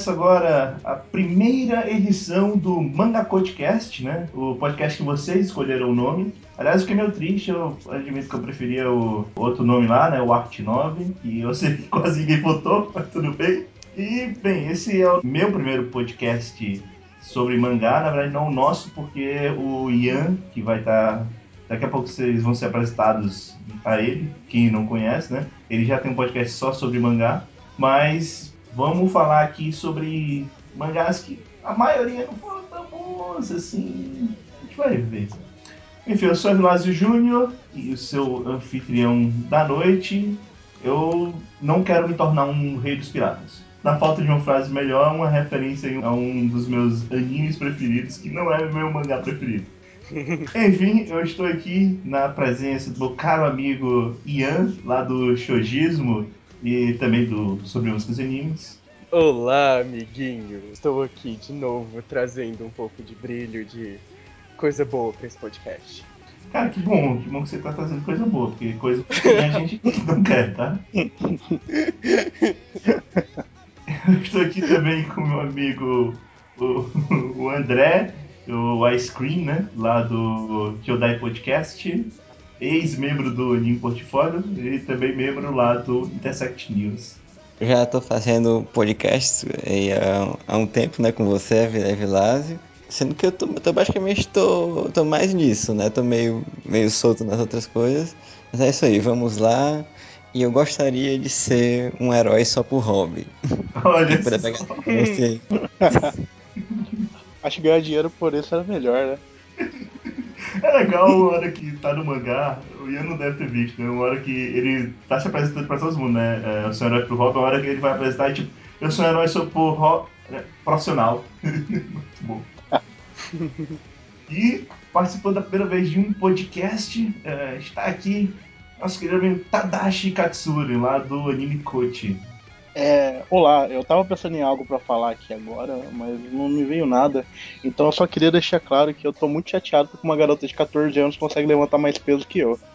começa agora a primeira edição do Manga Podcast, né? O podcast que vocês escolheram o nome. Aliás, eu fiquei meio triste, eu admito que eu preferia o outro nome lá, né? O Art 9, e eu sei que quase ninguém votou, mas tudo bem. E, bem, esse é o meu primeiro podcast sobre mangá, na verdade não o nosso, porque o Ian, que vai estar... Daqui a pouco vocês vão ser apresentados a ele, quem não conhece, né? Ele já tem um podcast só sobre mangá, mas vamos falar aqui sobre mangás que a maioria não foram tão bons, assim, a gente vai ver. Enfim, eu sou Evilásio Júnior e o seu anfitrião da noite. Eu não quero me tornar um rei dos piratas. Na falta de uma frase melhor, uma referência a um dos meus animes preferidos, que não é meu mangá preferido. Enfim, eu estou aqui na presença do meu caro amigo Ian, lá do Shojismo e também do Sobre Músicas e Animes. Olá, amiguinho! Estou aqui de novo trazendo um pouco de brilho, de coisa boa para esse podcast. Cara, que bom que você tá trazendo coisa boa, porque coisa ruim a gente não quer, tá? Eu estou aqui também com meu amigo o André, o Ice Cream, né? Lá do Kyodai Podcast, ex-membro do Anime Portfólio e também membro lá do Intersect News. Já tô fazendo podcast há um tempo, né, com você, Vilásio. Sendo que eu tô basicamente tô mais nisso, né? Tô meio solto nas outras coisas. Mas é isso aí, vamos lá. E eu gostaria de ser um herói só por hobby. Quem Olha puder só. pegar essa referência aí. Acho que ganhar dinheiro por isso era melhor, né? É legal a hora que tá no mangá, o Ian não deve ter visto, né? Uma hora que ele tá se apresentando pra todo mundo, né? Eu sou um herói pro hobby, a hora que ele vai apresentar é tipo, eu sou um herói só por hobby, profissional. Muito bom. E participando da primeira vez de um podcast, está aqui nosso querido amigo Tadashi Katsuri, lá do Anime Coach. Olá, eu tava pensando em algo pra falar aqui agora, mas não me veio nada. Então eu só queria deixar claro que eu tô muito chateado porque uma garota de 14 anos consegue levantar mais peso que eu.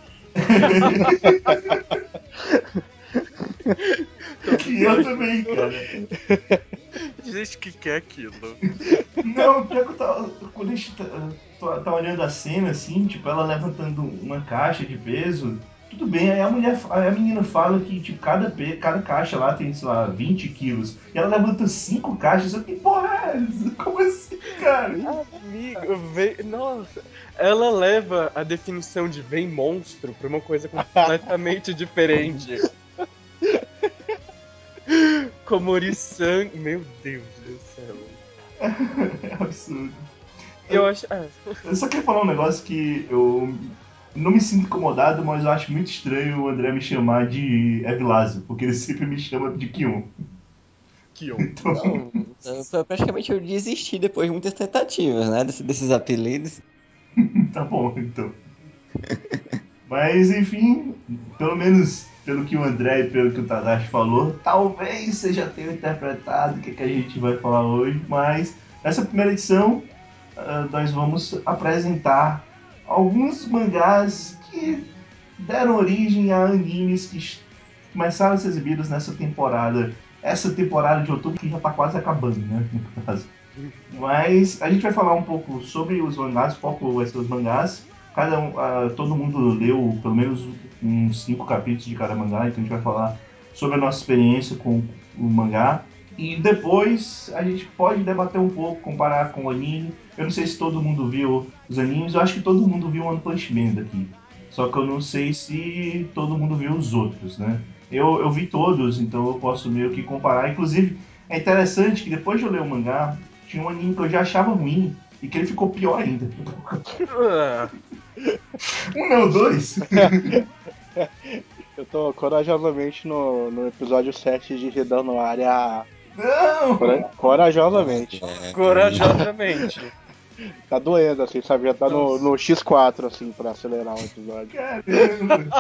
E eu também, cara. Gente, que é aquilo? Não, pior que eu tava, quando a gente tá olhando a cena, assim, tipo, ela levantando uma caixa de peso, tudo bem, aí a menina fala que, tipo, cada caixa lá tem, sei lá, 20 quilos, e ela levanta 5 caixas, eu, que porra é essa? Como assim, cara? Amigo, nossa, ela leva a definição de vem monstro pra uma coisa completamente diferente. Komori-san, meu Deus do céu. É absurdo. Eu acho. Eu só queria falar um negócio que eu não me sinto incomodado, mas eu acho muito estranho o André me chamar de Evilásio, porque ele sempre me chama de Kion. Kion. Então, Não, praticamente eu desisti depois de muitas tentativas, né, desses apelidos. tá bom, então. Mas, enfim, pelo menos pelo que o André e pelo que o Tadashi falou, talvez você já tenha interpretado o que a gente vai falar hoje, mas nessa primeira edição nós vamos apresentar alguns mangás que deram origem a animes que começaram a ser exibidos nessa temporada. Essa temporada de outubro que já está quase acabando, né? No caso. Mas a gente vai falar um pouco sobre os mangás, o foco vai ser os mangás. Todo mundo leu pelo menos uns 5 capítulos de cada mangá, então a gente vai falar sobre a nossa experiência com o mangá. E depois a gente pode debater um pouco, comparar com o anime. Eu não sei se todo mundo viu os animes, eu acho que todo mundo viu One Punch Man daqui. Só que eu não sei se todo mundo viu os outros, né? Eu vi todos, então eu posso meio que comparar. Inclusive, é interessante que depois de eu ler o mangá, tinha um anime que eu já achava ruim e que ele ficou pior ainda. Ah, Um não, dois. Eu tô corajosamente no episódio 7 de Redando Área. Não! Corajosamente. corajosamente. Tá doendo, assim, sabe? Já tá Nossa. no X4, assim, pra acelerar o episódio. Caramba!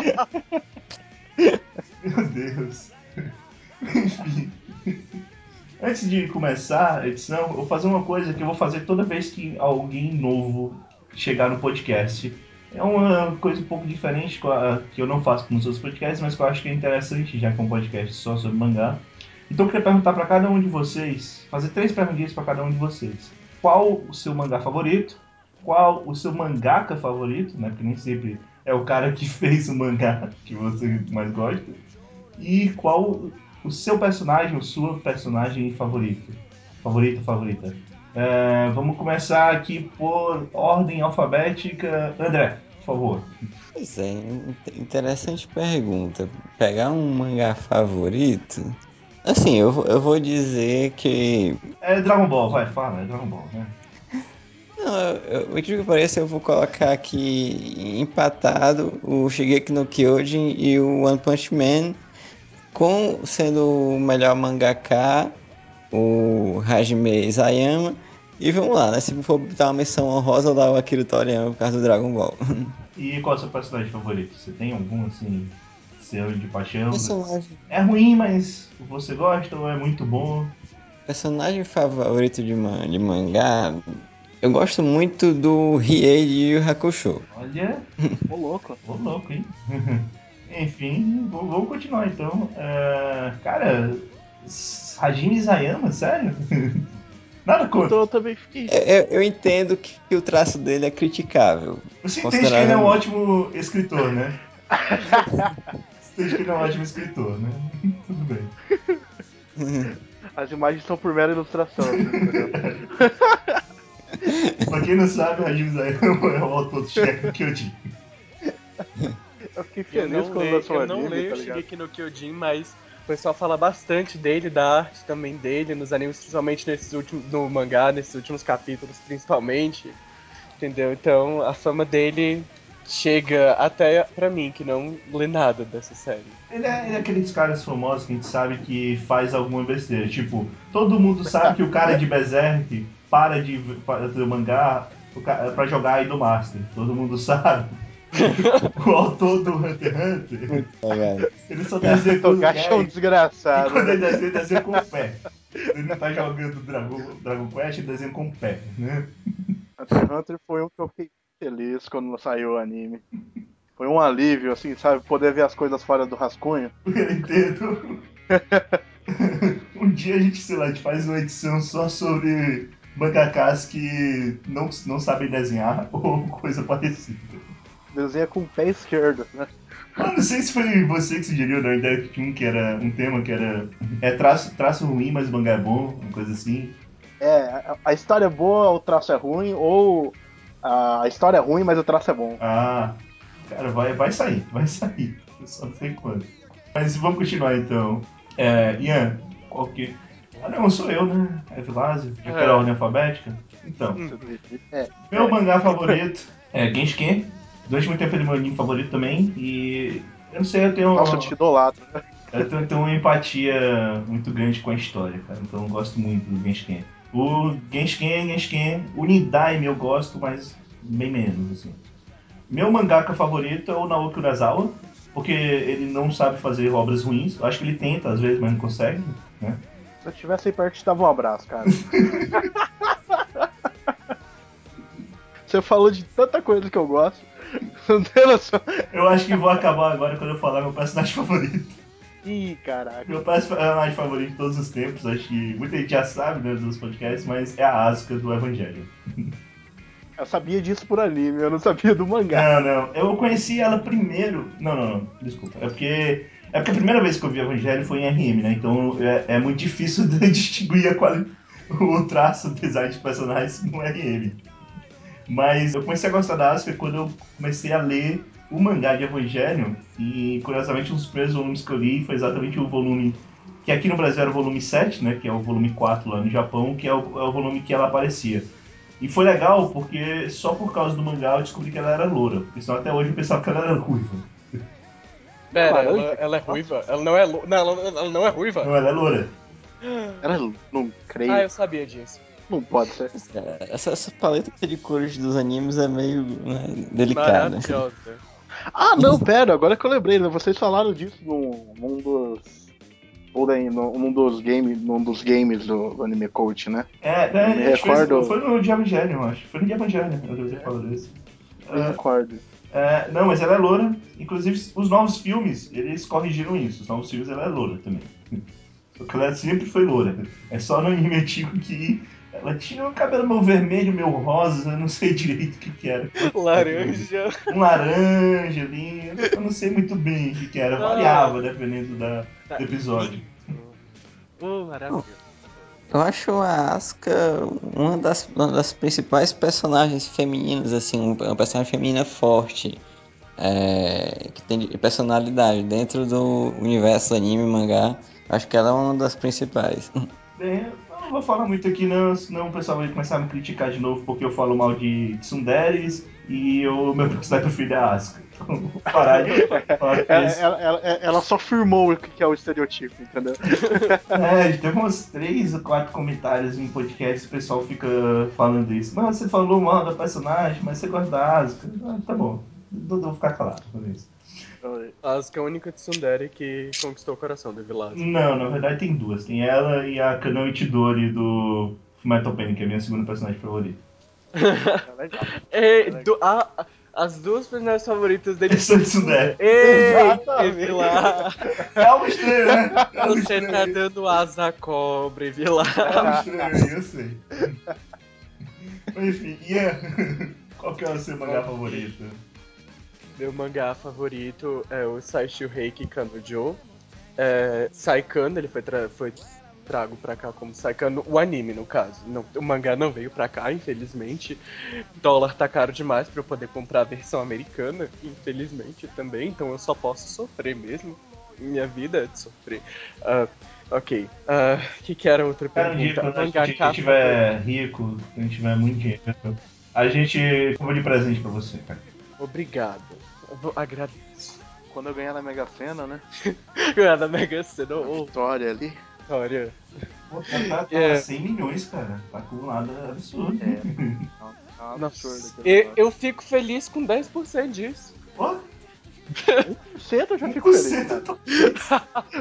Meu Deus. Enfim. Antes de começar a edição, eu vou fazer uma coisa que eu vou fazer toda vez que alguém novo chegar no podcast. É uma coisa um pouco diferente que eu não faço com os outros podcasts, mas que eu acho que é interessante, já que é um podcast só sobre mangá. Então eu queria perguntar para cada um de vocês, fazer 3 perguntinhas para cada um de vocês. Qual o seu mangá favorito? Qual o seu mangaka favorito, né? Porque nem sempre é o cara que fez o mangá que você mais gosta. E qual o seu personagem, ou sua personagem favorito? Favorita. Vamos começar aqui por ordem alfabética. André, por favor. Pois é, interessante pergunta. Pegar um mangá favorito. Assim, eu vou dizer que. É Dragon Ball, vai, fala, é Dragon Ball, né? Não, o incrível que pareça, eu vou colocar aqui empatado o Shingeki no Kyojin e o One Punch Man, com sendo o melhor mangaka, o Hajime Isayama. E vamos lá, né? Se for botar uma menção honrosa, eu dar o Akira Toriyama por causa do Dragon Ball. E qual é o seu personagem favorito? Você tem algum, assim, seu de paixão? Personagem, É ruim, mas você gosta ou é muito bom? personagem favorito de mangá, eu gosto muito do Riei de Yu Yu Hakusho. Olha, Ô, louco. ô louco, hein? Enfim, vamos continuar então. Cara, Hajime Isayama, sério? Nada contra. Então eu também fiquei. Eu entendo que o traço dele é criticável, Você entende que ele é um consideravelmente. ótimo escritor, né? Você entende que ele é um ótimo escritor, né? Tudo bem. As imagens são por mera ilustração, assim, entendeu? Pra quem não sabe, o Hajime Isayama é o autor do Shingeki no Kyojin. Eu fiquei feliz quando lançou o Eu não anime, leio tá ligado? Shingeki no Kyojin, mas o pessoal fala bastante dele, da arte também dele, nos animes, principalmente nesses últimos, no mangá, nesses últimos capítulos, principalmente. Entendeu? Então a fama dele chega até pra mim, que não lê nada dessa série. Ele é aqueles caras famosos que a gente sabe que faz alguma besteira. Tipo, todo mundo sabe que o cara de Berserk para de mangá pra jogar Idolmaster. Todo mundo sabe. O autor do Hunter x Hunter, Legal. ele só desenha com os Togashi é um pés. E desgraçado, quando né? ele desenha com o pé. Ele não tá jogando Dragon Quest, ele desenha com o pé, né? Hunter x Hunter foi um que eu fiquei feliz quando saiu o anime. Foi um alívio, assim, sabe? Poder ver as coisas fora do rascunho. Eu entendo. Um dia a gente, sei lá, a gente faz uma edição só sobre mangakas que não sabem desenhar ou coisa parecida. Desenha com o pé esquerdo, né? Ah, não sei se foi você que sugeriu, na ideia que tinha um que era um tema que era traço ruim, mas o mangá é bom, uma coisa assim. É, a história é boa, o traço é ruim, ou a história é ruim, mas o traço é bom. Ah, cara, vai sair, vai sair. Eu só não sei quando. Mas vamos continuar então. Ian, qual que. Ah, não, sou eu, né? É Vilásio, já que era a É. ordem alfabética. Então, É, meu mangá favorito é Genshin. Durante muito tempo ele é meu anime favorito também. E eu não sei, Nossa, eu te idolatro. tenho uma empatia muito grande com a história, cara. Então eu gosto muito do Genshin. O Genshin, o Nidaime eu gosto, mas bem menos, assim. Meu mangaka favorito é o Naoki Urasawa, porque ele não sabe fazer obras ruins. Eu acho que ele tenta às vezes, mas não consegue, né? Se eu tivesse aí perto, te dava um abraço, cara. Você falou de tanta coisa que eu gosto. Você não tem noção. Eu acho que vou acabar agora quando eu falar meu personagem favorito. Ih, caraca. Meu personagem favorito de todos os tempos, acho que muita gente já sabe, né, dos podcasts, mas é a Asuka do Evangelho. Eu sabia disso por anime, eu não sabia do mangá. Não. Eu conheci ela primeiro. Não. Desculpa. É porque a primeira vez que eu vi Evangelho foi em RM, né? Então é muito difícil de distinguir o traço, o design de personagens no RM. Mas eu comecei a gostar da Asuka quando eu comecei a ler o mangá de Evangelho. E curiosamente, um dos primeiros volumes que eu li foi exatamente o volume. Que aqui no Brasil era o volume 7, né? Que é o volume 4 lá no Japão, que é o volume que ela aparecia. E foi legal porque só por causa do mangá eu descobri que ela era loura. Porque senão até hoje eu pensava que ela era ruiva. Não é Pera, laranja? ela é ruiva? Ela não é não, ela não é ruiva? Não, ela é loura. Era, não Ah, creio. eu sabia disso. Não pode ser. Essa paleta de cores dos animes é meio, né, delicada. Maravilhosa. Ah, não, pera, agora que eu lembrei, né? Vocês falaram disso num dos. Ou daí, num dos games do Anime Coach, né? Eu A me gente fez. Foi recordo. no de Evangelho, eu acho. Foi no de Evangelho, eu devo ter falado isso. Me recordo. Não, mas ela é loura. Inclusive, os novos filmes, eles corrigiram isso. Os novos filmes, ela é loura também. Porque ela sempre foi loura. É só no anime antigo que ela tinha um cabelo meio vermelho, meio rosa, eu não sei direito o que, que era. Laranja. Um laranja ali, eu não sei muito bem o que, que era. Variava Nossa, dependendo tá do episódio. lindo. Oh, maravilhoso. Eu acho a Asuka uma das principais personagens femininas, assim, uma personagem feminina forte, que tem personalidade dentro do universo anime, mangá. Acho que ela é uma das principais. Bem, eu não vou falar muito aqui não, senão o pessoal vai começar a me criticar de novo porque eu falo mal de tsunderes e o meu personagem preferido é a Asuka. Então, vou parar de falar disso. Ela só firmou o que é o estereotipo, entendeu? É, teve uns 3 ou 4 comentários em podcast que o pessoal fica falando isso. Mas você falou mal da personagem, mas você gosta da Asuka. Ah, tá bom, eu vou ficar calado com isso. Asuka é a única tsundere que conquistou o coração do Vilásio. Não, na verdade tem duas. Tem ela e a Kanao Itadori do Fullmetal Panic, que é a minha segunda personagem favorita. É legal. É, as duas personagens favoritas dele Essa é são tsundere. tsundere. Ei, Exatamente. Vilar! É algo estranho, né? É algo Você tá estranho. dando asa à cobra, Vilar. É algo estranho, eu sei. Mas enfim, Ian, qual que é o seu mangá Ok. favorito? Meu mangá favorito é o Saishu Heiki Kanojo. Saikan, ele foi trago pra cá como Saikan, o anime no caso. Não, o mangá não veio pra cá, infelizmente. Dólar tá caro demais pra eu poder comprar a versão americana, infelizmente também, então eu só posso sofrer mesmo. Minha vida é de sofrer. Ah, ok. Que era outra Cara, um dia pergunta? quando a gente Mangaka favorito. tiver rico, quando a gente tiver muito dinheiro, a gente compra de presente pra você, cara. Obrigado. Agradeço. Quando eu ganhar na Mega Sena, né? Ganhar da Mega Sena, A ô, vitória ali. Vitória. Pô, o cara tá É, 100 milhões, cara. Tá acumulado absurdo. É, é um absurdo nossa, aquele negócio. eu fico feliz com 10% disso. Pô, 1% eu já fico feliz, 1% eu cara. tô feliz.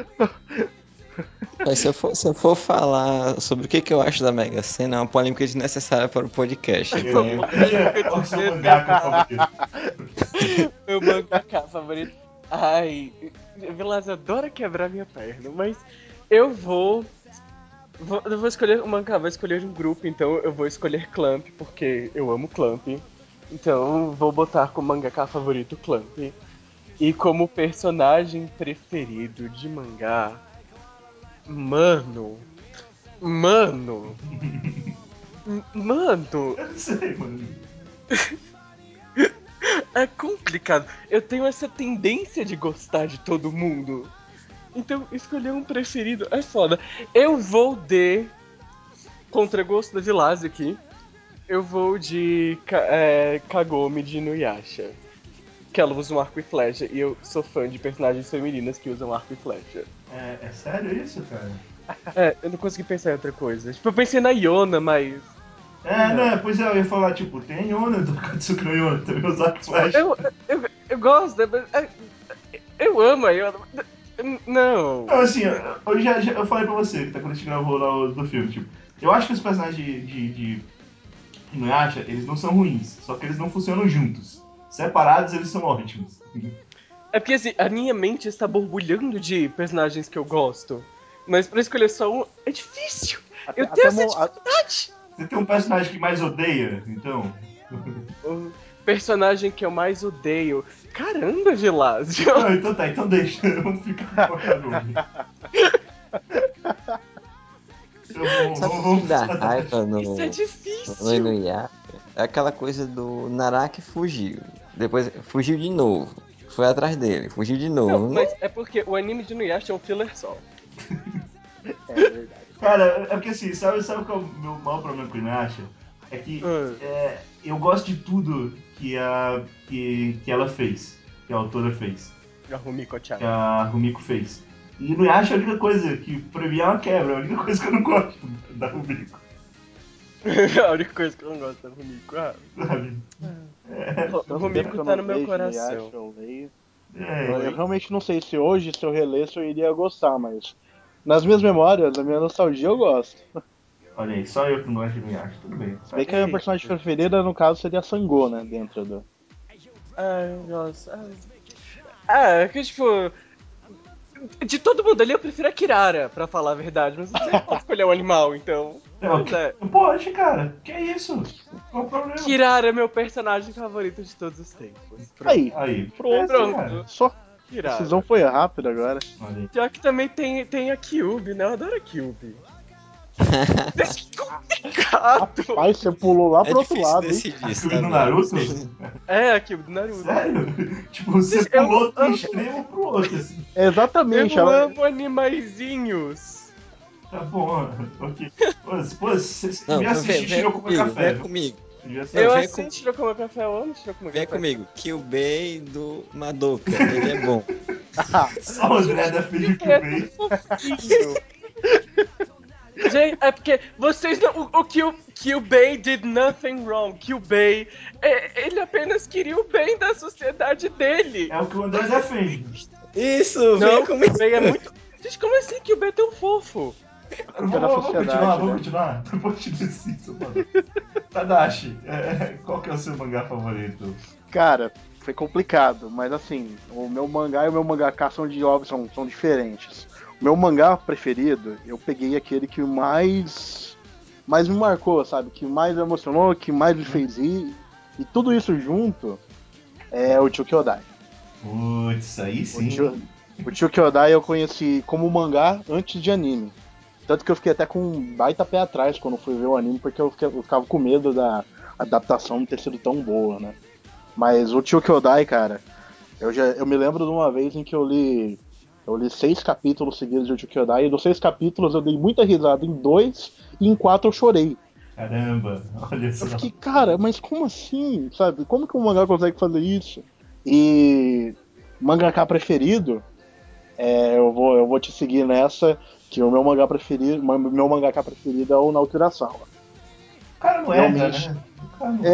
Mas se eu for falar sobre o que eu acho da Mega Sena, é uma polêmica desnecessária para o podcast. Então, Polêmica Qual é o seu mangaka desnecessária. favorito? Meu mangaka favorito. Ai, Vilas adora quebrar minha perna, mas eu eu vou escolher o mangá, vou escolher um grupo, então eu vou escolher Clamp, porque eu amo Clamp. Então vou botar como mangaka favorito Clamp. E como personagem preferido de mangá, mano, mano, mano, Eu não sei, mano. é complicado. Eu tenho essa tendência de gostar de todo mundo. Então, escolher um preferido é foda. Eu vou de Contragosto da Vilase aqui. Eu vou de Kagome de Inuyasha. Que ela usa um arco e flecha. E eu sou fã de personagens femininas que usam arco e flecha. É sério isso, cara? Eu não consegui pensar em outra coisa. Tipo, eu pensei na Yona, mas. É, Não. né? Pois é, eu ia falar, tipo, tem a Yona do Katsuki no Yona, também os arcos Tipo, flash. eu gosto, eu amo a Yona. Não. Não, assim, eu falei pra você, que tá quando a gente gravou lá do filme, tipo, eu acho que os personagens de Inuyasha, eles não são ruins, só que eles não funcionam juntos. Separados, eles são ótimos. É porque assim, a minha mente está borbulhando de personagens que eu gosto. Mas pra escolher só um, é difícil. Até, Eu tenho até, essa mo- a- dificuldade. Você tem um personagem que mais odeia, então? O personagem que eu mais odeio. Caramba, Vilásio. Não, então tá, então deixa, vamos ficar com a Kagome. Então sabe o que vamos dá pro raiva Tadashi. Isso é no difícil. Inuyasha? É aquela coisa do Naraki fugiu. Depois fugiu de novo. Foi atrás dele, fugiu de Não, novo. mas é porque o anime de Inuyasha é um filler só. É verdade. Cara, é porque assim, sabe qual é o meu maior problema com o Inuyasha? É que Ah, eu gosto de tudo que ela fez, que a autora fez, a Rumiko-chan. que a Rumiko fez. E Inuyasha é a única coisa que pra mim é uma quebra, é a única coisa que eu não gosto da Rumiko, A única coisa que eu não gosto da Rumiko. sabe? Tanto tempo que Rumiko eu tá não no meu vejo no Yasha, coração. eu leio. Eu Oi? realmente não sei se hoje, se eu relesse, eu iria gostar, mas nas minhas memórias, na minha nostalgia, eu gosto. Olha aí, só eu que não gosto de Inuyasha, tudo bem. Se bem que a minha personagem Eita. preferida, no caso, seria a Sango, né? Dentro do. Ai, nossa. É que tipo. De todo mundo ali, eu prefiro a Kirara, pra falar a verdade. Mas você pode escolher um animal, então. Pois é. Pode, cara. Que é isso? Qual o problema? Kirara é meu personagem favorito de todos os tempos. Aí, Aí, pronto. cara. Só. A Kirara. decisão foi rápida agora. Olha aí. Pior que também tem a Kyuubi, né? Eu adoro a Kyuubi. Que complicado! Rapaz, você pulou lá É pro outro difícil lado, hein? decidir, Kyuubi sabe? no Naruto? É, a Kyuubi do Naruto. Sério? Tipo, você Gente, eu pulou de um amo- extremo pro outro, assim. Exatamente. Eu Ela... amo animaizinhos. Tá bom, ok. Pô, você Não, devia assistir venha Shirokuma comigo, Café, venha viu? comigo. Devia Não, Eu assistir. vem, assisto Shirokuma Café, eu amo Shirokuma venha Café. comigo. Kyubey do Madoka, ele é bom. Só o André defende o É tão Kyubey. fofinho. Gente, é porque vocês não. O Kyubey did nothing wrong. Kyubey, ele apenas queria o bem da sociedade dele. É o que o André defende. Isso, venha Não, comigo. Kyubey é muito. Gente, como assim Kyubey é tão fofo? Culpa da sociedade, Vamos né? continuar? Depois te decido, mano. Tadashi, qual que é o seu mangá favorito? Cara, foi complicado, mas assim, o meu mangá e o meu mangaka são de obras, são diferentes. O meu mangá preferido, eu peguei aquele que mais me marcou, sabe? Que mais me emocionou, que mais me fez rir. E tudo isso junto é o Chukyodai. Putz, aí O, sim. Chu, o Chukyodai eu conheci como mangá antes de anime. Tanto que eu fiquei até com um baita pé atrás quando fui ver o anime, porque eu ficava com medo da adaptação não ter sido tão boa, né? Mas o Chukyodai, cara, eu me lembro de uma vez em que eu li 6 capítulos seguidos de Chukyodai, e dos 6 capítulos eu dei muita risada em 2 e em 4 eu chorei. Caramba, olha Eu só. fiquei, cara, mas como assim, sabe? Como que um mangá consegue fazer isso? E mangaka preferido, eu vou te seguir nessa, que o meu mangaka preferido é o Naoki Urasawa. O cara não erra, Realmente, né? O cara não...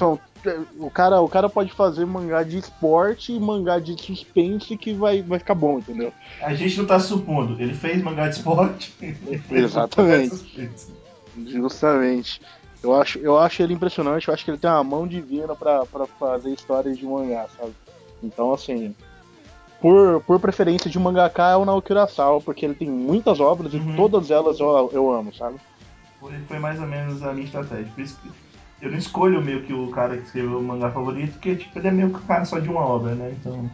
o cara pode fazer mangá de esporte e mangá de suspense que vai ficar bom, entendeu? A gente não tá supondo. Ele fez mangá de esporte e fez mangá de Exatamente, suspense. justamente. Eu acho ele impressionante, eu acho que ele tem uma mão divina pra fazer histórias de mangá, sabe? Então, assim, por preferência de mangaka é o Naoki Urasawa, porque ele tem muitas obras e Uhum. todas elas eu amo, sabe? Foi mais ou menos a minha estratégia. Por isso que eu não escolho meio que o cara que escreveu o mangá favorito, porque tipo, ele é meio que o cara só de uma obra, né? Então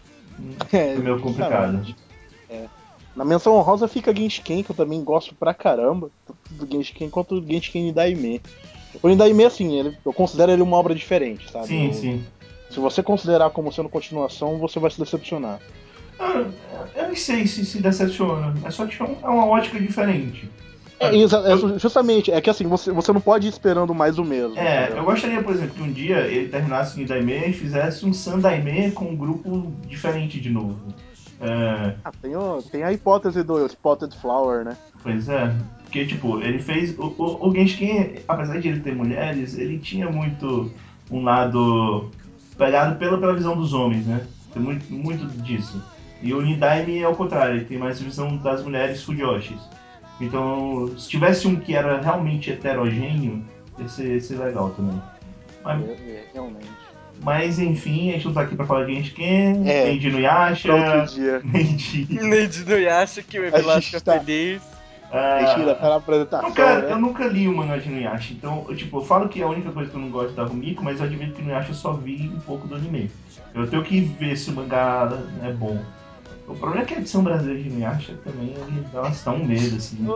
É, é meio complicado. justamente. É. Na menção honrosa fica Genshin, que eu também gosto pra caramba, tanto do Genshin quanto do Genshin Indaime. O Indaime, assim, eu considero ele uma obra diferente, sabe? Sim, sim. Se você considerar como sendo continuação, você vai se decepcionar. Ah, eu não sei se decepciona. É só que é uma ótica diferente. Sabe? Justamente, é que assim, você não pode ir esperando mais o mesmo, Eu entendeu? gostaria, por exemplo, que um dia ele terminasse o Indaime e fizesse um Sandaime com um grupo diferente de novo. É, Ah, tem a hipótese do Spotted Flower, né? pois é. Porque, tipo, ele fez. O Genshin, apesar de ele ter mulheres, ele tinha muito um lado pegado pela visão dos homens, né? Tem muito disso. E o Nidaime é o contrário, ele tem mais a visão das mulheres fujoshis. Então, se tivesse um que era realmente heterogêneo, ia ser legal também. Mas, Realmente. mas, enfim, a gente não tá aqui pra falar de Genshin, É, nem de pra outro Nuyasha, dia. nem de. Neide não acha que o A Evilás fica gente tá. feliz. A gente ainda tá ah, na apresentação, eu né? nunca li o mangá de Nuyasha, então, eu falo que é a única coisa que eu não gosto da Rumiko, mas eu admito que Nuyasha eu só vi um pouco do anime. Eu tenho que ver se o mangá é bom. O problema é que a edição brasileira de Inuyasha também, ele dá um medo, assim.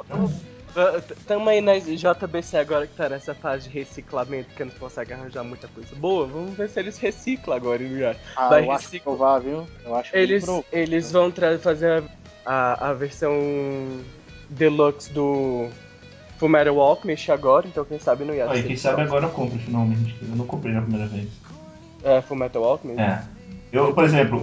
Tamo aí na JBC agora que tá nessa fase de reciclamento, que não consegue arranjar muita coisa boa. Vamos ver se eles reciclam agora, Inuyasha. Ah, Vai eu acho reciclar. provável. Eu acho bem provável. Eles vão fazer a versão deluxe do Fullmetal Alchemist agora, então quem sabe Inuyasha Aí, quem seja o sabe próximo. agora eu compro finalmente. Eu não comprei na primeira vez. Fullmetal Alchemist. É. Eu, por exemplo,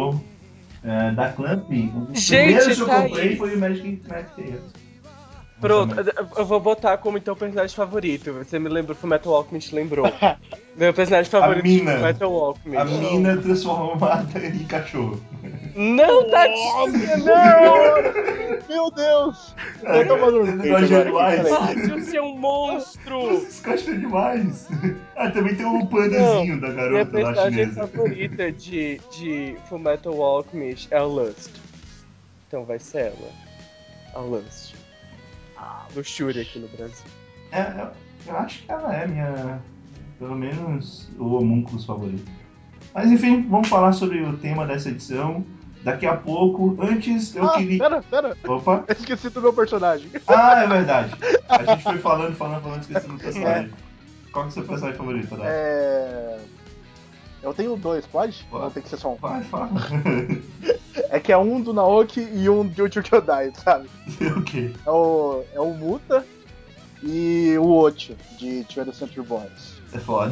da Clamp, os primeiros Gente, que eu tá comprei aí! foi o Magic Tales. Pronto, Lançamento. eu vou botar como então personagem favorito. Você me lembrou, Fullmetal Alchemist lembrou. Meu personagem A favorito de mina. Fullmetal A Alchemist. mina transformada em cachorro. Não, tadinha, não! Senhora! Meu Deus! Eu tô Ah, até cara, fazendo você peito gosta de agora aqui, É animais? peraí. fácil ser um monstro! Vocês gostam demais. Ah, também tem o Não, pandazinho da minha garota lá personagem chinesa. favorita de Fullmetal Alchemist é a Lust. Então vai ser ela, a Lust. Luxúria aqui no Brasil. Eu acho que ela é minha, pelo menos, o homúnculo favorito. Mas enfim, vamos falar sobre o tema dessa edição daqui a pouco. Antes eu queria... Pera. Opa! Eu esqueci do meu personagem. Ah, é verdade. A gente foi falando, esquecendo do personagem. Qual que é o seu personagem favorito, Tadashi? Eu tenho dois, pode? Ou Pode. tem que ser só um? Vai, fala. É que é um do Naoki e um de Uchu Kyodai, sabe? O quê? É o Muta e o Ochi, de 20th Century Boys. É foda.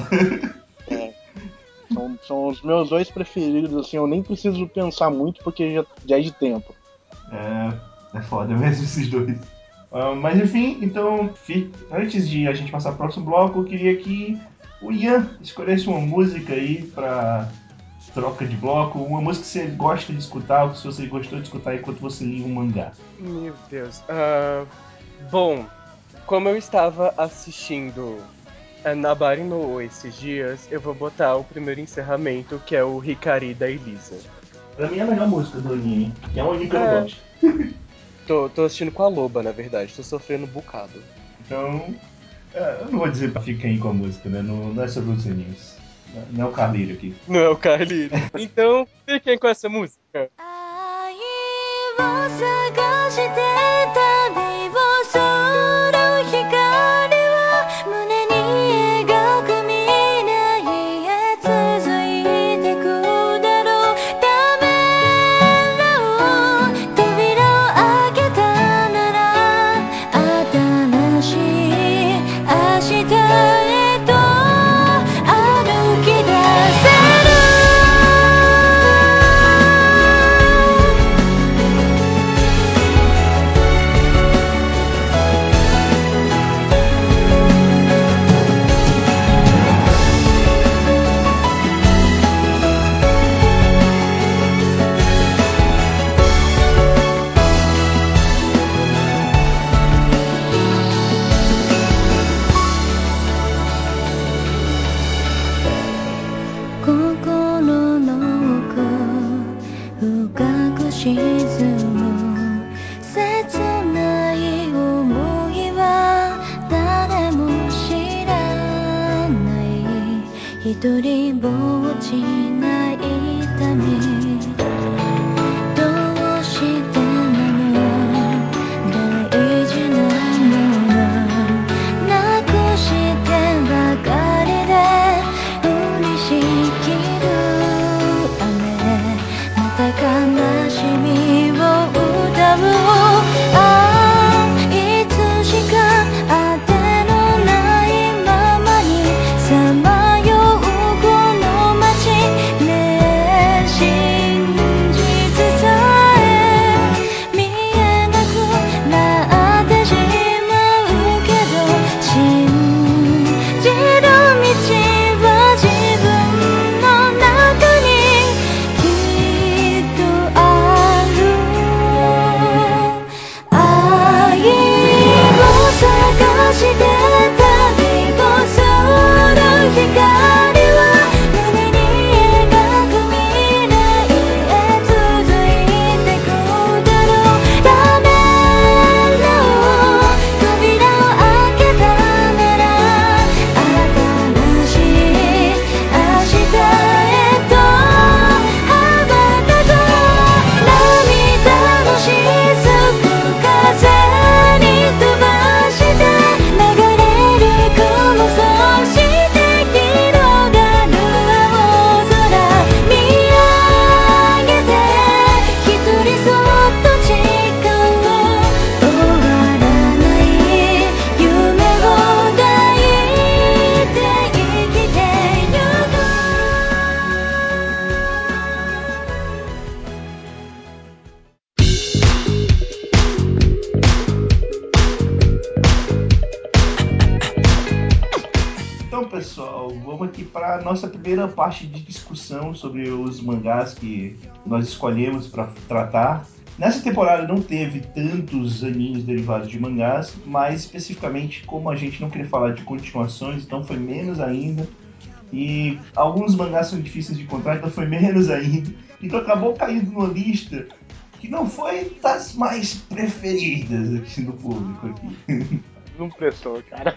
São os meus dois preferidos, assim, eu nem preciso pensar muito porque já é de tempo. É foda mesmo esses dois. Mas enfim, então, antes de a gente passar pro próximo bloco, eu queria que o Ian escolhesse uma música aí pra troca de bloco, uma música que você gosta de escutar, ou que você gostou de escutar enquanto você lia um mangá. Meu Deus. Bom, como eu estava assistindo Nabari no O esses dias, eu vou botar o primeiro encerramento, que é o Hikari da Elisa. Pra mim é a melhor música do anime, que é um anime que eu não gosto. Tô assistindo com a Loba, na verdade, tô sofrendo um bocado. Então, eu não vou dizer pra ficar aí com a música, né? Não é sobre os animes. Não é o Carleiro aqui. Não é o Carly. Então, fiquem com essa música. 愛を探して旅をする光は胸に描く未来へ続いてくだろうためらう扉を開けたなら新しい明日へと歩き出せる心の奥深く沈む切ない想いは誰も知らない一人ぼっちな痛みどうしてなの大事なものなくしてばかりで降りしきる雨また悲しみを歌ういつしか当てのないままにさまようこの街ねえ真実さえ見えなくなってしまうけど信じる道は自分の中にきっとある愛を探して旅をする光は胸に描く未来へ続いてくだろうためらう扉を開けたなら新しい明日へと羽ばたこう涙の雫風に飛ばして流れる雲そして広がる青空見上げて一人そっと誓う終わらない夢を抱いて生きてゆく Então, pessoal, vamos aqui para a nossa primeira parte de discussão sobre os mangás que nós escolhemos para tratar. Nessa temporada não teve tantos animes derivados de mangás, mas especificamente como a gente não queria falar de continuações, então foi menos ainda. E alguns mangás são difíceis de encontrar, então foi menos ainda. Então acabou caindo numa lista que não foi das mais preferidas aqui no público aqui. Não prestou, cara.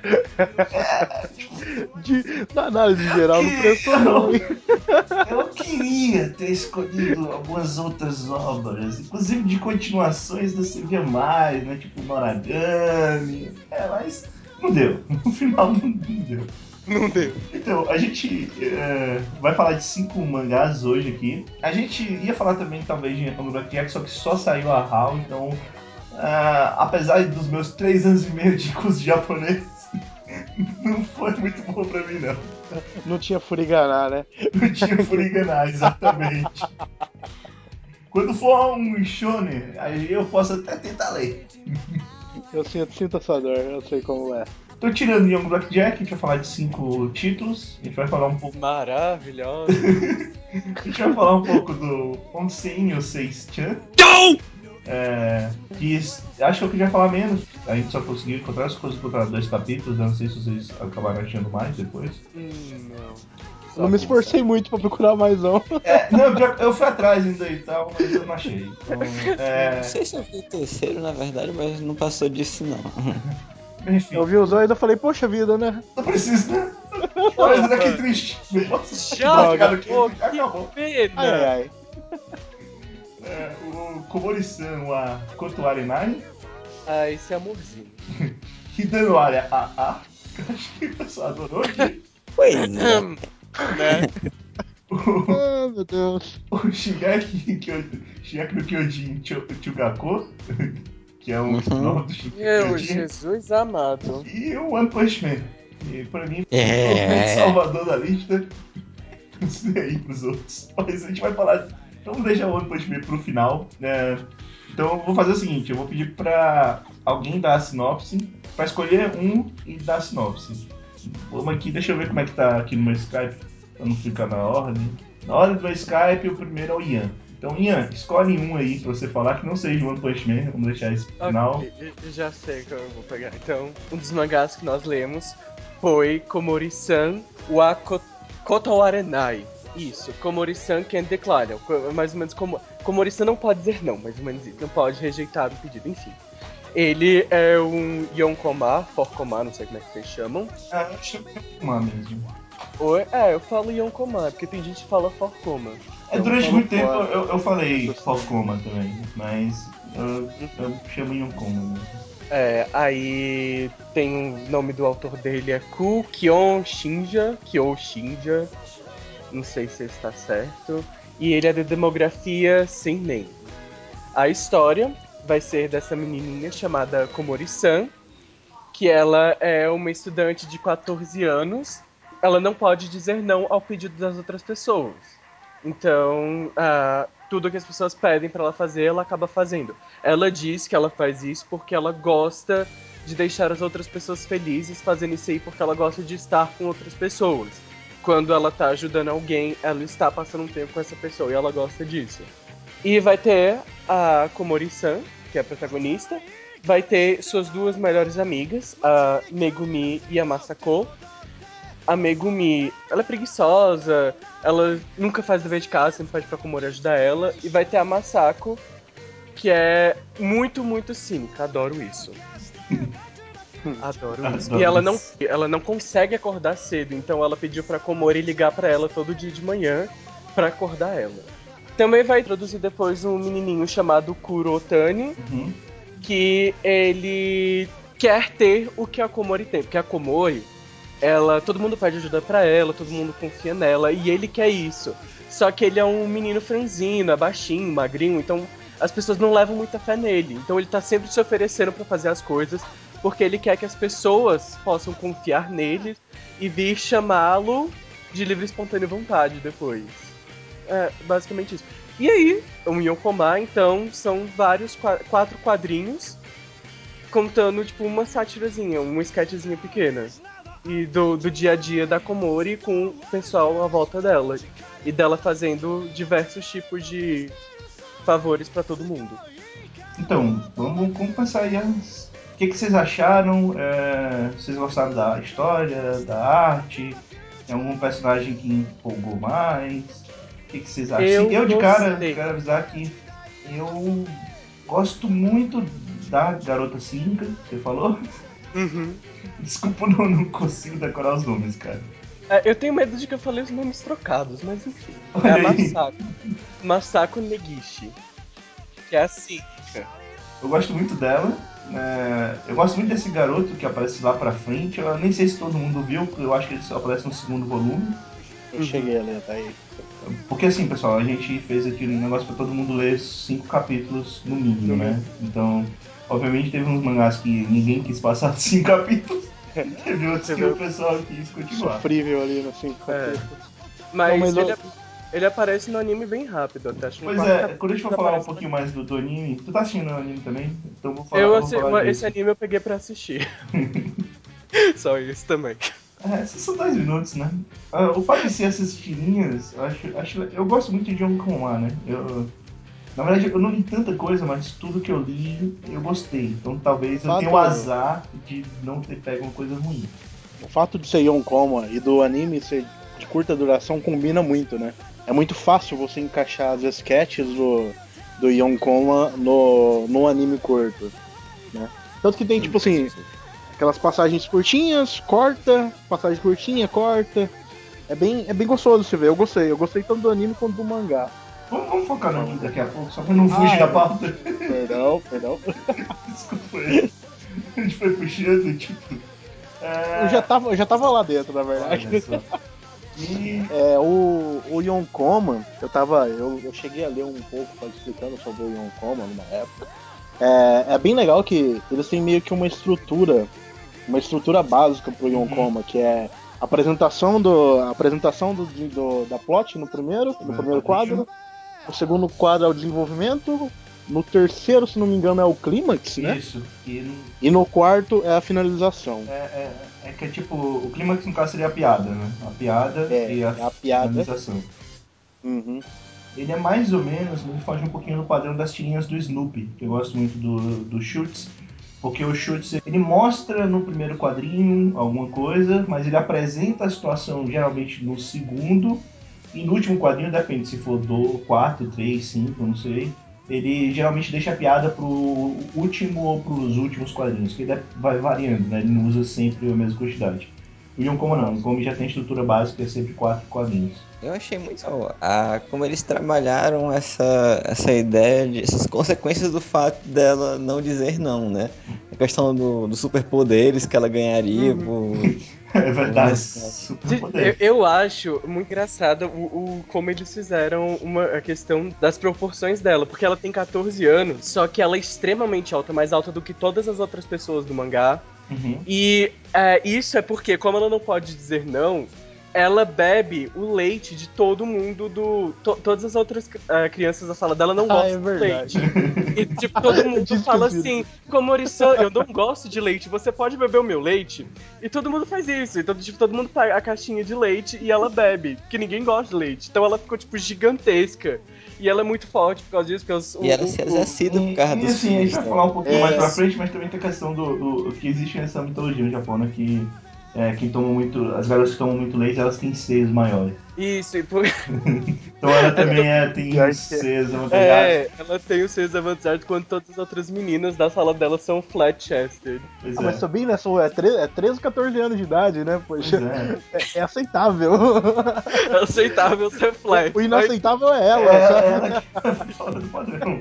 Na análise geral, não prestou, não, hein? Eu queria ter escolhido algumas outras obras, inclusive de continuações da Sevilla Mais, né? Tipo Noragami. Mas não deu. No final não deu. Não deu. Então, a gente vai falar de 5 mangás hoje aqui. A gente ia falar também, talvez, de Angry Jack, só que só saiu a HAL, então, apesar dos meus 3 anos e meio de curso de japonês, não foi muito bom pra mim, não. Não tinha furiganá, né? Não tinha furiganá, exatamente. Quando for um shonen, aí eu posso até tentar ler. Eu sinto a sua dor, eu sei como é. Tô tirando Young Blackjack, a gente vai falar de 5 títulos, a gente vai falar um pouco. Maravilhosa. A gente vai falar um pouco do Onsen Yosei-chan. Que acho que eu queria falar menos. A gente só conseguiu encontrar as coisas, encontrar 2 capítulos, eu não sei se vocês acabaram achando mais depois. Não. Eu não me esforcei muito pra procurar mais um. Não, eu fui atrás ainda e tal, mas eu não achei. Então, Não sei se eu vi o terceiro, na verdade, mas não passou disso, não. enfim, Eu vi os dois e eu falei, poxa vida, né? não precisa, né? Mas daqui triste. Não posso Já droga, acabou, já acabou. que pena. Ai, ai, ai. O Komori-san, a Koto Arenai, Ah, esse amorzinho. Hidano Area AA, que eu acho que o pessoal adorou aqui. Pois é. Né? Ah, meu Deus. O Shingeki no Kyojin Chugako, que é um spin-off do Shingeki no Meu Kyojin, Jesus amado. e o One Punch Man, que pra mim foi o grande É. salvador da lista. Não sei aí pros outros, mas a gente vai falar. Vamos deixar o One Punch Man pro final, né? Então eu vou fazer o seguinte, eu vou pedir pra alguém dar a sinopse, pra escolher um e dar a sinopse. Vamos aqui, deixa eu ver como é que tá aqui no meu Skype, pra não ficar na ordem. Na ordem do meu Skype, o primeiro é o Ian. Então, Ian, escolhe um aí pra você falar que não seja One Punch Man, vamos deixar esse pro final. Ok, eu já sei qual eu vou pegar. Então, um dos mangás que nós lemos foi Komori-san wa Koto Arenai. Isso, Komori-san Can't Decline. Mais ou menos como. Komori-san não pode dizer não, mais ou menos isso. Não pode rejeitar o pedido, enfim. Ele é um Yonkoma, Forkoma, não sei como é que vocês chamam. Deixa eu arrumar mesmo. Eu falo Yonkoma, porque tem gente que fala Forkoma. Então, Durante falou muito tempo fora. eu falei Costume. Fofcoma também, mas eu chamo Yonkoma mesmo. Aí tem o nome do autor dele é Ku Kyo Shinja, não sei se está certo, e ele é de demografia sem nem. A história vai ser dessa menininha chamada Komori-san, que ela é uma estudante de 14 anos, ela não pode dizer não ao pedido das outras pessoas. Então, tudo que as pessoas pedem pra ela fazer, ela acaba fazendo. Ela diz que ela faz isso porque ela gosta de deixar as outras pessoas felizes, fazendo isso aí porque ela gosta de estar com outras pessoas. Quando ela tá ajudando alguém, ela está passando um tempo com essa pessoa e ela gosta disso. E vai ter a Komori-san, que é a protagonista, vai ter suas duas melhores amigas, a Megumi e a Masako. A Megumi, ela é preguiçosa, ela nunca faz dever de casa, sempre pede pra Komori ajudar ela. E vai ter a Masako, que é muito, muito cínica, adoro isso. Adoro isso. E Adoro isso. ela não consegue acordar cedo, então ela pediu pra Komori ligar pra ela todo dia de manhã pra acordar ela. Também vai introduzir depois um menininho chamado Kuro Otani, Uhum. que ele quer ter o que a Komori tem, porque a Komori, todo mundo pede ajuda pra ela, todo mundo confia nela e ele quer isso. Só que ele é um menino franzino, é baixinho, magrinho, então as pessoas não levam muita fé nele. Então ele tá sempre se oferecendo pra fazer as coisas, porque ele quer que as pessoas possam confiar nele e vir chamá-lo de livre e espontânea vontade depois. É, basicamente isso. E aí, um Yonkoma, então, são vários 4 quadrinhos contando, tipo, uma sátirazinha, uma sketchzinha pequena. E do dia a dia da Komori com o pessoal à volta dela. E dela fazendo diversos tipos de favores pra todo mundo. Então, vamos começar aí. O que vocês acharam? Vocês gostaram da história, da arte? Tem algum personagem que empolgou mais? O que vocês acham? Sim, Eu eu de cara gostei. quero avisar que Eu gosto muito da Garota Cínica, que você falou. Uhum. Desculpa, não consigo decorar os nomes, cara. Eu tenho medo de que eu falei os nomes trocados, mas enfim. É Olha a aí. Masako Negishi, que é a cínica. Eu gosto muito dela. Eu gosto muito desse garoto que aparece lá pra frente. Eu nem sei se todo mundo viu, porque eu acho que ele só aparece no segundo volume. Eu cheguei a ler até aí. Porque assim, pessoal, a gente fez aqui um negócio pra todo mundo ler 5 capítulos no mínimo, No né? Então, obviamente teve uns mangás que ninguém quis passar de 5 capítulos. Teve outros Você que vê o o pessoal quis continuar. sofrível ali no 5 É. capítulos. Não, Mas mas eu, ele aparece no anime bem rápido, até acho que no Pois quarto é, capítulo quando a gente for ele falar um aparece no pouquinho anime. mais do anime, tu tá assistindo o anime também? Então vou falar Esse disso. anime eu peguei pra assistir. Só isso também. Esses são 10 minutos, né? O fato de ser essas tirinhas, eu gosto muito de Onkonma, né? Na verdade, eu não li tanta coisa, mas tudo que eu li, eu gostei. Então talvez eu tenha o azar de não ter pego uma coisa ruim. o fato de ser Yonkoma e do anime ser de curta duração combina muito, né? É muito fácil você encaixar as sketches do Yonkoma no anime curto, né? Tanto que tem, tipo assim, aquelas passagens curtinhas, corta, passagem curtinha, corta. É bem gostoso de se ver. Eu gostei tanto do anime quanto do mangá. Vamos focar no Forma anime geral. daqui a pouco, só pra não fugir da pauta. Perdão. Desculpa aí. A gente foi puxando, tipo. Eu já tava lá dentro, na verdade. Olha só. E. O Yonkoma, eu cheguei a ler um pouco, tava explicando sobre o Yonkoma numa época. É bem legal que eles têm meio que uma estrutura básica pro Uhum. Yonkoma, que é a apresentação da plot no primeiro quadro, o segundo quadro é o desenvolvimento, no terceiro, se não me engano, é o clímax, né? Isso. E no quarto é a finalização. É que é tipo. O clímax no caso seria a piada, né? A piada e a É a piada. finalização. Uhum. Ele é mais ou menos, mas ele foge um pouquinho do padrão das tirinhas do Snoopy, que eu gosto muito do Schultz, porque o Schultz ele mostra no primeiro quadrinho alguma coisa, mas ele apresenta a situação geralmente no segundo, e no último quadrinho, depende se for do 4, 3, 5, não sei, ele geralmente deixa a piada pro último ou pros últimos quadrinhos, que ele vai variando, né? Ele não usa sempre a mesma quantidade. O Yonkoma não, o Yonkoma já tem estrutura básica, é sempre 4 quadrinhos. Eu achei muito como eles trabalharam essa ideia de essas consequências do fato dela não dizer não, né? A questão dos superpoderes que ela ganharia Uhum. É verdade, nesse caso. super Eu, poder. eu acho muito engraçado como eles fizeram a questão das proporções dela, porque ela tem 14 anos, só que ela é extremamente alta, mais alta do que todas as outras pessoas do mangá. Uhum. E isso é porque, como ela não pode dizer não, ela bebe o leite de todo mundo todas as outras crianças da sala dela não Ah, é gostam de verdade. leite. E, tipo, todo Eu mundo tinha fala esquecido. assim, Komori-san, eu não gosto de leite, você pode beber o meu leite? E todo mundo faz isso. Então, tipo, todo mundo pega a caixinha de leite e ela bebe, porque ninguém gosta de leite. Então ela ficou, tipo, gigantesca. E ela é muito forte por causa disso, porque E ela se exercita por causa E dos assim, a gente filhos vai falar um também. pouquinho mais É, pra frente, mas também tem a questão do que existe essa mitologia no Japão, né? Que quem toma muito. As garotas que tomam muito leite, elas têm seios maiores. isso, Então ela é também tem pior os que é. seios avantajados. ela tem os seios avançados quando todas as outras meninas da sala dela são flat-chested. Pois Ah, mas é, também, né? É 13, 14 anos de idade, né? pois Poxa, é. é aceitável. É aceitável ser O flat, mas inaceitável é ela, sabe? Ela que tá fora do padrão.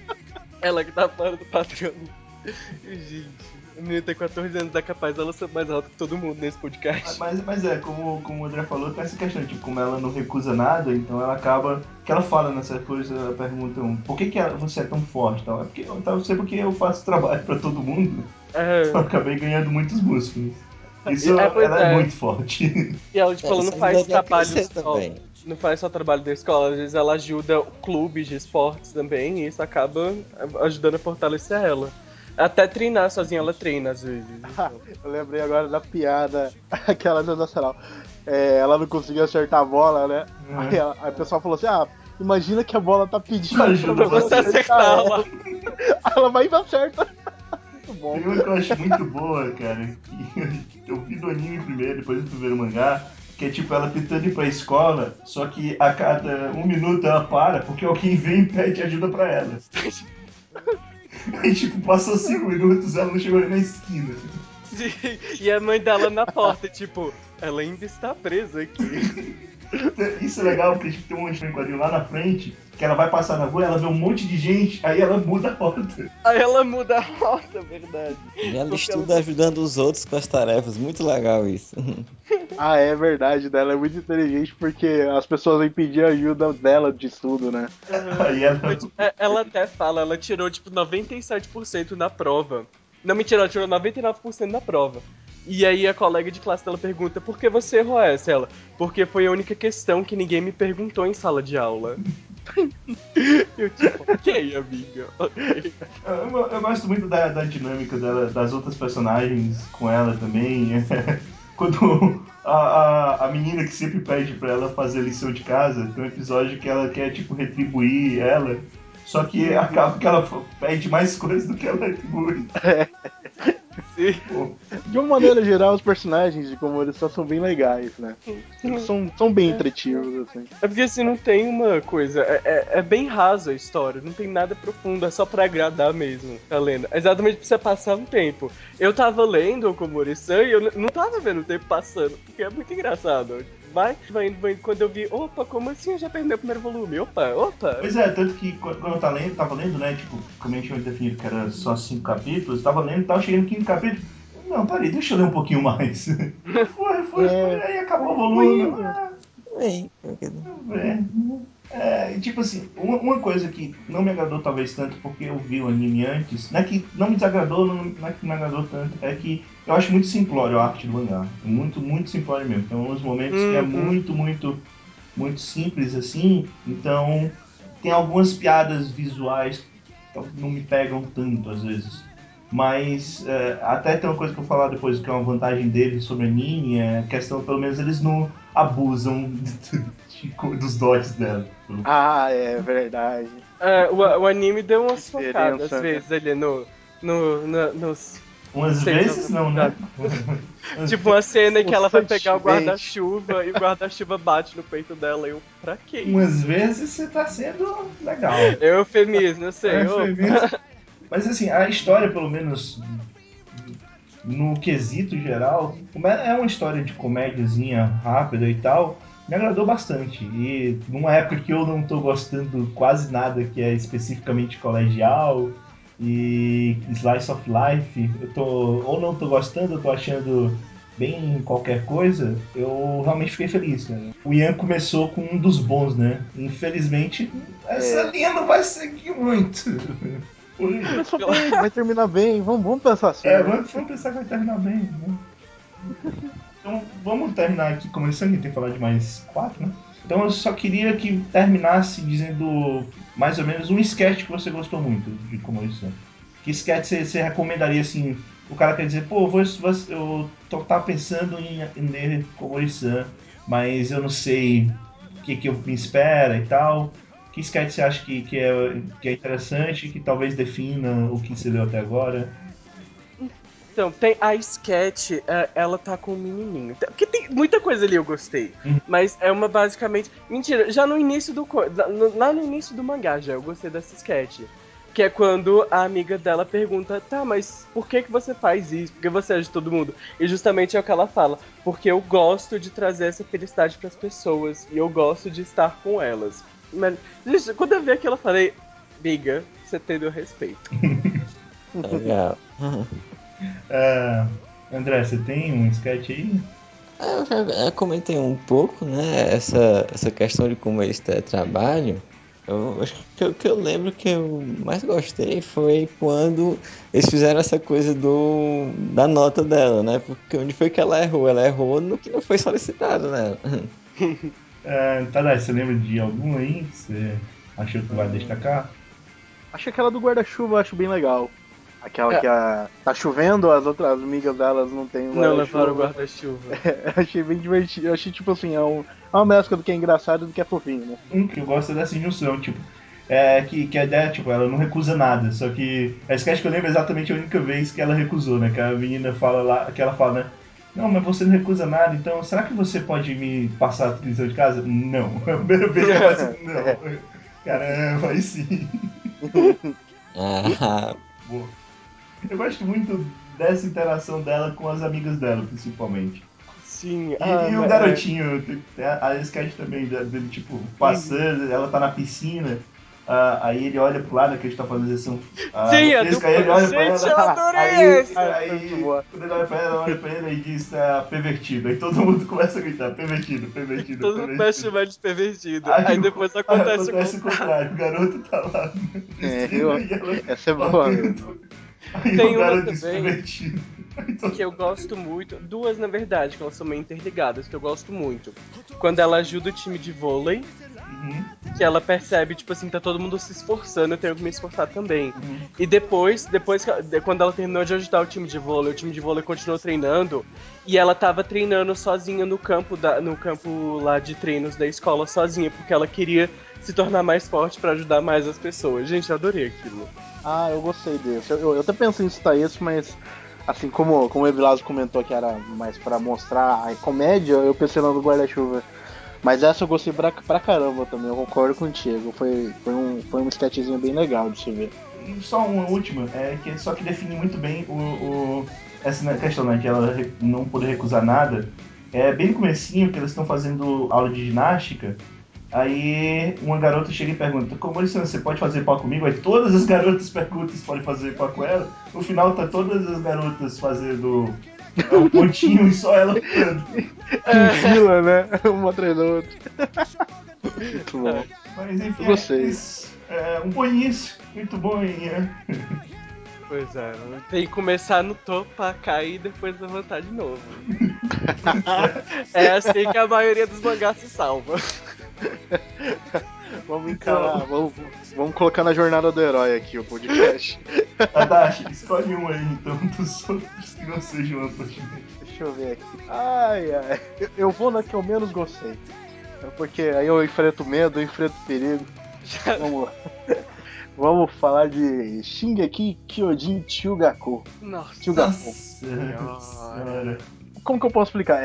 ela que tá fora do padrão. Gente, a menina tem 14 anos, é capaz dela ser mais alta que todo mundo nesse podcast. Mas como o André falou, tem essa questão, tipo, como ela não recusa nada, então ela acaba. Que ela fala nessa coisa, ela pergunta por que você é tão forte e tal. É porque eu sei porque eu faço trabalho pra todo mundo, então eu É, acabei ganhando muitos músculos. Isso, pois ela é é. muito forte. E ela, tipo, É, ela não isso faz ajudaria a trabalho crescer só. também. Não faz só trabalho da escola, às vezes ela ajuda clubes de esportes também, e isso acaba ajudando a fortalecer ela. Até treinar sozinha ela treina às vezes. Então. Eu lembrei agora da piada, aquela sensacional. Ela não conseguiu acertar a bola, né? Aí o pessoal falou assim: ah, imagina que a bola tá pedindo pra Ajuda Pra você você você. acertar acertar ela. lá. Aí ela vai e acerta. Muito bom. Tem uma que eu acho muito boa, cara, que eu vi do anime primeiro, depois eu fui ver o mangá, que é tipo ela tentando ir pra escola, só que a cada 1 minuto ela para porque alguém vem e pede ajuda pra ela. Aí tipo, passou 5 minutos, ela não chegou nem na esquina. E a mãe dela na porta, tipo, ela ainda está presa aqui. Isso é legal porque tipo, tem um monte de quadrinho lá na frente, que ela vai passar na rua, ela vê um monte de gente, aí ela muda a rota. Aí ela muda a rota, verdade. E ela Porque estuda ajudando os outros com as tarefas. Muito legal isso. Ah, é verdade, dela é muito inteligente porque as pessoas vêm pedir ajuda dela de estudo, né? Aí ela. Ela até fala, ela tirou tipo 97% na prova. Não, mentira, ela tirou 99% na prova. E aí a colega de classe dela pergunta, por que você errou essa? Ela, porque foi a única questão que ninguém me perguntou em sala de aula. Eu tipo, ok, amiga, ok. Eu gosto muito da dinâmica dela, das outras personagens com ela também. Quando a menina que sempre pede pra ela fazer a lição de casa, tem um episódio que ela quer, tipo, retribuir ela, só que acaba que ela pede mais coisas do que ela retribui. Sim. Pô, De uma maneira geral, os personagens de como eles são bem legais, né? Eles são bem entretivos, assim. É porque assim, não tem uma coisa. É bem raso a história, não tem nada profundo, é só pra agradar mesmo, tá lendo. É exatamente pra você passar um tempo. Eu tava lendo o Komori-san e eu não tava vendo o tempo passando, porque é muito engraçado. Vai indo, vai indo. Quando eu vi, opa, como assim? Eu já terminei o primeiro volume. Opa. pois é, tanto que quando eu tava lendo, né, tipo, como a gente tinha definido que era só 5 capítulos, tava lendo e tava chegando no quinto capítulo. Não, parei, deixa eu ler um pouquinho mais. Foi, aí acabou o Fui volume. indo. Bem, Tipo assim, uma coisa que não me agradou talvez tanto porque eu vi o anime antes, não é que não me desagradou, não é que não me agradou tanto, é que eu acho muito simplório a arte do mangá. Muito, muito simplório mesmo. Tem uns momentos que é Uhum. muito simples assim, então tem algumas piadas visuais que não me pegam tanto às vezes. Mas até tem uma coisa que eu vou falar depois que é uma vantagem deles sobre anime, é a questão, pelo menos eles não abusam dos dotes dela. Ah, é verdade. O anime deu umas focadas, às Diferença, né? vezes, ali nos. Não Umas sei, já vezes ouviu não, falar. né? Tipo uma cena em que ela vai pegar o Constantemente. guarda-chuva e o guarda-chuva bate no peito dela. Eu, pra que Umas isso? vezes você tá sendo legal. Eufemismo, eu sei. Foi mesmo. Mas assim, a história, pelo menos no quesito geral, como é uma história de comédiazinha rápida e tal, me agradou bastante. E numa época que eu não tô gostando quase nada que é especificamente colegial e slice of life, eu tô ou não tô gostando, eu tô achando bem qualquer coisa, eu realmente fiquei feliz, cara. O Ian começou com um dos bons, né? Infelizmente, essa É. linha não vai seguir muito. Começou bem, vai terminar bem. Vamos pensar assim, né? Vamos pensar que vai terminar bem, né? Então vamos terminar aqui começando, tem que falar de mais 4, né? Então eu só queria que terminasse dizendo mais ou menos um sketch que você gostou muito de Komodo-san. Que sketch você recomendaria assim? O cara quer dizer, pô, eu tava pensando em ler Komodo-san, mas eu não sei que eu me espera e tal. Que sketch você acha que é interessante, que talvez defina o que você leu até agora? Então, tem a sketch, ela tá com o menininho. Porque tem muita coisa ali eu gostei. Mas é uma basicamente. Mentira, já no início lá no início do mangá já eu gostei dessa sketch. Que é quando a amiga dela pergunta, tá, mas por que você faz isso? Por que você age de todo mundo? E justamente é o que ela fala. Porque eu gosto de trazer essa felicidade pras pessoas. E eu gosto de estar com elas. Mas, gente, quando eu vi aquilo, eu falei, amiga, você tem meu respeito. legal. É, André, você tem um sketch aí? Eu já comentei um pouco, né? Essa questão de como eles trabalham. Eu acho que o que eu lembro que eu mais gostei foi quando eles fizeram essa coisa da nota dela, né? Porque onde foi que ela errou? Ela errou no que não foi solicitado nela. Tadai, você lembra de algum aí que você achou que vai Hum, destacar? acho que aquela do guarda-chuva eu acho bem legal. Aquela que tá chovendo, as outras amigas delas não tem um Não levaram o guarda-chuva. guarda-chuva. Achei bem divertido. Eu achei tipo assim, é uma mescla do que é engraçado e do que é fofinho, né? Um que eu gosto é dessa junção, tipo, que a ideia, tipo, ela não recusa nada, só que a sketch que eu lembro é exatamente a única vez que ela recusou, né? Que a menina fala lá, que ela fala, né? Não, mas você não recusa nada, então será que você pode me passar a lição de casa? Não. A primeira vez que eu faço, É. não. Caramba, aí sim. Ah, Boa. Eu gosto muito dessa interação dela com as amigas dela, principalmente. Sim, E o garotinho, a sketch também, dele, tipo, uhum. passando, ela tá na piscina, aí ele olha pro lado que a gente tá fazendo exerção Sim, no a físico, aí ele dupla. olha pra Gente, eu ela, adorei aí, essa! Foi muito aí boa. quando ele olha pra ela olha pra ele e diz, pervertido. Aí todo mundo começa a gritar, pervertido, pervertido, Todo mundo começa a pervertido. chamar de pervertido. Aí Aí depois acontece o acontece o contrário. contrário, o garoto tá lá na É, piscina e ela essa é boa mesmo. olhando. Aí o Tem uma garoto diz, também pervertido. Aí todo que eu gosto muito. Duas, na verdade, que elas são meio interligadas, que eu gosto muito. Quando ela ajuda o time de vôlei, Uhum, que ela percebe, tipo assim, tá todo mundo se esforçando, eu tenho que me esforçar também. uhum. E depois quando ela terminou de ajudar o time de vôlei continuou treinando, e ela tava treinando sozinha no campo lá de treinos da escola, sozinha, porque ela queria se tornar mais forte pra ajudar mais as pessoas. Gente, eu adorei aquilo. Ah, eu gostei desse. Eu até pensei em citar esse, mas assim como o Evilásio comentou que era mais pra mostrar a comédia, eu pensei na do guarda-chuva. Mas essa eu gostei pra caramba também, eu concordo contigo. Foi um sketchzinho bem legal de se ver. E só uma última, só que define muito bem essa questão, né, de ela não poder recusar nada. É bem no comecinho que eles estão fazendo aula de ginástica. Aí uma garota chega e pergunta, como licença, você pode fazer pau comigo? Aí todas as garotas perguntam se pode fazer pau com ela. No final tá todas as garotas fazendo um pontinho e só ela pulando. Em fila, né? Uma atrás da outra. Muito bom. Mas enfim, Eu acho que é gostei. isso. Um bom início. Muito bom, hein? Pois é, tem que começar no topo pra cair e depois levantar de novo. É assim que a maioria dos mangás se salva. Vamos Então, encarar, vamos colocar na jornada do herói aqui o podcast. Tadashi, escolhe um aí então dos outros que não sejam Antoshime. Deixa eu ver aqui. Ai, ai. Eu vou na que eu menos gostei. Porque aí eu enfrento medo, eu enfrento perigo. Vamos lá. Vamos falar de Shingeki Kyojin Chugako. Nossa Chugako. senhora. Senhora. Como que eu posso explicar?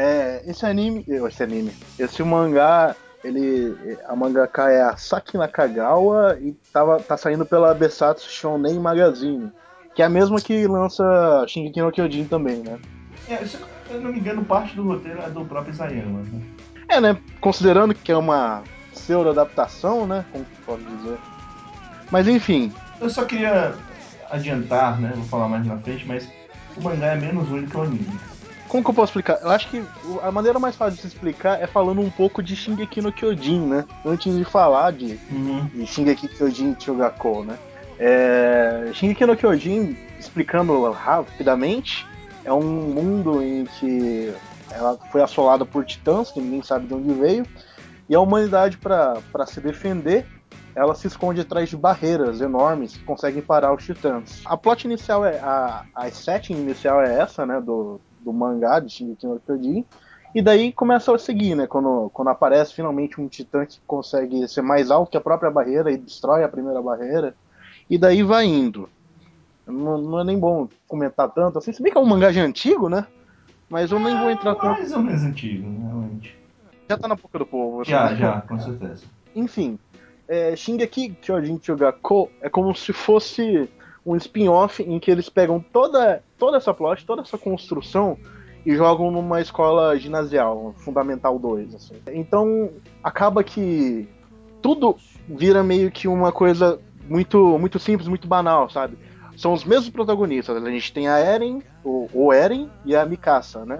Esse mangá, a mangaka é a Saki Nakagawa e tá saindo pela Besatsu Shonen Magazine, que é a mesma que lança Shingeki no Kyojin também, né? Se eu não me engano, parte do roteiro é do próprio Isayama. Né? É, né? Considerando que é uma pseudo-adaptação, né? Como que pode dizer? Mas enfim, Eu só queria adiantar, né? Vou falar mais na frente, mas o mangá é menos ruim do que o anime. como que eu posso explicar? Eu acho que a maneira mais fácil de se explicar é falando um pouco de Shingeki no Kyojin, né? Antes de falar Uhum. de Shingeki Kyojin Chugako, né? Shingeki no Kyojin, explicando rapidamente, é um mundo em que ela foi assolada por titãs, que ninguém sabe de onde veio, e a humanidade, para se defender, ela se esconde atrás de barreiras enormes que conseguem parar os titãs. A plot inicial a setting inicial é essa, né, do mangá de Shingeki no Kyojin. E daí começa a seguir, né? Quando aparece finalmente um titã que consegue ser mais alto que a própria barreira e destrói a primeira barreira. E daí vai indo. Não é nem bom comentar tanto assim. Se bem que é um mangá já antigo, né? Mas eu nem vou entrar tanto. Mais ou menos antigo, né, realmente. Já tá na boca do povo, assim. Já, com certeza. Enfim, Shingeki Kyojin Chugako é como se fosse um spin-off em que eles pegam toda essa plot, toda essa construção e jogam numa escola ginasial, Fundamental 2. Assim. Então acaba que tudo vira meio que uma coisa muito simples, muito banal, sabe? São os mesmos protagonistas. A gente tem a Eren, o Eren e a Mikasa, né?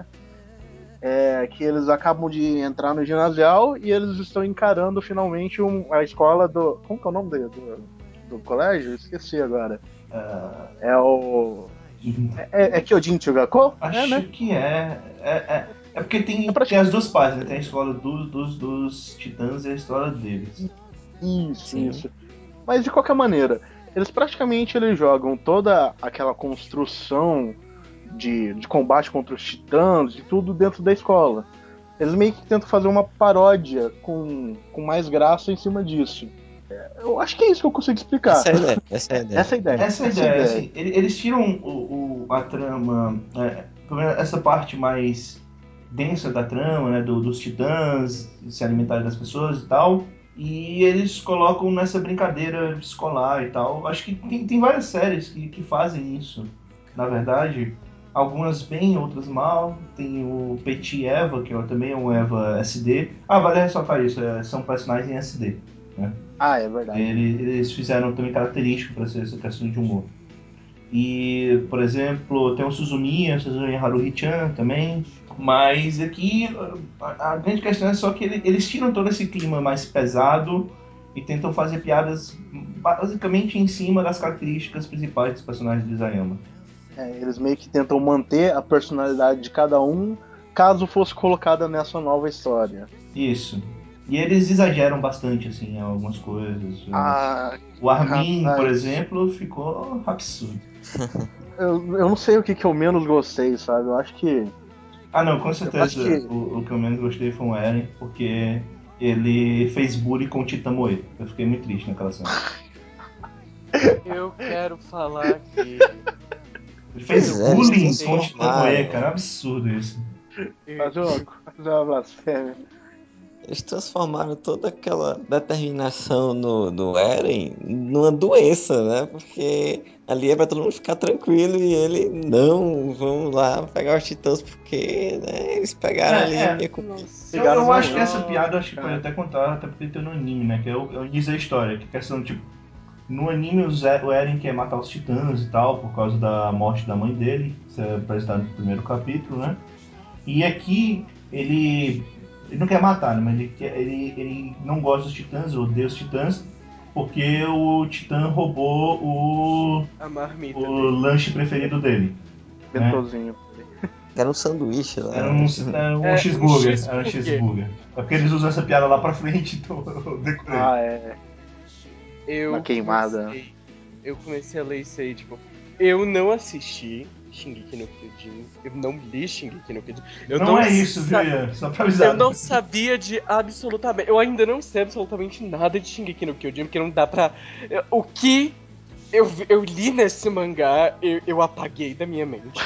Que eles acabam de entrar no ginasial e eles estão encarando finalmente a escola do. Como que é o nome do colégio? Esqueci agora. Ah, É o. É Kyojin Chugako? É, acho né? que é porque É tem as praticamente. duas partes, né? Tem a escola dos titãs e a história deles. Isso, sim. isso. Mas de qualquer maneira, eles jogam toda aquela construção de combate contra os titãs e tudo dentro da escola. Eles meio que tentam fazer uma paródia com mais graça em cima disso. Eu acho que é isso que eu consigo explicar. Essa é a ideia, essa é a ideia. Essa é a ideia. Essa é a Essa é a ideia, ideia. assim, eles tiram a trama. pelo menos essa parte mais densa da trama, né, dos titãs se alimentarem das pessoas e tal. E eles colocam nessa brincadeira escolar e tal. Acho que tem várias séries que fazem isso, na verdade. Algumas bem, outras mal. Tem o Petit Eva, que também é um Eva SD. Ah, vale ressaltar isso, são personagens em SD, né? Ah, é verdade. Eles fizeram também característico para essa questão de humor. E, por exemplo, tem o Suzumiya Haruhi-chan também. Mas aqui a grande questão é só que eles tiram todo esse clima mais pesado e tentam fazer piadas basicamente em cima das características principais dos personagens de Isayama. Eles meio que tentam manter a personalidade de cada um, caso fosse colocada nessa nova história. Isso. E eles exageram bastante, assim, em algumas coisas. Ah, O Armin, por rapaz, exemplo, ficou absurdo. eu não sei o que eu menos gostei, sabe? Ah, não, com Eu acho certeza que o que eu menos gostei foi o Eren, porque ele fez bullying com o Tita Moe. Eu fiquei muito triste naquela cena. Eu quero falar que Ele fez Pois é, eles bullying com o Tita Moe, transformaram. cara. Absurdo isso. fazer uma blasfêmia. Eles transformaram toda aquela determinação do Eren numa doença, né? Porque ali é pra todo mundo ficar tranquilo e ele, não, vamos lá pegar os titãs porque, né, eles pegaram ali a É, minha é. comida. Nossa. Pegaram Eu meu acho que ranço. essa piada acho que pode Cara. até contar, até porque tem no anime, né? Que é o início da história. Que é questão, tipo, no anime o Eren quer matar os titãs e tal, por causa da morte da mãe dele. Isso é apresentado no primeiro capítulo, né? E aqui ele não quer matar, né? Mas ele não gosta dos titãs, odeia os titãs, porque o titã roubou A marmita o dele. lanche preferido dele, né? Bentozinho. Era um sanduíche Era lá. um É um cheeseburger, era um cheeseburger. cheeseburger. É porque eles usam essa piada lá pra frente, então eu decorei. Ah, é. Uma Eu queimada. comecei. Eu comecei a ler isso aí, tipo. Eu não assisti Shingeki no Kyojin. Eu não li Shingeki no Kyojin. Não é isso, viu, Ian? Só pra Eu avisar. não sabia de absolutamente. Eu ainda não sei absolutamente nada de Shingeki no Kyojin, porque não dá pra. O que eu li nesse mangá, eu apaguei da minha mente.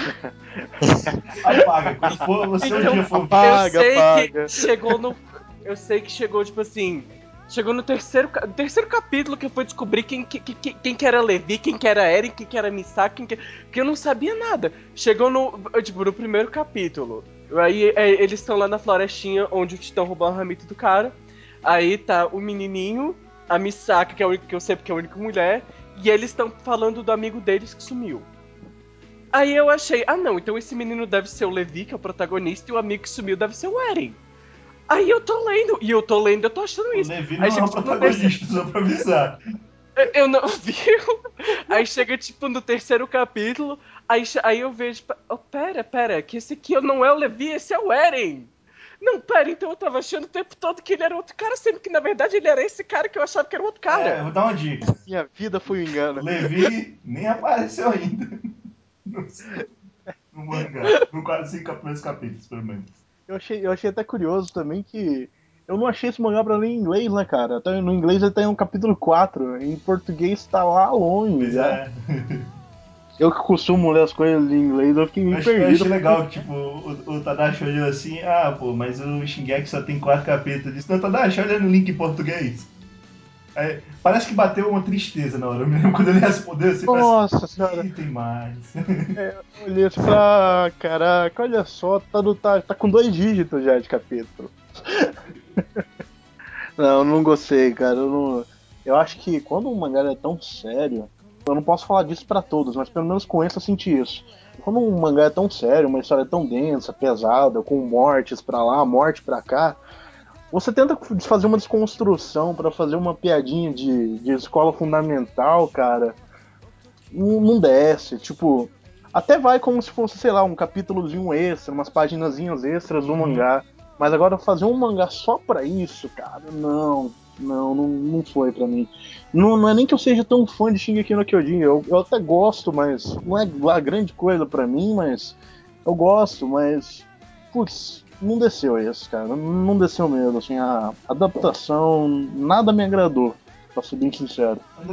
Apaga. Quando for, você um Então, dia for. eu Apaga, sei que apaga. chegou no. Eu sei que chegou, tipo assim. Chegou no terceiro capítulo que eu fui descobrir quem que era Levi, quem que era Eren, quem que era Misaki, porque eu não sabia nada. Chegou no primeiro capítulo. Aí eles estão lá na florestinha onde o Titã roubou a ramita do cara. Aí tá o menininho, a Misaki, que é o único que eu sei porque é a única mulher, e eles estão falando do amigo deles que sumiu. Aí eu achei, não, então esse menino deve ser o Levi, que é o protagonista, e o amigo que sumiu deve ser o Eren. Aí eu tô lendo, eu tô achando O isso. Levi Aí não é chega o tipo no terceiro. protagonista, só pra avisar. Eu não vi. Aí chega tipo no terceiro capítulo, aí eu vejo. Oh, pera, que esse aqui não é o Levi, esse é o Eren. Não, pera, então eu tava achando o tempo todo que ele era outro cara, sendo que na verdade ele era esse cara que eu achava que era outro É, eu cara. vou dar uma dica. Minha vida foi um O engano. Levi nem apareceu ainda no, no mangá. No quase 5 primeiros capítulos, pelo menos. Eu achei até curioso também que eu não achei esse mangá pra ler em inglês, né, cara? Até no inglês ele tem um capítulo 4, em português tá lá longe Pois já. é. Eu que costumo ler as coisas em inglês, eu fiquei meio Eu perdido. achei legal que, tipo, o Tadashi olhou assim, pô, mas o Shingeki só tem 4 capítulos. Eu disse, não, Tadashi, olha no link em português. Aí, parece que bateu uma tristeza na hora. Eu me lembro quando ele respondeu assim, parece, Nossa senhora, ih, tem mais. eu olhei assim, caraca, olha só, tá com 2 dígitos já de capítulo. Não gostei, cara. Eu acho que quando um mangá é tão sério, eu não posso falar disso pra todos, mas pelo menos com esse eu senti isso. Quando um mangá é tão sério, uma história é tão densa, pesada, com mortes pra lá, morte pra cá, você tenta fazer uma desconstrução pra fazer uma piadinha de escola fundamental, cara. Não desce. Tipo, até vai como se fosse, sei lá, um capítulozinho extra, umas paginazinhas extras do Uhum. mangá. Mas agora fazer um mangá só pra isso, cara, não foi pra mim. Não é nem que eu seja tão fã de Shingeki no Kyojin, eu até gosto, mas não é lá grande coisa pra mim, mas eu gosto, mas putz, não desceu isso, cara, não desceu mesmo, assim, a adaptação nada me agradou, pra ser bem sincero. André,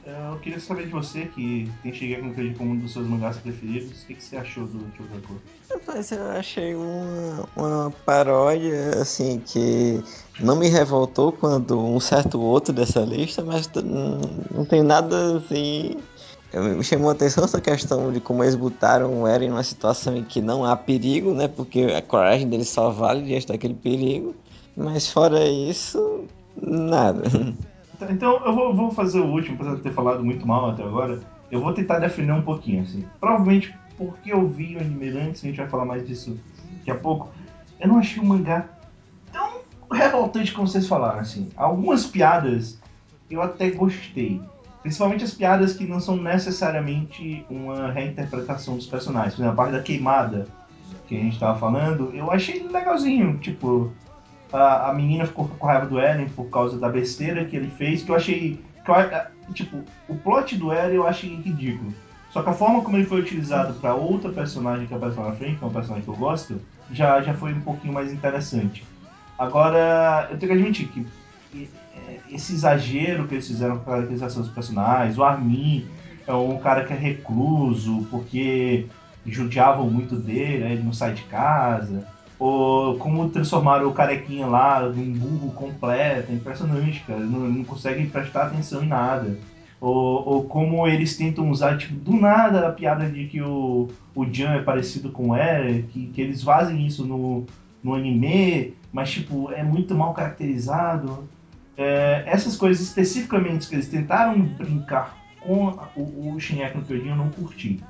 Eu queria saber de você, que tem Shingeki no Kyojin como um dos seus mangás preferidos, o que você achou do Chougako? Mas eu achei uma paródia, assim, que não me revoltou quando um certo outro dessa lista, mas não tem nada assim. Me chamou a atenção essa questão de como eles botaram o Eren numa situação em que não há perigo, né? Porque a coragem dele só vale diante daquele perigo. Mas fora isso, nada. Então vou fazer o último, apesar de ter falado muito mal até agora. Eu vou tentar defender um pouquinho, assim. Provavelmente porque eu vi o anime antes, a gente vai falar mais disso daqui a pouco. Eu não achei o mangá tão revoltante como vocês falaram, assim. Algumas piadas eu até gostei. Principalmente as piadas que não são necessariamente uma reinterpretação dos personagens. Por exemplo, a parte da queimada que a gente tava falando, eu achei legalzinho. Tipo, a menina ficou com raiva do Eren por causa da besteira que ele fez, que eu achei. Tipo, o plot do Eren eu achei ridículo. Só que a forma como ele foi utilizado para outra personagem que apareceu na frente, que é um personagem que eu gosto, já foi um pouquinho mais interessante. Agora, eu tenho que admitir que esse exagero que eles fizeram com a caracterização dos personagens, o Armin é um cara que é recluso porque judiavam muito dele, né? Ele não sai de casa. Ou como transformaram o carequinha lá num burro completo, é impressionante, cara. Não consegue prestar atenção em nada. Ou como eles tentam usar, tipo, do nada a piada de que o Jan é parecido com o Eren, que eles fazem isso no anime, mas, tipo, é muito mal caracterizado. Essas coisas especificamente que eles tentaram brincar com o Shingeki no Kyojin eu não curti.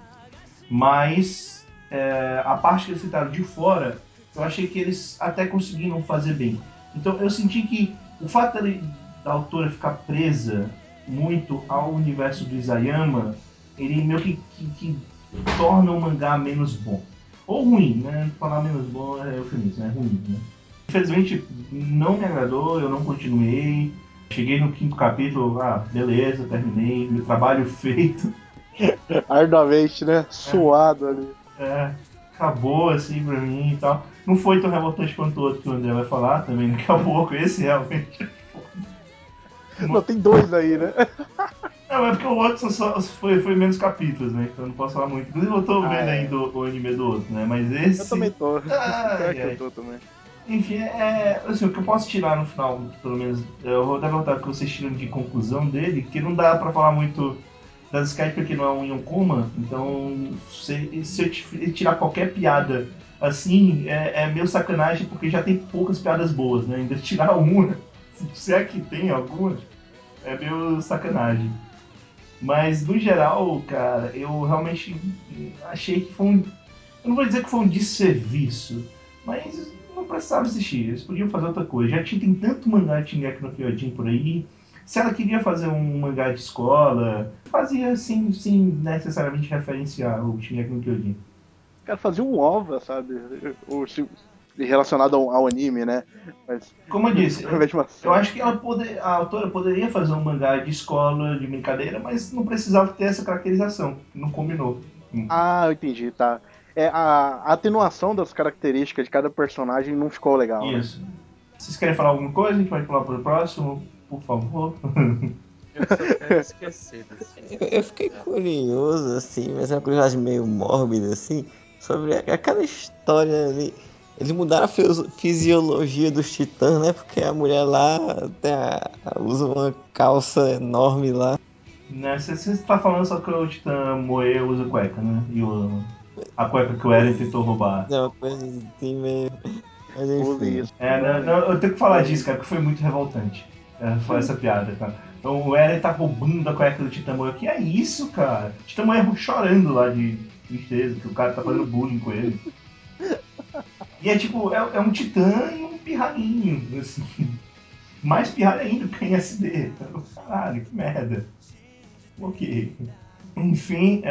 Mas a parte que eles tentaram de fora, eu achei que eles até conseguiram fazer bem. Então eu senti que o fato da autora ficar presa muito ao universo do Isayama, ele meio que torna o mangá menos bom. Ou ruim, né? Falar menos bom é eufemismo, é ruim, né? Infelizmente não me agradou, eu não continuei. Cheguei no quinto capítulo, beleza, terminei, meu trabalho feito. Arduamente, né? Suado ali. É, acabou assim pra mim e tal. Não foi tão revoltante quanto o outro que o André vai falar também daqui a pouco. Esse realmente. Não, tem dois aí, né? Não, é porque o outro foi menos capítulos, né? Então eu não posso falar muito. Inclusive eu tô Ah, vendo é. ainda o anime do outro, né? Mas Eu também esse. tô. Pior Ai, que eu ai. tô também. Enfim, assim, o que eu posso tirar no final, pelo menos, eu vou até perguntar o que vocês tiram de conclusão dele, que não dá pra falar muito das Skype porque não é um Yonkoma, então se eu tirar qualquer piada assim, é meio sacanagem porque já tem poucas piadas boas, né? Ainda tirar uma, se é que tem alguma, é meio sacanagem. Mas no geral, cara, eu realmente achei que foi um. Eu não vou dizer que foi um desserviço, mas não precisava existir. Eles podiam fazer outra coisa. Já tem tanto mangá de Shingeki no Kyojin por aí. Se ela queria fazer um mangá de escola, fazia sem necessariamente referenciar o Shingeki no Kyojin. Quero fazer um OVA, sabe? Relacionado ao anime, né? Mas Como eu disse, ao invés de uma eu série. acho que a autora poderia fazer um mangá de escola, de brincadeira, mas não precisava ter essa caracterização. Não combinou. Ah, eu entendi, tá. A atenuação das características de cada personagem não ficou legal, né? Isso. Vocês querem falar alguma coisa? A gente pode falar para o próximo, por favor. Eu só quero esquecer desse filme. Eu fiquei curioso, assim, mas é uma curiosidade meio mórbida, assim, sobre aquela história ali. Eles mudaram a fisiologia dos titãs, né? Porque a mulher lá usa uma calça enorme lá. Né? Você está falando só que o Titã Moe usa cueca, né? A cueca que o Eren tentou roubar. É uma coisa assim meio. Mas Use enfim. isso, Não, né? não, eu tenho que falar disso, cara, porque foi muito revoltante. Foi essa piada, cara. Então, o Eren tá roubando a cueca do Titã Moe. Que é isso, cara? O Titã Moe chorando lá de tristeza, que o cara tá fazendo bullying com ele. E é tipo, é um Titã e um pirralhinho, assim. Mais pirralho ainda que em SD. Caralho, que merda. Ok. Enfim,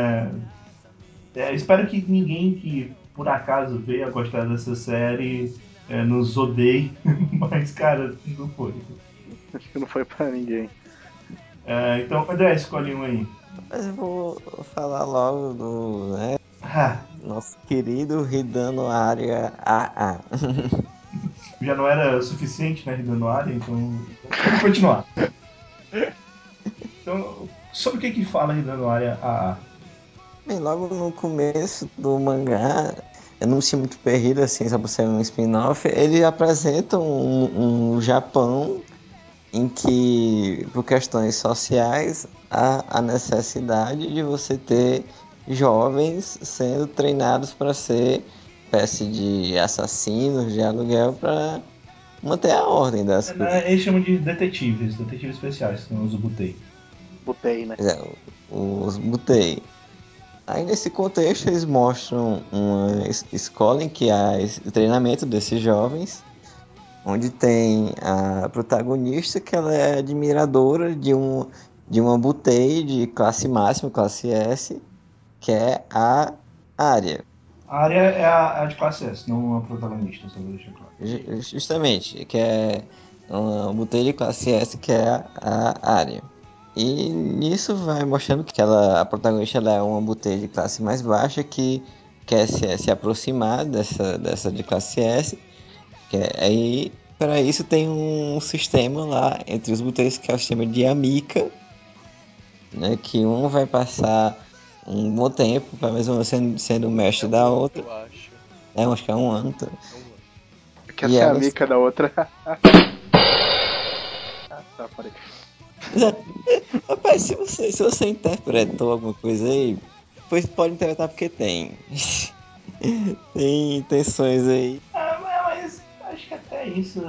espero que ninguém que por acaso veio a gostar dessa série nos odeie, mas, cara, não foi. Acho que não foi pra ninguém. Então, André, escolhe um aí. Mas eu vou falar logo do, né, Ah, nosso querido Ridano Área AA. já não era suficiente, né, dando área, então vamos continuar. Então, sobre o que fala aí dando área a. Bem, logo no começo do mangá, eu não me sinto muito perdido assim, só por ser um spin-off, ele apresenta um Japão em que, por questões sociais, há a necessidade de você ter jovens sendo treinados para ser espécie de assassinos de aluguel para manter a ordem das coisas. Eles chamam de detetives especiais, que são os Ubutei. Botei, né? É, os botei. Aí nesse contexto eles mostram uma escola em que há esse treinamento desses jovens, onde tem a protagonista que ela é admiradora de uma butei de classe máxima, classe S, que é a Arya. A área é a de classe S, não a protagonista, só vou deixar claro. Justamente, que é uma butei de classe S, que é a Arya. E nisso vai mostrando que a protagonista ela é uma butei de classe mais baixa que quer se aproximar dessa de classe S. Aí, para isso, tem um sistema lá entre os boteiros que é o sistema de Amica, né? Que um vai passar um bom tempo, pelo menos sendo o mestre da outra. Eu acho. Acho que é um ano. Tá? É um ano. Quer E ser elas. amiga da outra. Tá, parei. Rapaz, se você interpretou alguma coisa aí, pois pode interpretar porque tem. Tem intenções aí. Mas acho que até isso.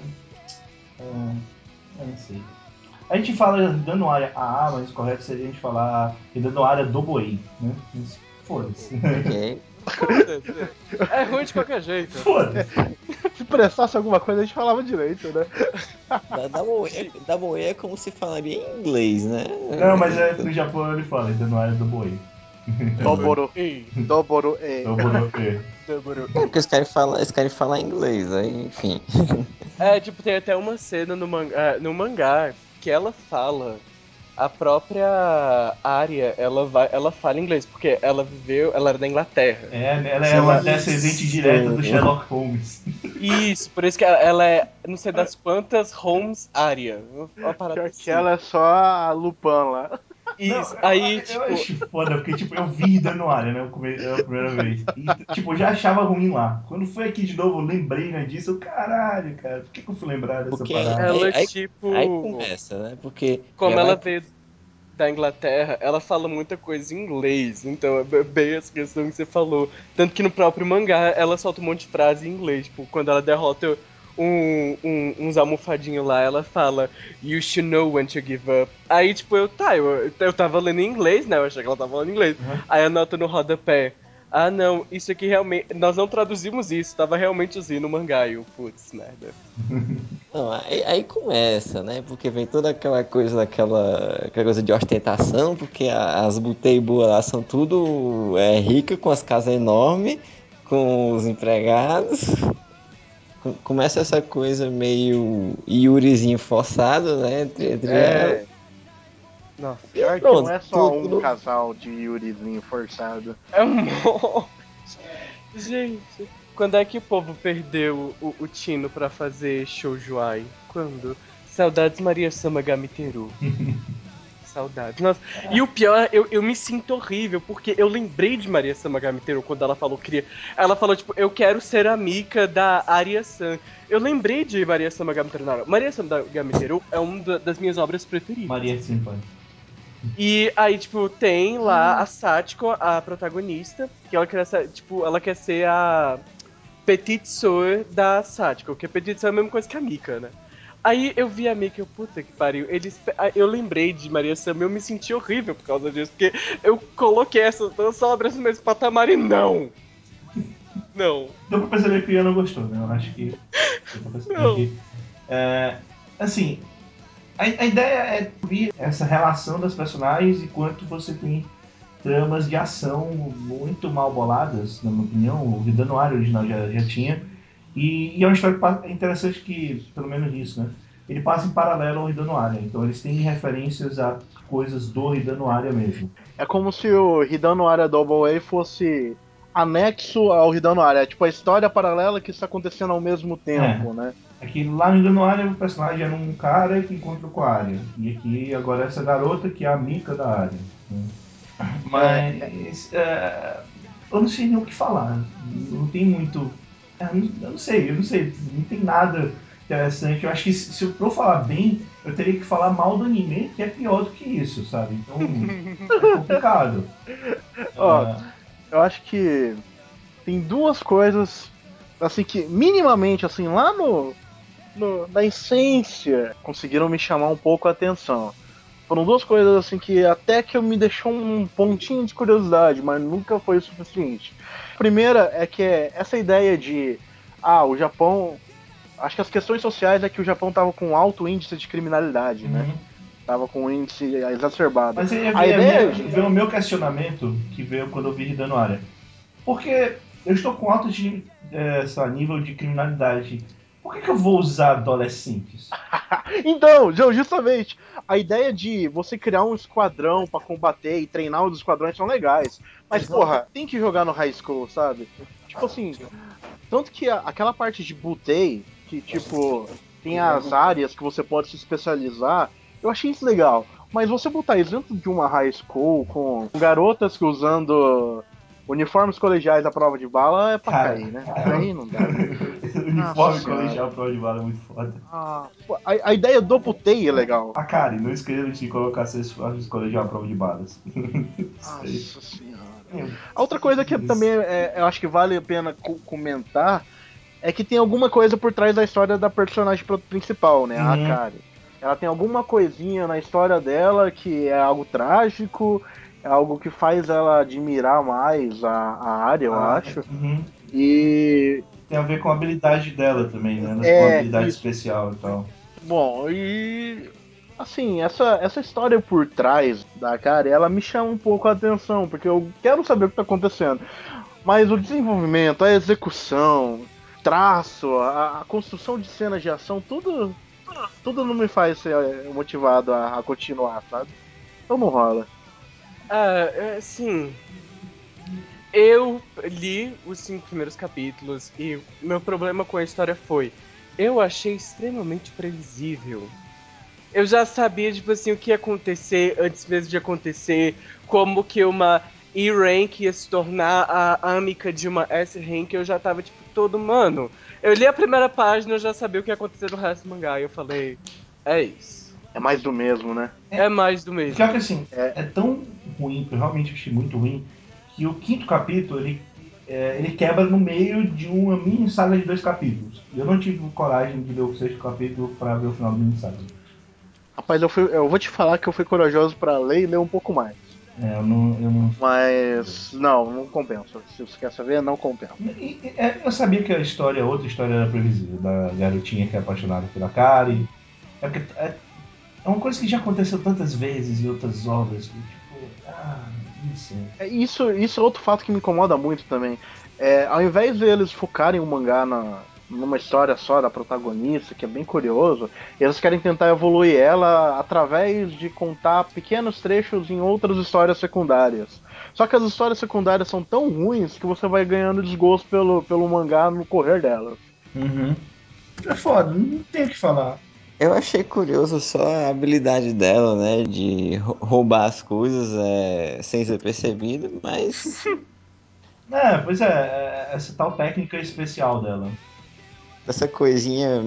Eu não sei. A gente fala dando área a A, mas o correto seria a gente falar dando área do boi, né? Mas foda-se. Ok. Foda-se. É ruim de qualquer jeito. Foda-se. Se prestasse alguma coisa, a gente falava direito, né? Da Moe é como se falaria em inglês, né? Não, mas no Japão ele fala dando área do boi. Doboro. Ei, Doboro é. Doboro e. Débora. É porque eles querem falar inglês, aí, enfim. É, tipo, tem até uma cena no mangá que ela fala. A própria Arya, ela fala inglês, porque ela era da Inglaterra. Ela é uma Ela. descendente direta do Isso. Sherlock Holmes. Isso, por isso que ela é, não sei das quantas, Holmes Arya. Uma parada Pior que assim. ela é só a Lupin lá. Não, Isso, aí, eu tipo. acho foda, porque, tipo, eu vi dando área, né? A primeira vez. E, tipo, eu já achava ruim lá. Quando foi aqui de novo, eu lembrei, né, disso. Eu, caralho, cara, por que eu fui lembrar dessa Porque parada? aí, Ela, aí, aí tipo. começa, né? Porque já Como vai. ela veio da Inglaterra, ela fala muita coisa em inglês. Então é bem essa questão que você falou. Tanto que no próprio mangá ela solta um monte de frase em inglês. Tipo, quando ela derrota uns almofadinhos lá, ela fala You should know when to give up. Aí, tipo, eu tava lendo em inglês, né? Eu achei que ela tava falando em inglês. Uhum. Aí anota no rodapé. Ah, não, isso aqui realmente. Nós não traduzimos isso, tava realmente assim no mangá. E eu, putz, merda. Não, aí começa, né? Porque vem toda aquela coisa de ostentação, porque as buteibu lá são tudo rica, com as casas enormes, com os empregados. Começa essa coisa meio Yurizinho forçado, né? Entre elas. É. Nossa. E Pior que não pronto, é só um tudo. casal de Yurizinho forçado. É um monte. Gente, quando é que o povo perdeu o tino pra fazer shoujuai? Quando? Saudades Maria Sama Gamiteru. Saudades. Nossa. E o pior, eu me sinto horrível, porque eu lembrei de Maria Sama Gamiteru quando ela falou queria. Ela falou, tipo, eu quero ser amiga da Arya-san. Eu lembrei de Maria Sama Gamiteru na hora. Maria Sama Gamiteru é uma das minhas obras preferidas. Maria Senpai. E aí, tipo, tem lá a Satiko, a protagonista, que ela quer ser, tipo, ela quer ser a Petite Sœur da Satiko, que a Petite Sœur é a mesma coisa que a Mika, né? Aí eu vi a Mika e eu, puta que pariu, eu lembrei de Maria Sama e eu me senti horrível por causa disso, porque eu coloquei essas duas obras no mesmo patamar e não! Não, Deu pra perceber que o Ian não gostou, né? Eu acho que deu pra perceber não. que. Assim, a ideia é ver essa relação das personagens enquanto você tem tramas de ação muito mal boladas, na minha opinião. O Ridanoari original já tinha. E é uma história interessante que, pelo menos isso, né? Ele passa em paralelo ao Ridanoari. Então eles têm referências a coisas do Ridanoari mesmo. É como se o Hidano Ara Double A fosse anexo ao Ridão no Ar. É tipo a história paralela que está acontecendo ao mesmo tempo, né? Aqui lá no Engano Arya, o personagem era um cara que encontrou com a Arya. E aqui agora essa garota que é a Mika da Arya. Né? Mas eu não sei nem o que falar. Não tem muito. Eu não sei. Não tem nada interessante. Eu acho que se eu for falar bem, eu teria que falar mal do anime, que é pior do que isso, sabe? Então é complicado. Ó, eu acho que tem duas coisas, assim, que minimamente, assim, lá na essência, conseguiram me chamar um pouco a atenção. Foram duas coisas, assim, que até que eu me deixou um pontinho de curiosidade, mas nunca foi o suficiente. A primeira é que essa ideia de, o Japão... Acho que as questões sociais é que o Japão tava com alto índice de criminalidade, né? Uhum. Tava com um índice exacerbado. Mas aí A ideia veio o meu questionamento, que veio quando eu vi Hidano Área. Porque eu estou com alto nível de criminalidade. Por que eu vou usar adolescentes? Então, justamente, a ideia de você criar um esquadrão pra combater e treinar os esquadrões são legais. Mas, porra, tem que jogar no high school, sabe? Tipo assim, tanto que aquela parte de Butei, que, tipo, tem as áreas que você pode se especializar, eu achei isso legal. Mas você botar isso dentro de uma high school com garotas que usando uniformes colegiais à prova de bala é pra Cara, cair, né? Aí não dá. Nossa uniforme senhora. colegial prova de bala é muito foda. Pô, a ideia do Butei é legal. A Kari, não escreva de colocar seus uniformes colegial prova de balas. Isso aí. Nossa senhora. Meu A outra coisa que também Deus. eu acho que vale a pena comentar é que tem alguma coisa por trás da história da personagem principal, né? A Uhum. Akari. Ela tem alguma coisinha na história dela que é algo trágico, é algo que faz ela admirar mais a área, eu acho. Uhum. E Tem a ver com a habilidade dela também, né? Ela tem uma é habilidade isso. especial e tal. Bom, e assim, essa história por trás da Akari, ela me chama um pouco a atenção, porque eu quero saber o que tá acontecendo. Mas o desenvolvimento, a execução, traço, a construção de cenas de ação, tudo não me faz ser motivado a continuar, sabe? Então não rola. Sim. Eu li os 5 primeiros capítulos e meu problema com a história foi: eu achei extremamente previsível. Eu já sabia, tipo assim, o que ia acontecer antes mesmo de acontecer, como que uma E-Rank ia se tornar a amica de uma S-Rank, eu já tava, tipo, todo, mano. Eu li a primeira página, eu já sabia o que ia acontecer no resto do mangá, e eu falei, é isso. É mais do mesmo, né? É mais do Pior mesmo. que assim, É, é tão ruim, eu realmente achei muito ruim, que o quinto capítulo ele quebra no meio de uma mini saga de 2 capítulos. E eu não tive coragem de ler o sexto capítulo para ver o final da mini saga. rapaz, eu vou te falar que eu fui corajoso pra ler e ler um pouco mais. Eu não. Mas não compensa. Se você quer saber, não compensa. Eu sabia que a história, outra história era previsível, da garotinha que é apaixonada pela Kari. É, porque é uma coisa que já aconteceu tantas vezes em outras obras, que tipo, isso. Isso é outro fato que me incomoda muito também. Ao invés de eles focarem o mangá numa história só da protagonista, que é bem curioso, eles querem tentar evoluir ela através de contar pequenos trechos em outras histórias secundárias. Só que as histórias secundárias são tão ruins que você vai ganhando desgosto pelo mangá no correr delas. Uhum. É foda, não tem o que falar. Eu achei curioso só a habilidade dela, né? De roubar as coisas sem ser percebido, mas Pois essa tal técnica especial dela. essa coisinha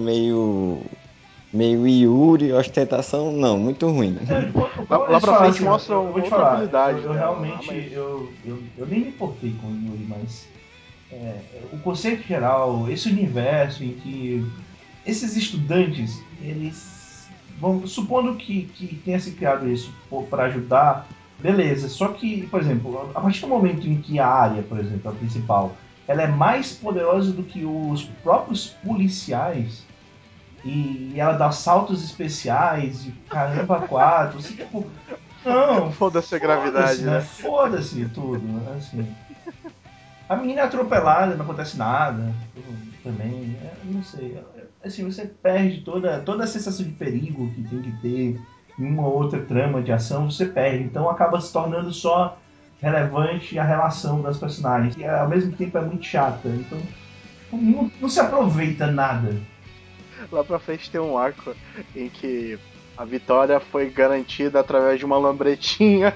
meio Yuri, ostentação, não, muito ruim. Como Lá eles pra falam frente assim, mostra eu vou te outra falar, habilidade eu dela lá, realmente, mas eu nem me importei com o Yuri, mas o conceito geral, esse universo em que esses estudantes, eles vão, supondo que tenha se criado isso para ajudar, beleza, só que, por exemplo, a partir do momento em que a área, por exemplo, a principal, ela é mais poderosa do que os próprios policiais, e ela dá saltos especiais e caramba quatro, assim, tipo, não, foda-se a foda-se, gravidade, né? né? Foda-se tudo, assim. A menina é atropelada, não acontece nada, também, não sei. Assim, você perde toda a sensação de perigo que tem que ter em uma outra trama de ação, você perde. Então acaba se tornando só relevante a relação das personagens. E ao mesmo tempo é muito chata. Então não se aproveita nada. Lá pra frente tem um arco em que a vitória foi garantida através de uma lambretinha.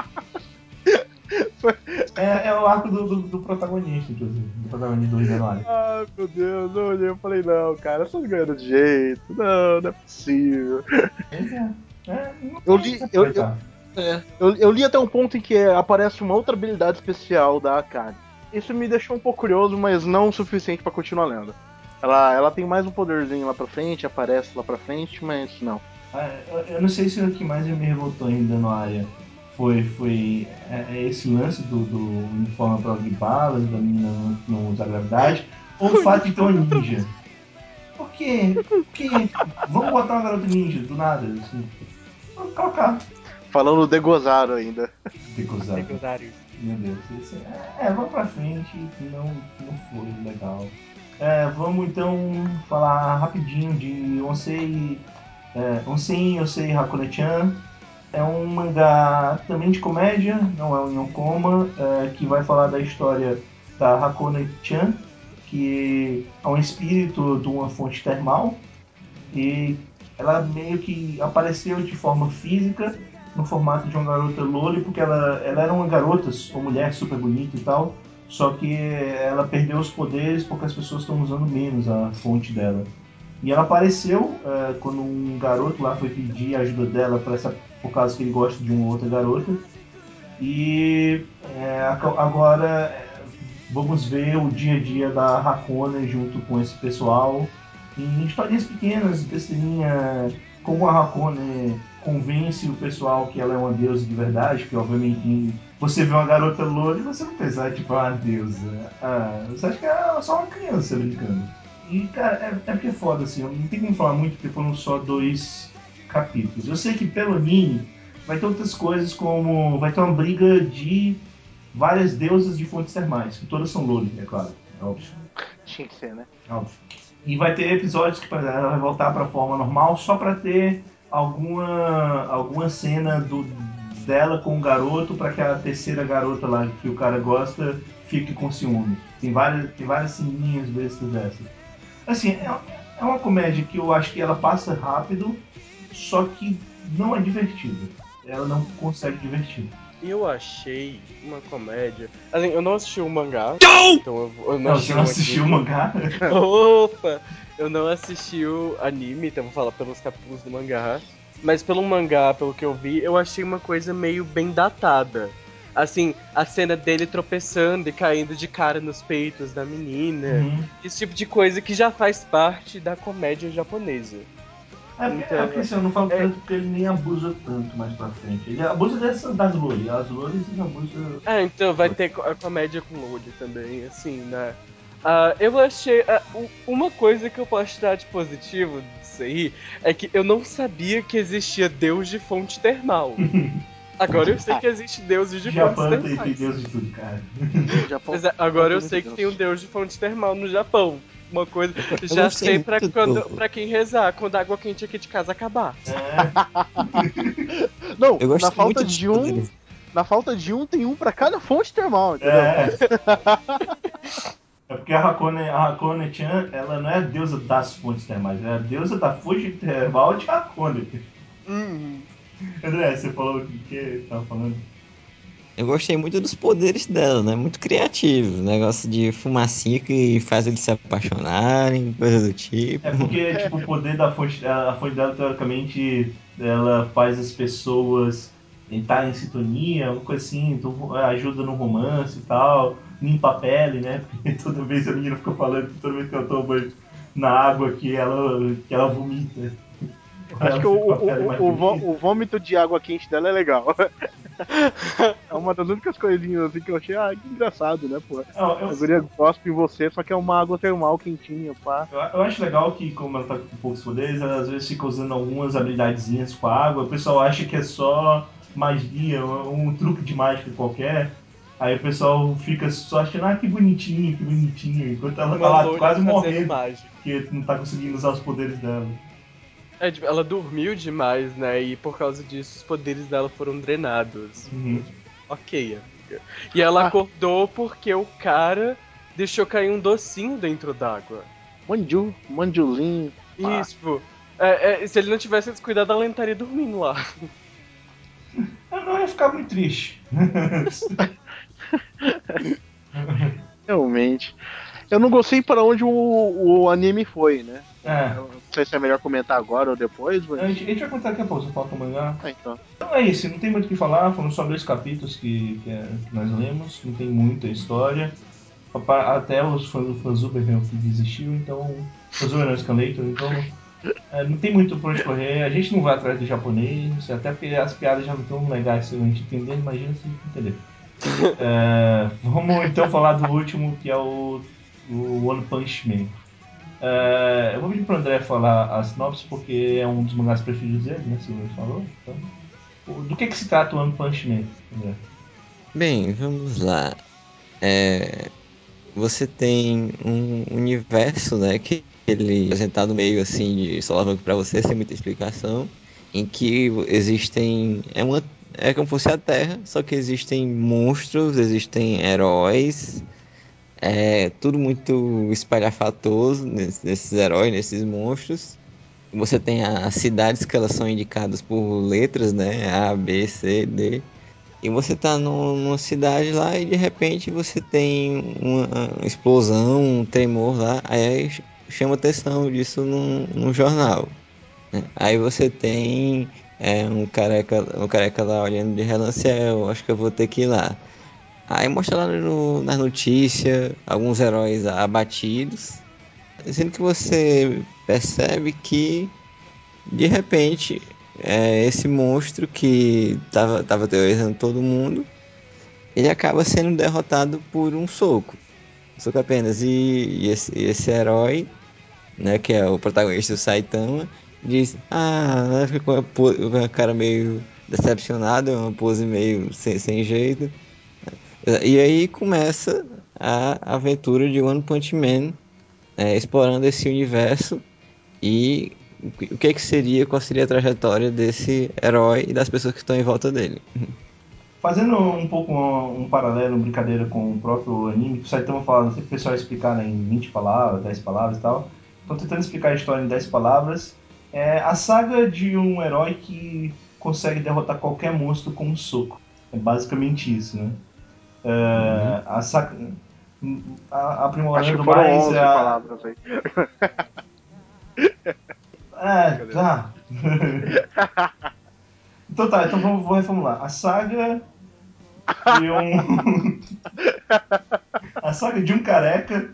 É o arco do protagonista, inclusive. Do protagonista do Idenari. Ai, meu Deus, eu olhei e falei, não, cara, essas ganhando de jeito. Não é possível. Pois é. Não Eu tem que li, se aproveitar. eu li até um ponto em que aparece uma outra habilidade especial da Akari. Isso me deixou um pouco curioso, mas não o suficiente pra continuar lendo. Ela tem mais um poderzinho lá pra frente, aparece lá pra frente, mas não. Eu não sei se o que mais me revoltou ainda no área foi esse lance do uniforme prova de balas, da menina não usar gravidade, ou o fato de ter uma ninja. Por quê? Por quê? Vamos botar uma garota ninja do nada, assim. Vamos colocar. Falando de Gozaro ainda. Decusado. Secundário. Meu Deus. Vamos pra frente, não foi legal. Vamos então falar rapidinho de Onsen Yosei Hakone-chan. É um mangá também de comédia, não é um Yonkoma, que vai falar da história da Hakone-chan, que é um espírito de uma fonte termal e ela meio que apareceu de forma física no formato de uma garota loura, porque ela era uma garota ou mulher super bonita e tal, só que ela perdeu os poderes porque as pessoas estão usando menos a fonte dela. E ela apareceu quando um garoto lá foi pedir a ajuda dela por causa que ele gosta de uma outra garota. E agora vamos ver o dia a dia da Hakone junto com esse pessoal em historinhas pequenas, besteirinha, como a Hakone convence o pessoal que ela é uma deusa de verdade, que obviamente você vê uma garota loura e você não pensa, tipo, uma deusa. Você acha que é só uma criança brincando. E, cara, é porque é foda, assim, não tem como falar muito porque foram só 2 capítulos. Eu sei que pelo anime vai ter outras coisas como vai ter uma briga de várias deusas de fontes termais, que todas são loures, é claro, é óbvio. Tinha que ser, né? Óbvio. E vai ter episódios que por exemplo, ela vai voltar para a forma normal só para ter alguma cena dela com o garoto para que a terceira garota lá que o cara gosta fique com ciúme. Tem várias ceninhas bestas dessas. Assim, é uma comédia que eu acho que ela passa rápido, só que não é divertida. Ela não consegue divertir. Eu achei uma comédia. Assim, eu não assisti o mangá. Então eu não Não, você assisti não o assistiu o anime. mangá? Opa! Eu não assisti o anime, então vou falar pelos capítulos do mangá. Mas pelo mangá, pelo que eu vi, eu achei uma coisa meio bem datada. Assim, a cena dele tropeçando e caindo de cara nos peitos da menina. Uhum. Esse tipo de coisa que já faz parte da comédia japonesa. Porque Então, assim, eu não falo é, tanto porque ele nem abusa tanto mais pra frente. Ele abusa das lores. As lores ele abusa. então vai ter a comédia com load também, assim, né? Eu achei. Uma coisa que eu posso tirar de positivo disso aí é que eu não sabia que existia deus de fonte termal. Agora eu sei que existe deuses de fontes Japão tem termais. Deus de tudo, cara. O Japão Mas agora eu tem muito sei que tem um Deus. deus de fonte termal no Japão. Uma coisa. Eu Já gostei sei pra, muito pra quem rezar, quando a água quente aqui de casa acabar. É, Não, Eu gostei muito dos poderes. na falta de um tem um pra cada fonte termal, entendeu? é. É porque a Hakone-chan, ela não é a deusa das fontes termais, ela é a deusa da fonte termal de Hakone. André, você falou o que tava falando? Eu gostei muito dos poderes dela, né? Muito criativo. Negócio de fumacinha que faz eles se apaixonarem, coisa do tipo. É porque, tipo, o poder da fonte, a fonte dela, teoricamente, ela faz as pessoas estarem em sintonia, uma coisa assim, então ajuda no romance e tal, limpa a pele, né? Porque toda vez a menina fica falando que toda vez que ela toma banho na água que ela vomita. Acho Ela que fica com a pele mais bonita. o vômito de água quente dela é legal. É uma das únicas coisinhas assim que eu achei, que engraçado, né, pô? Eu, A eu, guria cospe em você, só que é uma água termal quentinha, pá. eu acho legal que, como ela tá com poucos poderes, ela às vezes fica usando algumas habilidadezinhas com a água. O pessoal acha que é só magia, um truque de mágica qualquer. Aí o pessoal fica só achando, que bonitinho, que bonitinho. Enquanto ela tá Uma lá loura quase fazendo morrendo, mágica. porque não tá conseguindo usar os poderes dela. Tipo, ela dormiu demais, né? E por causa disso os poderes dela foram drenados. Uhum. Ok. E ela Ah. acordou porque o cara deixou cair um docinho dentro d'água. Mandiuzinho. pá. Isso, tipo, se ele não tivesse descuidado, ela estaria dormindo lá. Eu não ia ficar muito triste. Realmente. Eu não gostei para onde o anime foi, né? É. Eu não sei se é melhor comentar agora ou depois, A mas. gente vai contar daqui a pouco, você fala com o mangá. Ah, então. Então é isso, não tem muito o que falar, foram só 2 capítulos que nós lemos, não tem muita história. Até os fãs do Fanzuber mesmo que desistiu, então. Fanzuber não, Scanlator, então. Não tem muito por onde correr, a gente não vai atrás do japonês, até porque as piadas já não estão legais se a gente entender, imagina se entender. Vamos então falar do último, que é o One Punch Man. Eu vou pedir pro André falar a sinopse, porque é um dos mangás preferidos dele, né? Se ele falou. Então, do que se trata o One Punch Man, André? Bem, vamos lá. Você tem um universo, né, que ele é apresentado meio assim de solavanco para você, sem muita explicação, em que existem é como se fosse a Terra, só que existem monstros, existem heróis, tudo muito espalhafatoso nesses heróis, nesses monstros. Você tem as cidades que elas são indicadas por letras, né, A, B, C, D. E você tá numa cidade lá e de repente você tem uma explosão, um tremor lá, aí chama atenção disso num jornal, né? Aí você tem um careca lá olhando de relance, eu acho que eu vou ter que ir lá. Aí mostra lá nas notícias alguns heróis abatidos, sendo que você percebe que de repente esse monstro que tava aterrorizando todo mundo ele acaba sendo derrotado por um soco apenas. E esse herói, né, que é o protagonista do Saitama, diz: Ah, fica com a cara meio decepcionada, uma pose meio sem jeito. E aí começa a aventura de One Punch Man, explorando esse universo e qual seria a trajetória desse herói e das pessoas que estão em volta dele. Fazendo um pouco um paralelo, uma brincadeira com o próprio anime, que o Saitama fala sempre o pessoal explicar, né, em 20 palavras, 10 palavras e tal. Estão tentando explicar a história em 10 palavras. É a saga de um herói que consegue derrotar qualquer monstro com um soco. É basicamente isso, né? Uhum. Acho que Aprimorando foram mais 11 palavras aí. Brincadeira. Tá. Então tá, então vou reformular. A saga de um. A saga de um careca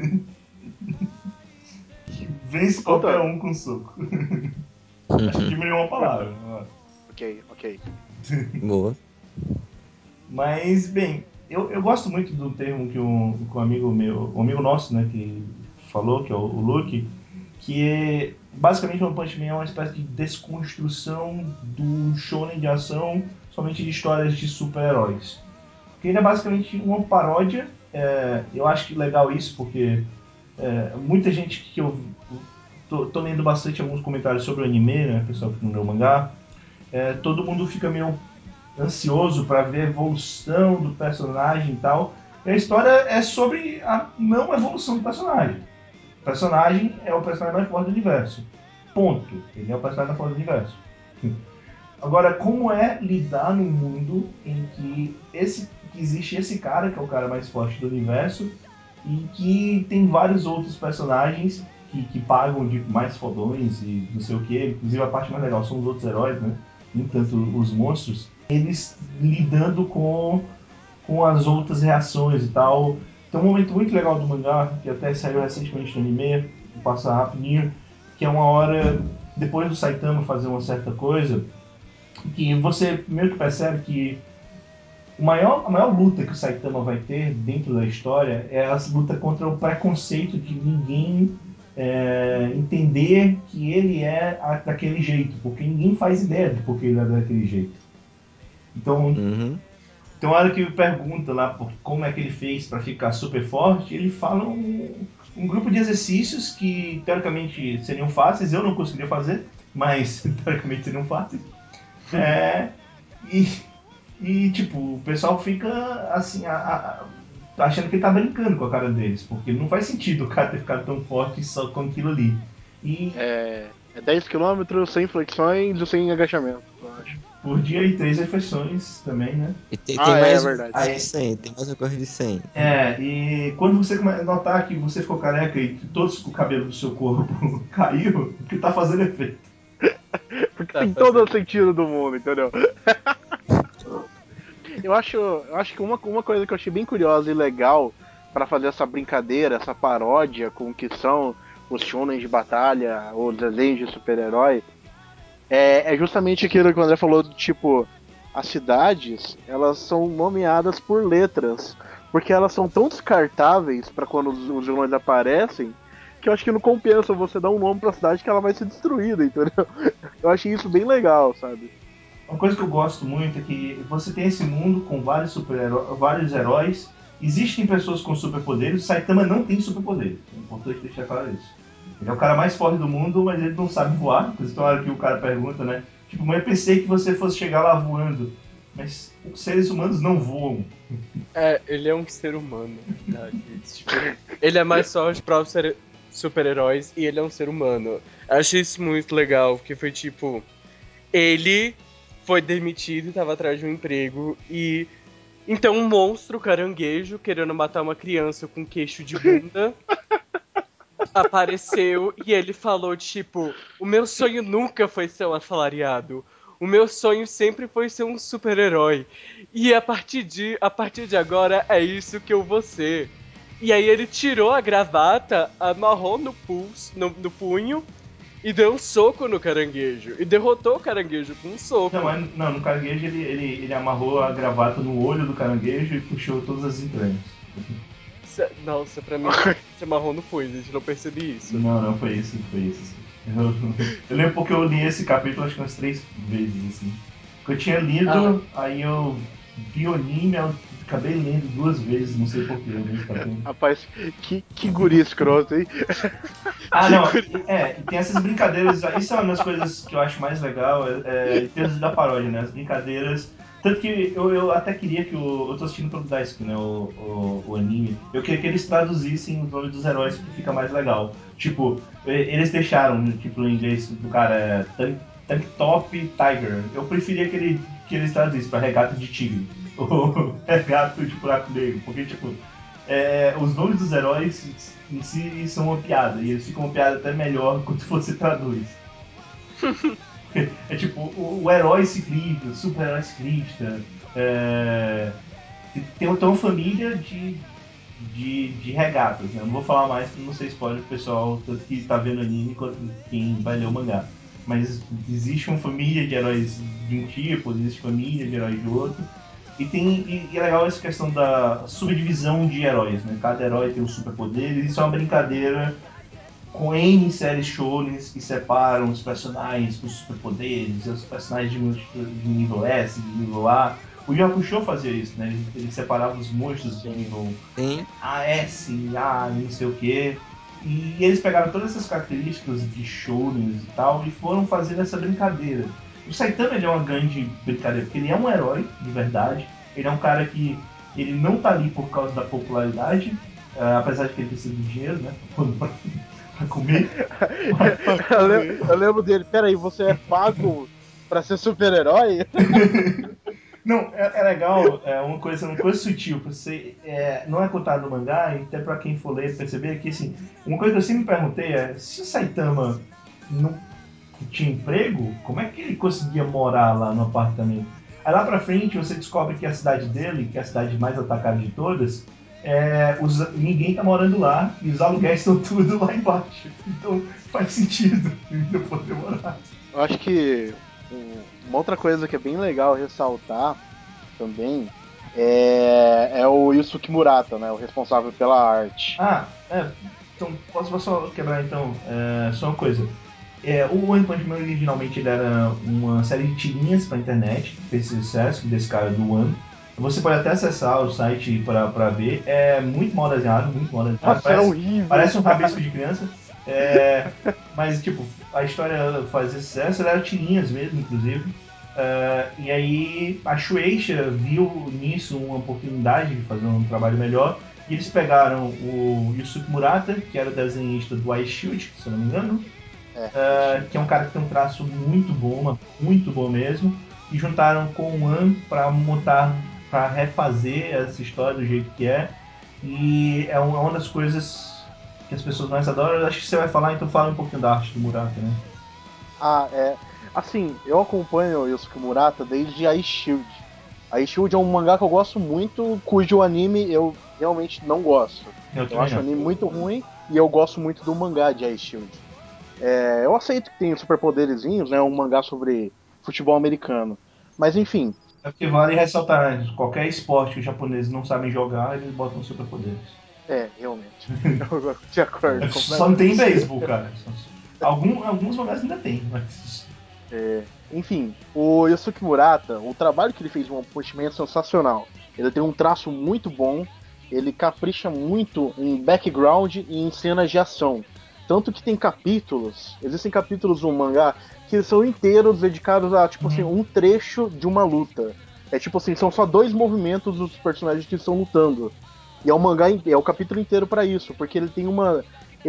que vence qualquer Contando. um com soco. Acho que diminuiu uma palavra. Ok. Boa. Mas, bem, eu gosto muito do termo que um amigo meu, um amigo nosso, né, que falou, que é o Luke, que basicamente One Punch Man é uma espécie de desconstrução do shonen de ação somente de histórias de super-heróis. Porque ele é basicamente uma paródia. Eu acho que legal isso, porque muita gente que eu tô lendo bastante alguns comentários sobre o anime, né, pessoal que não leu o mangá, todo mundo fica meio ansioso para ver a evolução do personagem e tal. E a história é sobre a não evolução do personagem. O personagem é o personagem mais forte do universo. Ponto. Ele é o personagem mais forte do universo. Agora, como é lidar num mundo em que existe esse cara, que é o cara mais forte do universo, e que tem vários outros personagens que pagam de mais fodões e não sei o que. Inclusive a parte mais legal são os outros heróis, né? Nem tanto os monstros. Eles lidando com as outras reações e tal. Tem um momento muito legal do mangá, que até saiu recentemente no anime, vou passar rapidinho, que é uma hora depois do Saitama fazer uma certa coisa, que você meio que percebe que a maior luta que o Saitama vai ter dentro da história é a luta contra o preconceito de ninguém entender que ele é daquele jeito, porque ninguém faz ideia de porque ele é daquele jeito. Então, Uhum. tem uma hora que ele pergunta lá por como é que ele fez para ficar super forte, ele fala um grupo de exercícios que teoricamente seriam fáceis, eu não conseguiria fazer, mas teoricamente seriam fáceis. É, e E, tipo, o pessoal fica, assim, achando que ele tá brincando com a cara deles, porque não faz sentido o cara ter ficado tão forte só com aquilo ali. E É 10 quilômetros sem flexões e sem agachamento, eu acho. por dia e 3 refeições também, né? E tem Ah, é mais um verdade. corte de Aí, 100, tem mais um corte de 100. e quando você notar que você ficou careca e que todo o cabelo do seu corpo caiu, o que tá fazendo efeito. Porque Tá tem todo o fazendo. sentido do mundo, entendeu? Eu acho que uma coisa que eu achei bem curiosa e legal pra fazer essa brincadeira, essa paródia com o que são os shonen de batalha ou desenhos de super-herói, é justamente aquilo que o André falou do tipo, as cidades, elas são nomeadas por letras, porque elas são tão descartáveis pra quando os vilões aparecem, que eu acho que não compensa você dar um nome pra cidade que ela vai ser destruída, entendeu? Eu achei isso bem legal, sabe? Uma coisa que eu gosto muito é que você tem esse mundo com vários vários heróis. Existem pessoas com superpoderes. O Saitama não tem superpoderes. É importante deixar claro isso. Ele é o cara mais forte do mundo, mas ele não sabe voar. Inclusive, tem uma hora que o cara pergunta, né? Tipo, mas eu pensei que você fosse chegar lá voando. Mas os seres humanos não voam. Ele é um ser humano, na verdade. Tipo, ele é mais só os próprios super-heróis e ele é um ser humano. Eu achei isso muito legal, porque foi tipo. Ele foi demitido e tava atrás de um emprego e. Então um monstro caranguejo querendo matar uma criança com queixo de bunda apareceu e ele falou, tipo, o meu sonho nunca foi ser um assalariado. O meu sonho sempre foi ser um super-herói. E a partir de agora é isso que eu vou ser. E aí ele tirou a gravata, amarrou no pulso, no punho e deu um soco no caranguejo. E derrotou o caranguejo com um Não, soco. mas no caranguejo ele amarrou a gravata no olho do caranguejo e puxou todas as entranhas. Nossa, pra mim se amarrou no punho, gente, não percebi isso. Não, não, foi isso, foi isso. Eu lembro porque eu li esse capítulo acho que umas 3 vezes, assim. Porque eu tinha Ah, lido, aí eu vi o anime, eu acabei lendo 2 vezes, não sei porquê, o mesmo capítulo. Rapaz, que guri escroto, hein? Ah, que não, curioso. e tem essas brincadeiras, isso é uma das coisas que eu acho mais legal, em termos da paródia, né? As brincadeiras. Tanto que eu até queria que o. Eu tô assistindo pelo Daisuke, né? O anime. Eu queria que eles traduzissem os nomes dos heróis, que fica mais legal. Tipo, eles deixaram no título em inglês do cara Tank Top Tiger. Eu preferia que eles traduzissem pra regata de tigre. Ou regata de buraco negro. Porque, tipo, os nomes dos heróis em si são uma piada, e eles ficam uma piada até melhor quando você traduz. É tipo, o herói ciclista, o super-herói ciclista. Tem uma família de regatas, né? Não vou falar mais pra não ser spoiler pro pessoal, tanto que tá vendo anime quanto quem vai ler o mangá. Mas existe uma família de heróis de um tipo, existe família de heróis de outro. E é legal essa questão da subdivisão de heróis, né? Cada herói tem um superpoder, e isso é uma brincadeira com N séries shonens que separam os personagens com superpoderes, os personagens de nível S, de nível A. O Yu Hakusho fazia isso, né? Ele separava os monstros de Sim. nível Sim, AS, A, não sei o quê. E eles pegaram todas essas características de shonens e tal e foram fazendo essa brincadeira. O Saitama ele é uma grande brincadeira, porque ele é um herói, de verdade. Ele é um cara que ele não tá ali por causa da popularidade, apesar de que ele precisa do dinheiro, né? Pra comer. Pra Eu comer. eu lembro dele, peraí, você é pago pra ser super-herói? Não, é legal, é uma coisa sutil. Você, não é contado no mangá, e até pra quem for ler perceber que, assim, uma coisa que eu sempre me perguntei é: se o Saitama não tinha emprego, como é que ele conseguia morar lá no apartamento? Aí lá pra frente você descobre que a cidade dele, que é a cidade mais atacada de todas, ninguém tá morando lá e os aluguéis estão tudo lá embaixo. Então faz sentido ele não poder morar. Eu acho que uma outra coisa que é bem legal ressaltar também é o Yusuke Murata, né? O responsável pela arte. Ah, então posso só quebrar então só uma coisa. O One Punch Man originalmente ele era uma série de tirinhas pra internet, que fez sucesso desse cara do One. Você pode até acessar o site pra ver. É muito mal desenhado, muito mal desenhado. Nossa, é Parece, horrível, parece um rabisco cara. de criança. É, mas, tipo, a história fazia sucesso, ele era tirinhas mesmo, inclusive. E aí a Shueisha viu nisso uma oportunidade de fazer um trabalho melhor. E eles pegaram o Yusuke Murata, que era o desenhista do Ice Shield, se eu não me engano, que é um cara que tem um traço muito bom, muito bom mesmo, e juntaram com o An para montar, para refazer essa história do jeito que é. E é uma das coisas que as pessoas mais adoram. Eu acho que você vai falar, então fala um pouquinho da arte do Murata, né? Ah, é. Assim, eu acompanho o Yusuke Murata desde Ice Shield. Ice Shield é um mangá que eu gosto muito, cujo anime eu realmente não gosto. Eu Eu também acho o não. anime muito ruim e eu gosto muito do mangá de Ice Shield. Eu aceito que tem superpoderzinhos, né? Um mangá sobre futebol americano. Mas enfim, É porque vale ressaltar, né? Qualquer esporte que os japoneses não sabem jogar, eles botam superpoderes. realmente. Eu de acordo Só não tem em completamente. beisebol, cara. Alguns mangás ainda tem, mas. Enfim, o Yusuke Murata, o trabalho que ele fez em One Punch Man é sensacional. Ele tem um traço muito bom, ele capricha muito em background e em cenas de ação. Tanto que tem capítulos, existem capítulos no mangá que são inteiros dedicados a, tipo assim, Uhum. um trecho de uma luta. É tipo assim, são só dois movimentos dos personagens que estão lutando. E é o mangá, é o capítulo inteiro pra isso, porque ele tem uma,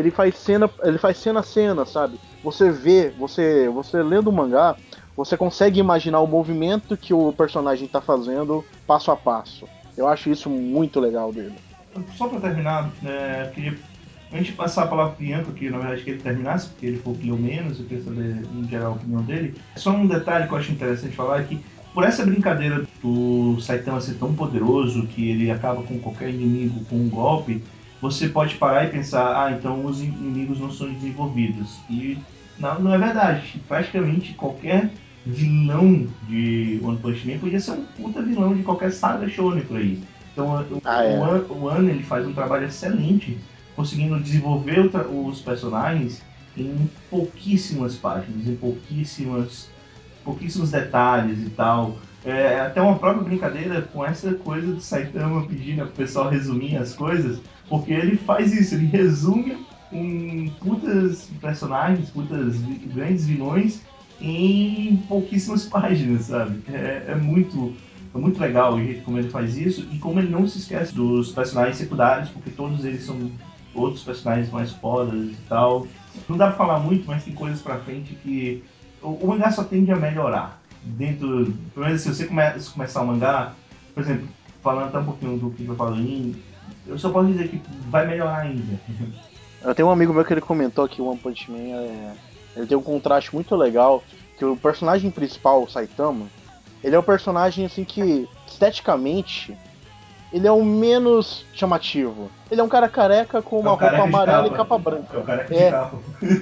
ele faz cena a cena, sabe? Você vê, você lendo o mangá, você consegue imaginar o movimento que o personagem tá fazendo passo a passo. Eu acho isso muito legal dele. Só para terminar, eu queria, antes de passar a palavra para o Bianco, que na verdade que ele terminasse, porque ele foi o que leu menos, eu queria saber em geral a opinião dele. Só um detalhe que eu acho interessante falar é que, por essa brincadeira do Saitama ser tão poderoso que ele acaba com qualquer inimigo com um golpe, você pode parar e pensar, ah, então os inimigos não são desenvolvidos. E não é verdade. Praticamente qualquer vilão de One Punch Man podia ser um puta vilão de qualquer saga shonen por aí. Então, Ah, é. o One ele faz um trabalho excelente conseguindo desenvolver os personagens em pouquíssimas páginas, em pouquíssimos detalhes e tal. Até uma própria brincadeira com essa coisa do Saitama pedindo pro pessoal resumir as coisas, porque ele faz isso, ele resume putas personagens, grandes vilões em pouquíssimas páginas, sabe? É muito legal o jeito como ele faz isso e como ele não se esquece dos personagens secundários, porque todos eles são outros personagens mais fodas e tal. Não dá pra falar muito, mas tem coisas pra frente que o mangá só tende a melhorar. Pelo menos se você começar o mangá, por exemplo, falando até um pouquinho do que eu falei, eu só posso dizer que vai melhorar ainda. Eu tenho um amigo meu que ele comentou que o One Punch Man ele tem um contraste muito legal, que o personagem principal, o Saitama, ele é um personagem assim que esteticamente ele é o menos chamativo. Ele é um cara careca com É uma o roupa careca de amarela e capa. capa É o branca. careca de capa.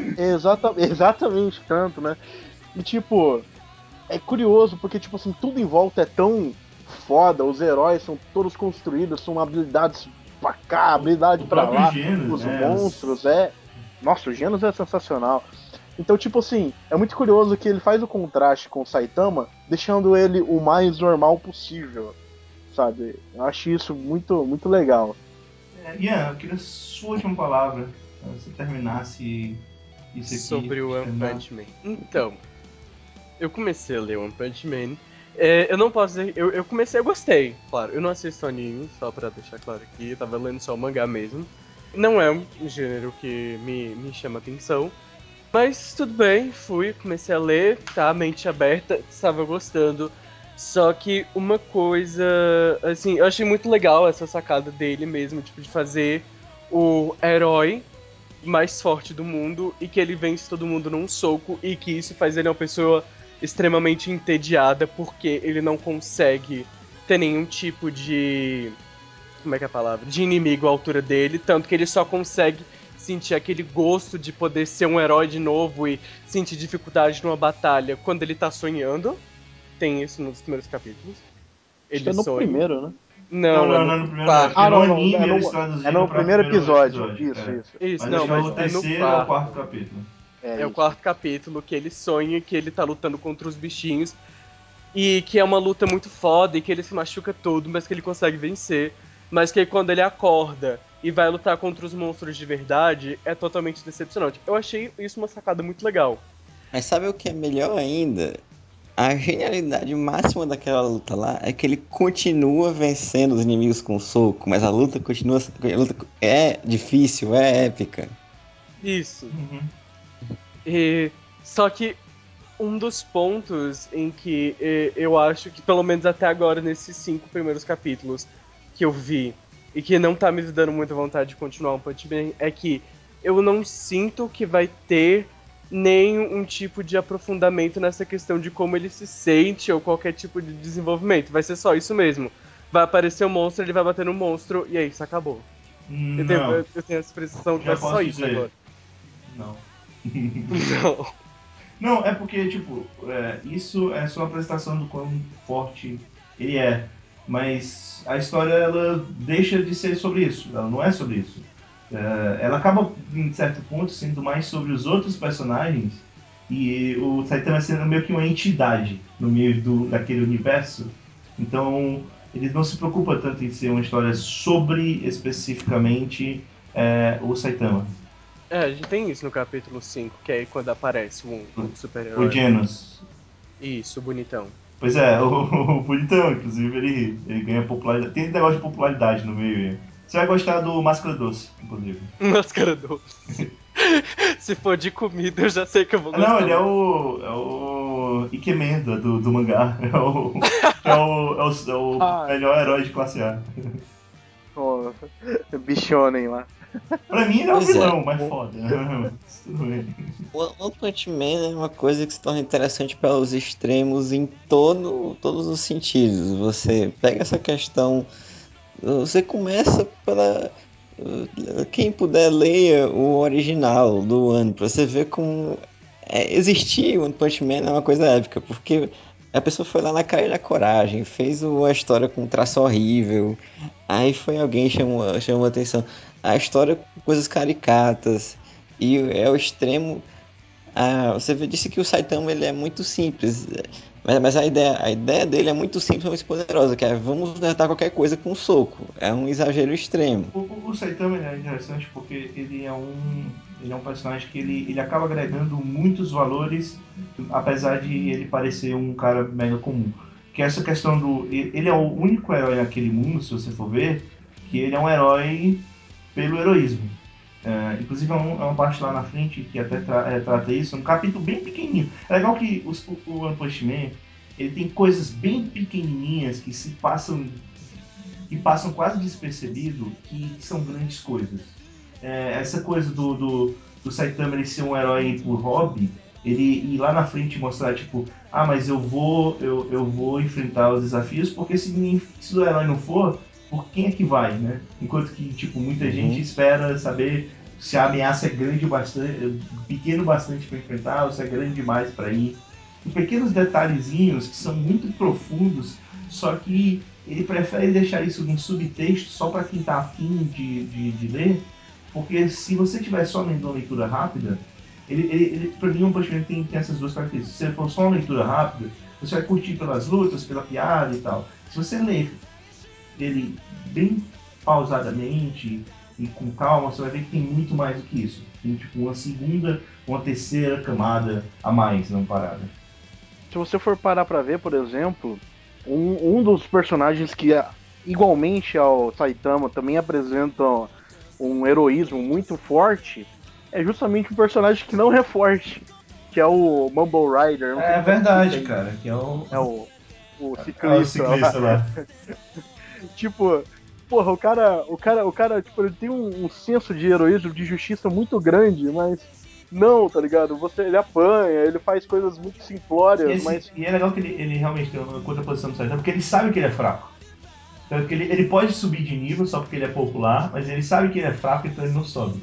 Exatamente tanto, né? E tipo, é curioso porque tipo assim, tudo em volta é tão foda, os heróis são todos construídos, são habilidades pra cá, habilidade O pra próprio lá, Genos, os né? monstros nossa, o Genos é sensacional. Então, tipo assim, é muito curioso que ele faz o contraste com o Saitama, deixando ele o mais normal possível, sabe? Eu acho isso muito, muito legal. Ian, eu queria sua última palavra. Se você terminasse isso aqui, Sobre o de One terminar. Punch Man. Então, eu comecei a ler One Punch Man. Eu não posso dizer. Eu comecei, eu gostei, claro. Eu não assisto anime, só pra deixar claro aqui. Eu tava lendo só o mangá mesmo. Não é um gênero que me chama atenção. Mas tudo bem, fui, comecei a ler, tá, mente aberta, estava gostando. Só que uma coisa, assim, eu achei muito legal essa sacada dele mesmo, tipo, de fazer o herói mais forte do mundo e que ele vence todo mundo num soco e que isso faz ele uma pessoa extremamente entediada porque ele não consegue ter nenhum tipo de, como é que é a palavra? De inimigo à altura dele, tanto que ele só consegue sentir aquele gosto de poder ser um herói de novo e sentir dificuldade numa batalha quando ele tá sonhando. Tem isso nos primeiros capítulos. Acho que Ele é no sonha. primeiro, né? Não, Não, é não, no não é no primeiro, não. É porque Ah, no quarto. não, anime eles é traduziram no para primeiro primeiro episódio. episódio. Isso, isso. Isso, Mas não, acho que é mas o é no terceiro ou o quarto quarto. capítulo. É o Isso. quarto capítulo que ele sonha que ele tá lutando contra os bichinhos e que é uma luta muito foda e que ele se machuca todo, mas que ele consegue vencer. Mas que aí quando ele acorda e vai lutar contra os monstros de verdade, é totalmente decepcionante. Eu achei isso uma sacada muito legal. Mas sabe o que é melhor ainda? A genialidade máxima daquela luta lá é que ele continua vencendo os inimigos com soco, mas a luta continua. A luta é difícil, é épica. Isso. Uhum. E, só que um dos pontos em que eu acho que, pelo menos até agora, nesses 5 primeiros capítulos que eu vi, e que não tá me dando muita vontade de continuar um Punch Man, é que eu não sinto que vai ter nenhum tipo de aprofundamento nessa questão de como ele se sente ou qualquer tipo de desenvolvimento. Vai ser só isso mesmo. Vai aparecer um monstro, ele vai bater no monstro, e é isso, acabou. Não, Eu tenho essa impressão que já vai ser só posso isso dizer. agora. Não. Não. Não, é porque, tipo, isso é só a apresentação do quão forte ele é. Mas a história, ela deixa de ser sobre isso. Ela não é sobre isso. Ela acaba, em certo ponto, sendo mais sobre os outros personagens. E o Saitama sendo meio que uma entidade no meio daquele universo. Então, ele não se preocupa tanto em ser uma história sobre, especificamente, o Saitama. A gente tem isso no capítulo 5, que é quando aparece um O super-herói. Genos. Isso, bonitão. Pois é, o Bonitão, inclusive, ele ganha popularidade. Tem negócio de popularidade no meio aí. Você vai gostar do Máscara Doce, inclusive. Máscara doce. Se for de comida, eu já sei que eu vou Ah, não, gostar ele é muito. o Ikemenda do mangá. É o Ah, melhor herói de classe A. ó, bichonem lá. Pra mim, ele é o Pois é, vilão, mais o foda. Mas tudo bem. One Punch Man é uma coisa que se torna interessante pelos extremos em todos os sentidos. Você pega essa questão, você começa pela. Quem puder, leia o original do ano, pra você ver como existir One Punch Man é uma coisa épica, porque a pessoa foi lá na cara e na coragem, fez uma história com um traço horrível, aí foi alguém chamou a atenção. A história com coisas caricatas, e é o extremo. Você disse que o Saitama ele é muito simples, mas a ideia dele é muito simples, mas poderosa, que é vamos derrotar qualquer coisa com um soco. É um exagero extremo. O Saitama ele é interessante porque ele é um personagem que ele acaba agregando muitos valores, apesar de ele parecer um cara mega comum. Que é essa questão ele é o único herói naquele mundo, se você for ver, que ele é um herói pelo heroísmo. Inclusive, é uma parte lá na frente que até trata isso, um capítulo bem pequenininho. É legal que o One Punch Man, ele tem coisas bem pequenininhas que passam quase despercebido, que são grandes coisas. Essa coisa do Saitama ele ser um herói por hobby, ele ir lá na frente e mostrar, tipo, mas eu vou enfrentar os desafios, porque se o herói não for, por quem é que vai, né? Enquanto que, tipo, muita gente Uhum. espera saber se a ameaça é grande bastante, pequeno bastante para enfrentar, ou se é grande demais para ir. E pequenos detalhezinhos que são muito profundos, só que ele prefere deixar isso num subtexto só para quem está afim de ler, porque se você estiver só lendo uma leitura rápida, para mim, o Punch Man tem essas duas características. Se for só uma leitura rápida, você vai curtir pelas lutas, pela piada e tal. Se você ler ele bem pausadamente e com calma, você vai ver que tem muito mais do que isso. Tem tipo uma segunda, uma terceira camada a mais na parada. Se você for parar pra ver, por exemplo, um dos personagens que, igualmente ao Saitama, também apresentam um heroísmo muito forte, é justamente um personagem que não é forte, que é o Mumble Rider. Eu não sei É como é que fica verdade, aí. cara, que é o, É o é o ciclista lá. ciclista lá. Tipo, porra, o cara, tipo, ele tem um senso de heroísmo, de justiça muito grande, mas não, tá ligado? Ele apanha, ele faz coisas muito simplórias, mas E é legal que ele realmente tem uma contraposição do Saitama, porque ele sabe que ele é fraco. Então, que ele pode subir de nível só porque ele é popular, mas ele sabe que ele é fraco, então ele não sobe.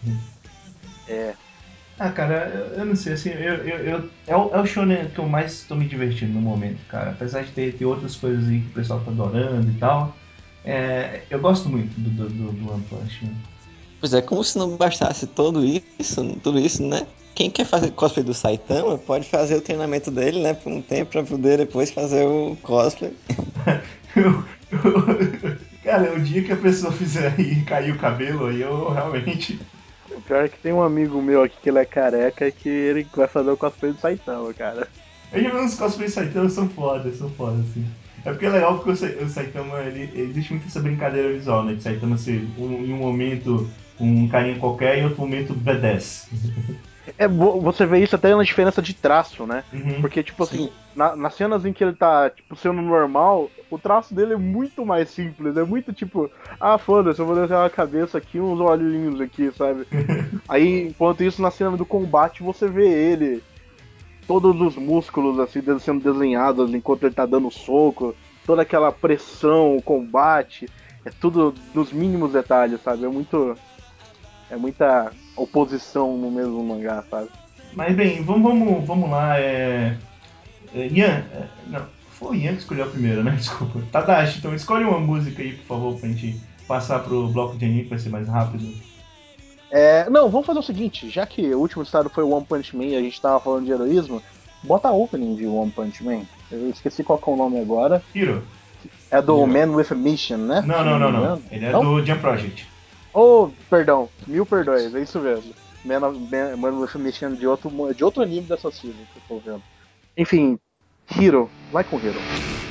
é. Cara, eu não sei, assim, é o shonen que eu mais estou me divertindo no momento, cara. Apesar de ter outras coisas aí que o pessoal tá adorando e tal, eu gosto muito do One Punch Man. Pois é, como se não bastasse tudo isso, né? Quem quer fazer cosplay do Saitama pode fazer o treinamento dele, né, por um tempo pra poder depois fazer o cosplay. Cara, o dia que a pessoa fizer aí cair o cabelo, aí eu realmente. O pior é que tem um amigo meu aqui que ele é careca que ele vai fazer o cosplay do Saitama, cara. Eu já vi uns cosplay Saitama, são foda, assim. É porque é legal porque o Saitama, existe muito essa brincadeira visual, né? De Saitama ser, em um momento, um carinha qualquer e em outro momento, B10. Você vê isso até na diferença de traço, né? Uhum. Porque, tipo Sim. assim, nas cenas em que ele tá, tipo, sendo normal, o traço dele é muito mais simples. É muito tipo, ah, foda-se, eu vou desenhar uma cabeça aqui e uns olhinhos aqui, sabe? Aí, enquanto isso, na cena do combate, você vê ele, todos os músculos, assim, sendo desenhados enquanto ele tá dando soco, toda aquela pressão, o combate, é tudo nos mínimos detalhes, sabe? É muita oposição no mesmo mangá, sabe? Mas bem, vamos lá. Ian, não, foi o Ian que escolheu a primeira, né? Desculpa. Tadashi, então escolhe uma música aí, por favor, pra gente passar pro bloco de anime, que vai ser mais rápido. Não, vamos fazer o seguinte, já que o último estado foi One Punch Man e a gente tava falando de heroísmo, bota a opening de One Punch Man. Eu esqueci qual que é o nome agora. Hiro. É do Hero. Man with a Mission, né? Não, Se eu não, não me não, não. engano. Ele é Não? do Jump Project. Oh, perdão. Mil perdões, é isso mesmo. Man with a Mission de outro anime dessa season que eu tô vendo. Enfim, Hero. Vai com Hero.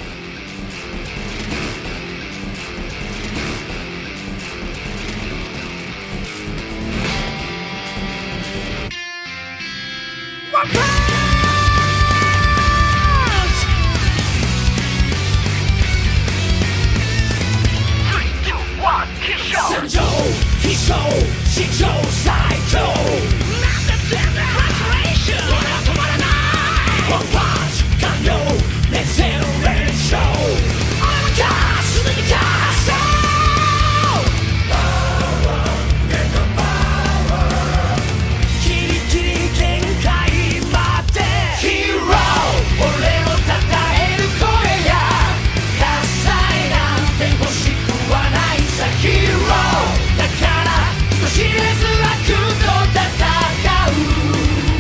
参上一手新手赛球止まらない One punch 完了連戦連勝俺はかすでに勝つキリキリ限界まで Hero 俺の称える声や喝采なんて欲しくはないさ Hero だから人知れず悪と戦う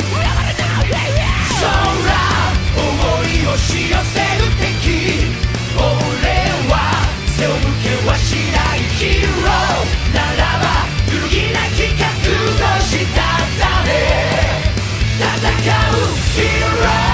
空思い押し寄せる敵俺は背を向けはしない Hero ならば揺るぎなき覚悟したため戦う Hero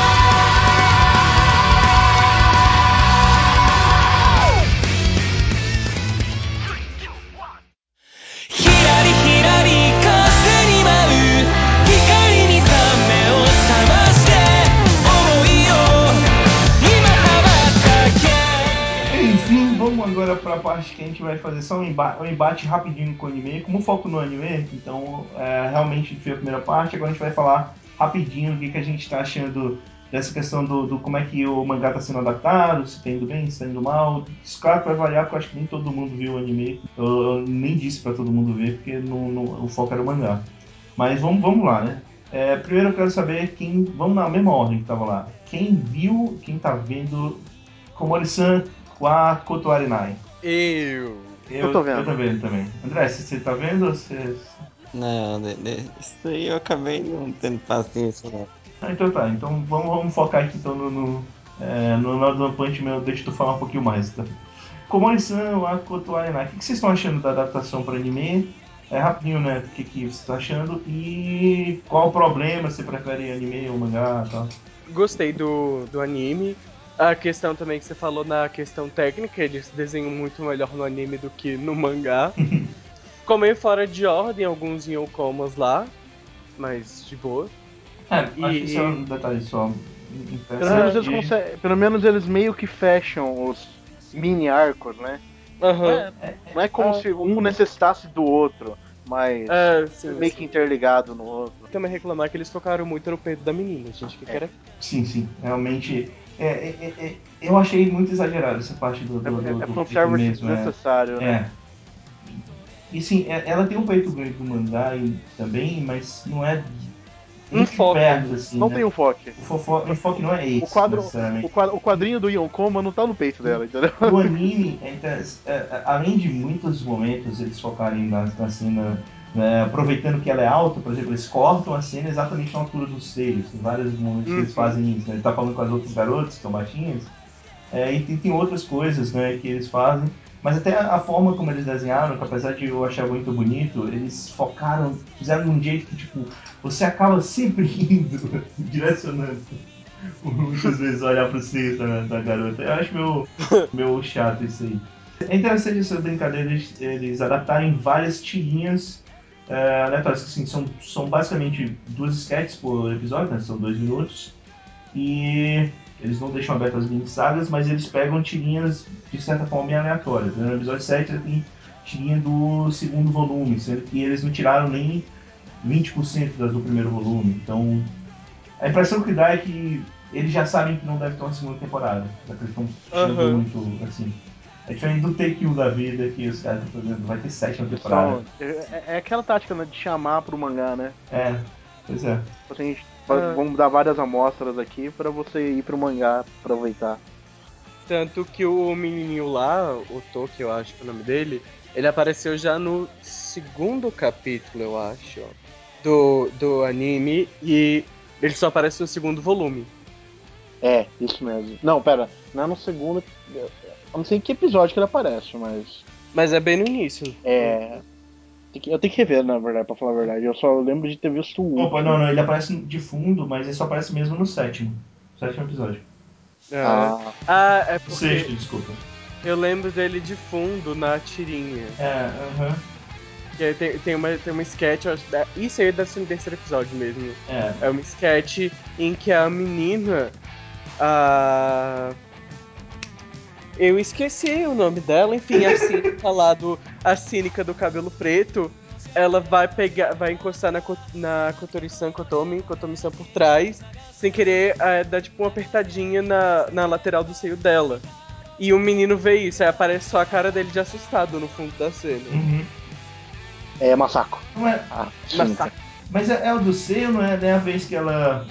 ひらりひらり風に舞う光に目を覚まして想いを今羽ばたけ Enfim, vamos agora para a parte que a gente vai fazer só um embate rapidinho com o anime. Como foco no anime, então realmente a gente fez a primeira parte, agora a gente vai falar rapidinho o que a gente está achando dessa questão do como é que o mangá está sendo adaptado, se está indo bem, se está indo mal. Isso, claro, que vai variar, porque eu acho que nem todo mundo viu o anime. Eu nem disse para todo mundo ver, porque o foco era o mangá. Mas vamos lá, né? Primeiro eu quero saber quem. Vamos na mesma ordem que tava lá. Quem viu, quem tá vendo Komori-san wa Koto Arenai? Eu. Eu tô Eu tô vendo. vendo também. André, você tá vendo? Não, isso aí eu acabei não tendo paciência, não. Ah, então tá. Então vamos focar aqui então no One Punch Man. Deixa eu falar um pouquinho mais. Tá? Komori-san wa Koto Arenai. O que vocês estão achando da adaptação para anime? É rapidinho, né? O que você está achando? E qual o problema? Você prefere anime ou mangá e tal? Gostei do anime. A questão também que você falou na questão técnica, eles desenham muito melhor no anime do que no mangá. Ficou meio fora de ordem alguns Yokomas lá, mas de boa. Acho que isso é E. um detalhe só. Pelo menos eles meio que fecham os mini arcos, né? Não Aham. é, não é como se um necessitasse do outro, mas Sim, meio que assim. interligado no outro. Também reclamar que eles focaram muito no peito da menina, gente. Que era. Sim, realmente. Eu achei muito exagerado essa parte É do peito fanservice mesmo. desnecessário, né? E sim, ela tem um peito grande do mangá também, mas não é Um nem de foco perto, ali. assim, Não né? tem um foco. O enfoque não é O esse, quadro, necessariamente. o quadrinho do Yonkoma não tá no peito dela, entendeu? O anime, além de muitos momentos eles focarem na cena, né, aproveitando que ela é alta, por exemplo, eles cortam a cena exatamente na altura dos seios. Em vários momentos eles fazem isso. Né? Ele tá falando com as outras garotas que são baixinhas. E tem outras coisas, né, que eles fazem. Mas até a forma como eles desenharam, que apesar de eu achar muito bonito, eles focaram, fizeram de um jeito que, tipo, você acaba sempre indo, direcionando. Muitas vezes olhar pro seio da garota. Eu acho meu chato isso aí. É interessante essa brincadeira de eles adaptarem várias tirinhas aleatórias, que assim, são basicamente duas sketches por episódio, né? São 2 minutos. E eles não deixam abertas as mini sagas, mas eles pegam tirinhas de certa forma bem aleatórias. No episódio 7 tem tirinha do segundo volume, sendo que eles não tiraram nem 20% das do primeiro volume. Então, a impressão que dá é que eles já sabem que não deve ter uma segunda temporada. Já que eles estão puxando Aham. muito, assim. É diferente do Take 1 da vida, que os caras estão fazendo, vai ter 7 Eles temporada. é aquela tática, né, de chamar pro mangá, né? Pois é. Tipo assim, Ah. vamos dar várias amostras aqui pra você ir pro mangá aproveitar. Tanto que o menininho lá, o Toki, eu acho que é o nome dele, ele apareceu já no segundo capítulo, eu acho, ó, do anime, e ele só aparece no segundo volume. É, isso mesmo. Não, pera, não é no segundo. Eu não sei em que episódio que ele aparece, mas. Mas é bem no início. É. Eu tenho que rever, na verdade, pra falar a verdade. Eu só lembro de ter visto o Opa, não, último. não, ele aparece de fundo, mas ele só aparece mesmo no sétimo episódio. Ah, É O porque sexto, desculpa. eu lembro dele de fundo na tirinha. Aham. Que aí tem uma sketch, eu acho, isso aí deve ser no terceiro episódio mesmo. É. É uma sketch em que a menina. A. Eu esqueci o nome dela, enfim, a cínica lá a cínica do cabelo preto, ela vai encostar na Kotori-san Kotomi-san por trás, sem querer dar tipo uma apertadinha na lateral do seio dela. E o menino vê isso, aí aparece só a cara dele de assustado no fundo da cena. Uhum. é Masako. Não é, Ah, Mas sim. mas é o do seio, não é, a vez que ela.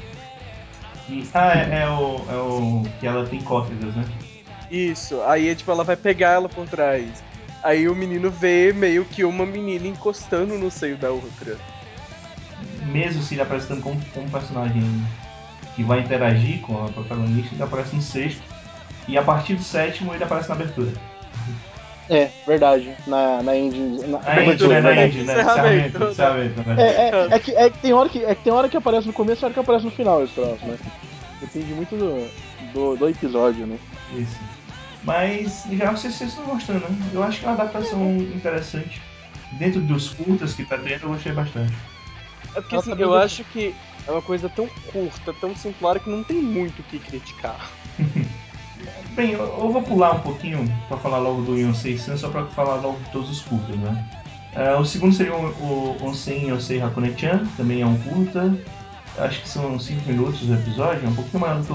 É o que ela tem cócegas, né? isso, aí tipo, ela vai pegar ela por trás. Aí o menino vê meio que uma menina encostando no seio da outra. Mesmo se ele aparecendo como personagem que vai interagir com a protagonista, ele aparece no sexto. E a partir do sétimo ele aparece na abertura. É, verdade. Na engine. Na A End, abertura, né? é Na verdade. End, né? Encerramento, Encerramento, né? encerramento, né? É que tem hora que aparece no começo e hora que aparece no final esse troço, né? Depende muito do episódio, né? Isso. Mas, em geral, vocês estão gostando, né? Eu acho que é uma adaptação interessante. Dentro dos curtas que tá tendo, eu gostei bastante. É porque Ela assim, tá bem eu acho que é uma coisa tão curta, tão simplória que não tem muito o que criticar. Bem, eu vou pular um pouquinho para falar logo do Yonsei-san, só para falar logo de todos os curtas, né? O segundo seria o Onsen Yosei Hakone-chan, também é um curta. Acho que são 5 minutos o episódio, é um pouquinho maior do que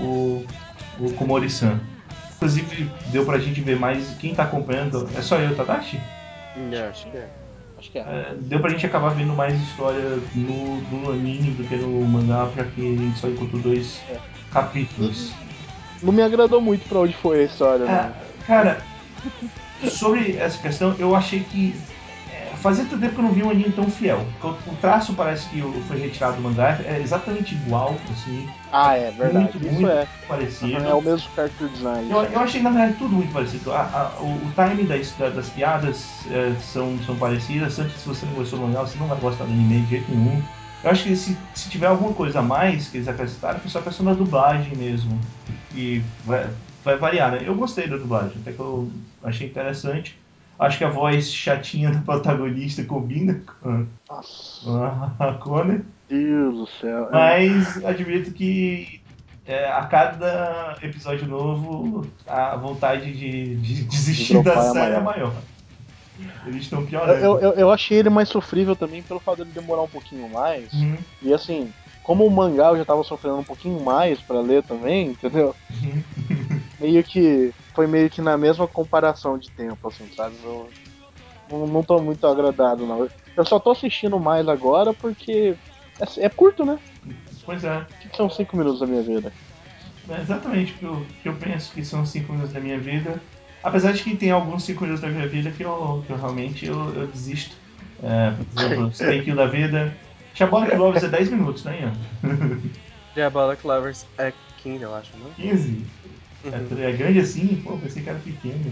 o Komori-san. Inclusive, deu pra gente ver mais quem tá acompanhando. É só eu, Tadashi? Acho que é. Acho que é. Deu pra gente acabar vendo mais história no anime do que no mangá, já que a gente só encontrou 2 É. capítulos. Não me agradou muito pra onde foi a história, não. Cara, sobre essa questão, eu achei que fazia tanto tempo que eu não vi um anime tão fiel. O traço parece que foi retirado do mangá, é exatamente igual, assim, Ah, é verdade. muito, Isso muito é. Aham, é parecido. o mesmo character design, isso Eu mesmo. achei, na verdade, tudo muito parecido. O time das piadas são parecidas, tanto que se você não gostou do mangá, você não vai gostar do anime de jeito nenhum. Eu acho que se tiver alguma coisa a mais que eles acrescentaram, foi só a questão da dublagem mesmo. E vai variar, né? Eu gostei da dublagem, até que eu achei interessante. Acho que a voz chatinha do protagonista combina com Nossa, a Hakone, Deus do céu. É. mas admito que a cada episódio novo a vontade de De desistir da dropar é série é maior. maior. Eles estão Eu, eu, piorando. eu eu achei ele mais sofrível também pelo fato dele demorar um pouquinho mais. Uhum, E assim, como o mangá eu já tava sofrendo um pouquinho mais pra ler também, entendeu? uhum. Meio que. Foi meio que na mesma comparação de tempo, assim, sabe? Eu não tô muito agradado, não. Eu só tô assistindo mais agora porque é curto, né? Pois é. O que são 5 minutos da minha vida? É exatamente o que eu penso que são 5 minutos da minha vida. Apesar de que tem alguns 5 minutos da minha vida que eu realmente eu desisto. Por exemplo, Stay Kill da vida. Shabolic Lovers é 10 minutos, né, Ian? Diabolic Lovers é 15, eu acho, não? 15? Uhum. É grande assim? Pô, pensei que era pequeno.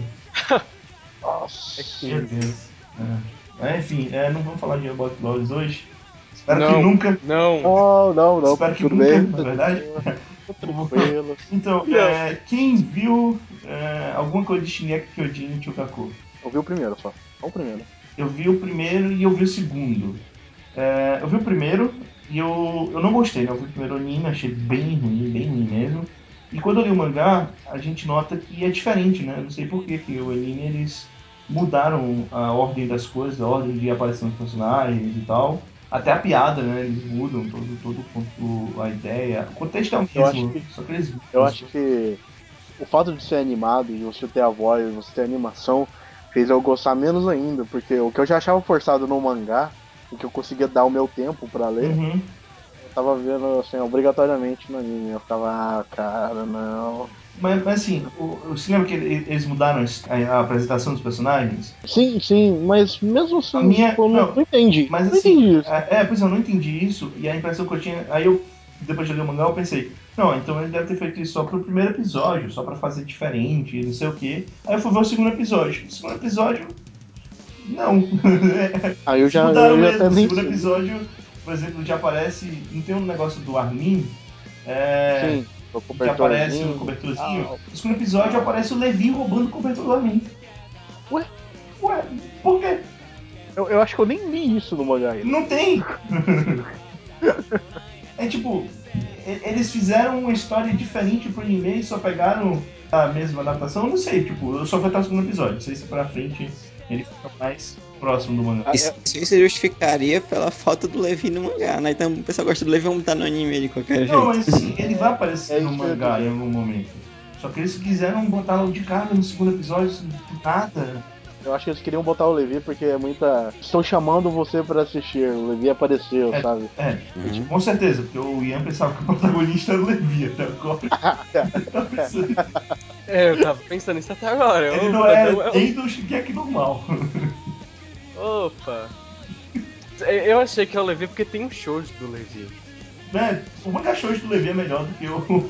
É Meu 15. Deus. Enfim, não vamos falar de Diabolic Lovers hoje. Espero que Não, nunca. não. Não, não, não, Espero que tudo nunca, bem. na verdade. Tranquilo. Então, quem viu alguma coisa de Shingeki no Kyojin no Chokaku? Eu vi o primeiro só. Só o primeiro. Eu vi o primeiro e eu vi o segundo. Eu vi o primeiro e eu não gostei, né? Eu vi o primeiro anime, achei bem ruim mesmo. E quando eu li o mangá, a gente nota que é diferente, né? Eu não sei por que que o anime eles mudaram a ordem das coisas, a ordem de aparição dos personagens e tal. Até a piada, né? Eles mudam a ideia. O contexto é o Eu acho mesmo, que. só que eles mudam Eu as acho coisas. que o fato de ser animado, de você ter a voz, de você ter a animação, fez eu gostar menos ainda, porque o que eu já achava forçado no mangá, e que eu conseguia dar o meu tempo pra ler, Uhum. eu tava vendo assim, obrigatoriamente no anime. Eu ficava, cara, não. Mas assim, você lembra que eles mudaram a apresentação dos personagens? Sim, mas mesmo A assim, minha. tipo, eu não Não, entendi. mas Eu não assim, entendi isso. pois eu não entendi isso, e a impressão que eu tinha. Aí eu, depois de ler o mangá, eu pensei, não, então ele deve ter feito isso só pro primeiro episódio, só pra fazer diferente, não sei o quê. Aí eu fui ver o segundo episódio. O segundo episódio, não. Aí Eles mudaram eu já mesmo. até O nem segundo sei. episódio, por exemplo, já aparece. Não tem um negócio do Armin? É, Sim, o que aparece o cobertorzinho e cobertorzinho. tal. No segundo episódio aparece o Levi roubando o cobertor do Armin. Ué, Ué, por quê? eu acho que eu nem li isso no mangá ainda. Não tem! É tipo, eles fizeram uma história diferente pro anime e só pegaram a mesma adaptação? Eu não sei, tipo, eu só fui até o segundo episódio. Não sei se pra frente ele fica mais próximo do mangá. Ah, Isso justificaria pela falta do Levi no mangá, né? Então o pessoal gosta do Levi, vamos botar no anime de qualquer Não, jeito. mas sim, ele vai aparecer é no isso que eu ia mangá em dizer. algum momento. Só que eles quiseram botar logo de cara no segundo episódio, assim, do nada. Eu acho que eles queriam botar o Levi porque é muita. Estão chamando você pra assistir. O Levi apareceu, É, sabe? Uhum. com certeza, porque o Ian pensava que o protagonista era o Levi até agora. Ele tá pensando. Eu tava pensando nisso até agora. Ele não Opa, é não é. nem do Shingeki normal. Opa. Eu achei que é o Levi porque tem um shoujo do Levi. Né? O manga shoujo do Levi é melhor do que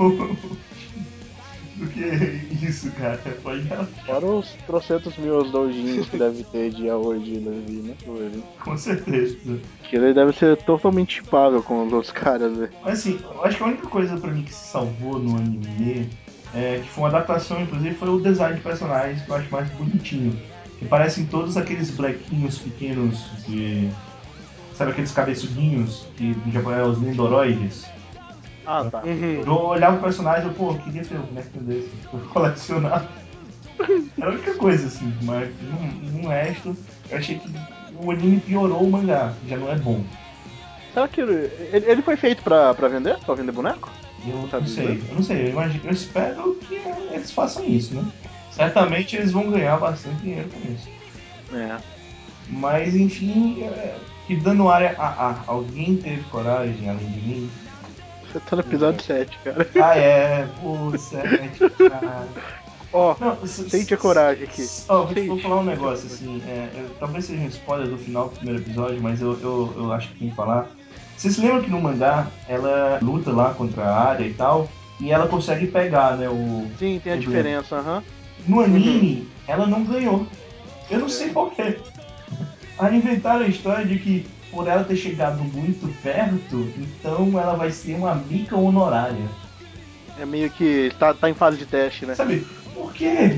do que isso, cara. Pode relaxar, Fora os trocentos mil doujins que deve ter de Aoi de Levi, né? Do Levi. com certeza. Que ele deve ser totalmente chipável com os outros caras, né? Mas assim, eu acho que a única coisa pra mim que se salvou no anime, que foi uma adaptação, inclusive, foi o design de personagens que eu acho mais bonitinho. Que parecem todos aqueles blequinhos pequenos de. Sabe aqueles cabeçudinhos que no Japão é os Nendoroides? Ah, tá. Uhum. Eu olhava o personagem e eu, pô, eu queria ter um boneco desse pra colecionar. Era a única coisa, assim, mas no resto, eu achei que o anime piorou o mangá, que já não é bom. Será que ele foi feito pra vender? Pra vender boneco? Você Eu não sabe dizer? sei, eu imagino, eu espero que eles façam isso, né? Certamente eles vão ganhar bastante dinheiro com isso. É. Mas enfim, que dando área a alguém teve coragem além de mim? Você tá no episódio 7, cara. Ah, é, pô, sete, cara. Ó, Não, sente a coragem aqui. vou falar um Sente a negócio coragem. assim, talvez seja um spoiler do final do primeiro episódio, mas eu acho que tem que falar. Você se lembra que no mangá ela luta lá contra a área e tal, e ela consegue pegar, né, o Sim, tem a emblema. diferença, aham. No Uhum. anime, ela não ganhou. Eu não sei porquê. Aí inventaram a história de que por ela ter chegado muito perto, então ela vai ser uma mica honorária. É meio que tá em fase de teste, né? Sabe? Por quê?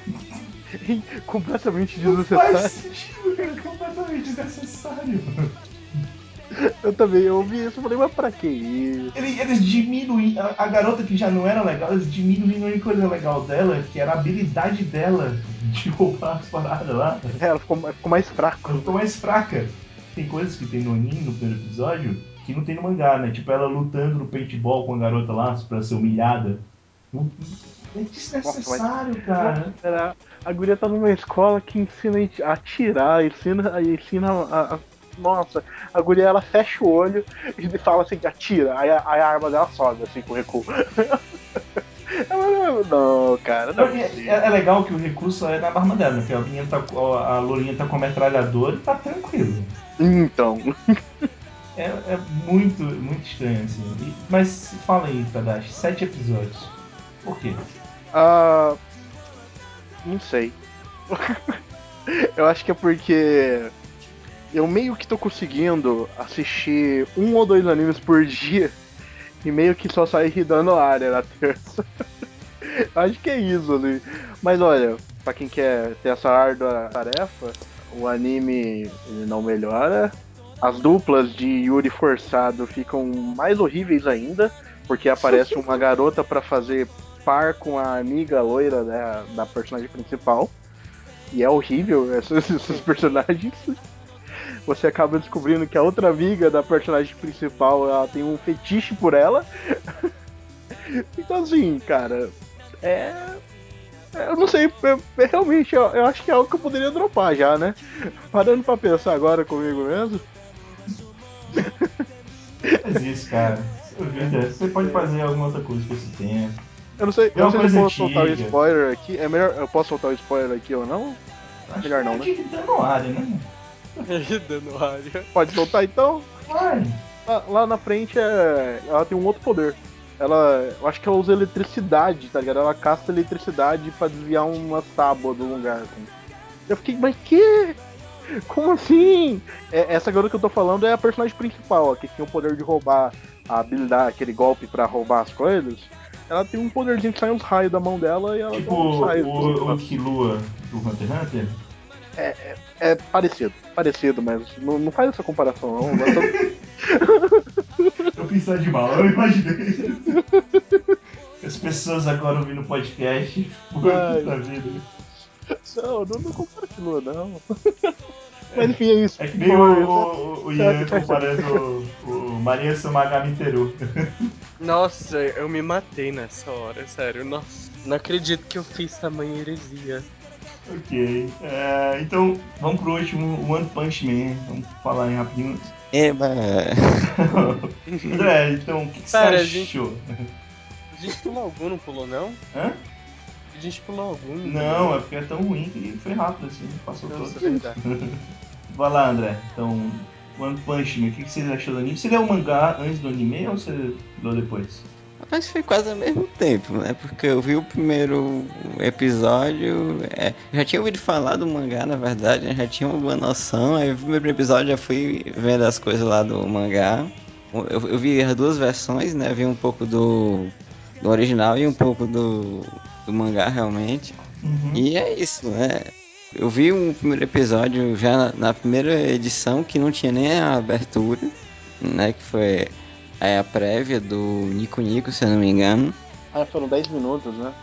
Completamente Não faz desnecessário. sentido, cara. É completamente desnecessário. Eu também, eu ouvi isso e falei, mas pra que isso? Eles diminuem a garota que já não era legal, eles diminuem a única coisa legal dela, que era a habilidade dela de roubar as paradas lá. É, ela ficou mais fraco, Ela né? ficou mais fraca. Tem coisas que tem no anime, no primeiro episódio, que não tem no mangá, né? Tipo ela lutando no paintball com a garota lá pra ser humilhada. É Nossa, mas. desnecessário, Nossa, cara. cara, a guria tá numa escola que ensina a atirar, ensina nossa, a guria ela fecha o olho e fala assim, atira, aí a arma dela sobe, assim, com recuo. Não, cara, não é Não, e possível. é legal que o recurso é na arma dela, né? Que a lourinha tá com a metralhadora e tá tranquilo. Então, É muito estranho, assim. Mas fala aí, Tadashi, 7 episódios. Por quê? ah, não sei. Eu acho que é porque eu meio que tô conseguindo assistir um ou dois animes por dia E meio que só sai dando área na terça. Acho que é isso ali. Mas olha, pra quem quer ter essa árdua tarefa, o anime ele não melhora. As duplas de Yuri forçado ficam mais horríveis ainda, porque aparece uma garota pra fazer par com a amiga loira da personagem principal. E é horrível esses personagens. Você acaba descobrindo que a outra amiga da personagem principal ela tem um fetiche por ela. Então assim, cara, é eu não sei, realmente, eu acho que é algo que eu poderia dropar já, né? Parando pra pensar agora comigo mesmo. Faz isso, cara. Sua vida. Você pode fazer alguma outra coisa com esse tempo. Eu Vê não uma sei se eu coisa posso soltar o antiga. spoiler aqui. É melhor, eu posso soltar o spoiler aqui ou não? Acho que Melhor é não, né? de dando área, né? Dando área. Pode soltar então? Vai. Lá na frente ela tem um outro poder. Eu acho que ela usa eletricidade, tá ligado? Ela casta eletricidade pra desviar uma tábua do lugar. Assim. Eu fiquei, mas que? Como assim? Essa garota que eu tô falando é a personagem principal, a que tem o poder de roubar a habilidade, aquele golpe pra roubar as coisas. Ela tem um poderzinho que sai uns raios da mão dela e ela dá Tipo uns raios pros outros o lados. Killua do Hunter x Hunter. É parecido, mas não faz essa comparação, não. Mas Eu fiz só de mal, eu imaginei. As pessoas agora ouvindo o podcast, Ai, puta vida. não compara aquilo, não. Mas enfim, é isso. É que nem Foi, o Ian comparando o Maria Samagami Teru. Nossa, eu me matei nessa hora, sério. Nossa, não acredito que eu fiz tamanha heresia. Ok. Então, vamos pro último, One Punch Man. Vamos falar em rapidinho. Eba! André, então, o que você Pera, achou? a gente pulou algum, não pulou não? Hã? A gente pulou algum, não Não, é pulou? porque é tão ruim que foi rápido assim, passou Nossa, todos. é verdade. Vai lá, André. Então, One Punch Man, o que você achou do anime? Você leu o mangá antes do anime ou você leu depois? Mas foi quase ao mesmo tempo, né? Porque eu vi o primeiro episódio. Eu já tinha ouvido falar do mangá, na verdade, né? Já tinha alguma noção. Aí eu vi o primeiro episódio, já fui vendo as coisas lá do mangá. Eu vi as duas versões, né? Vi um pouco do original e um pouco do mangá, realmente. Uhum. E é isso, né? Eu vi um primeiro episódio já na primeira edição, que não tinha nem a abertura, né? Que foi a prévia do Nico Nico, se eu não me engano. foram 10 minutos, né?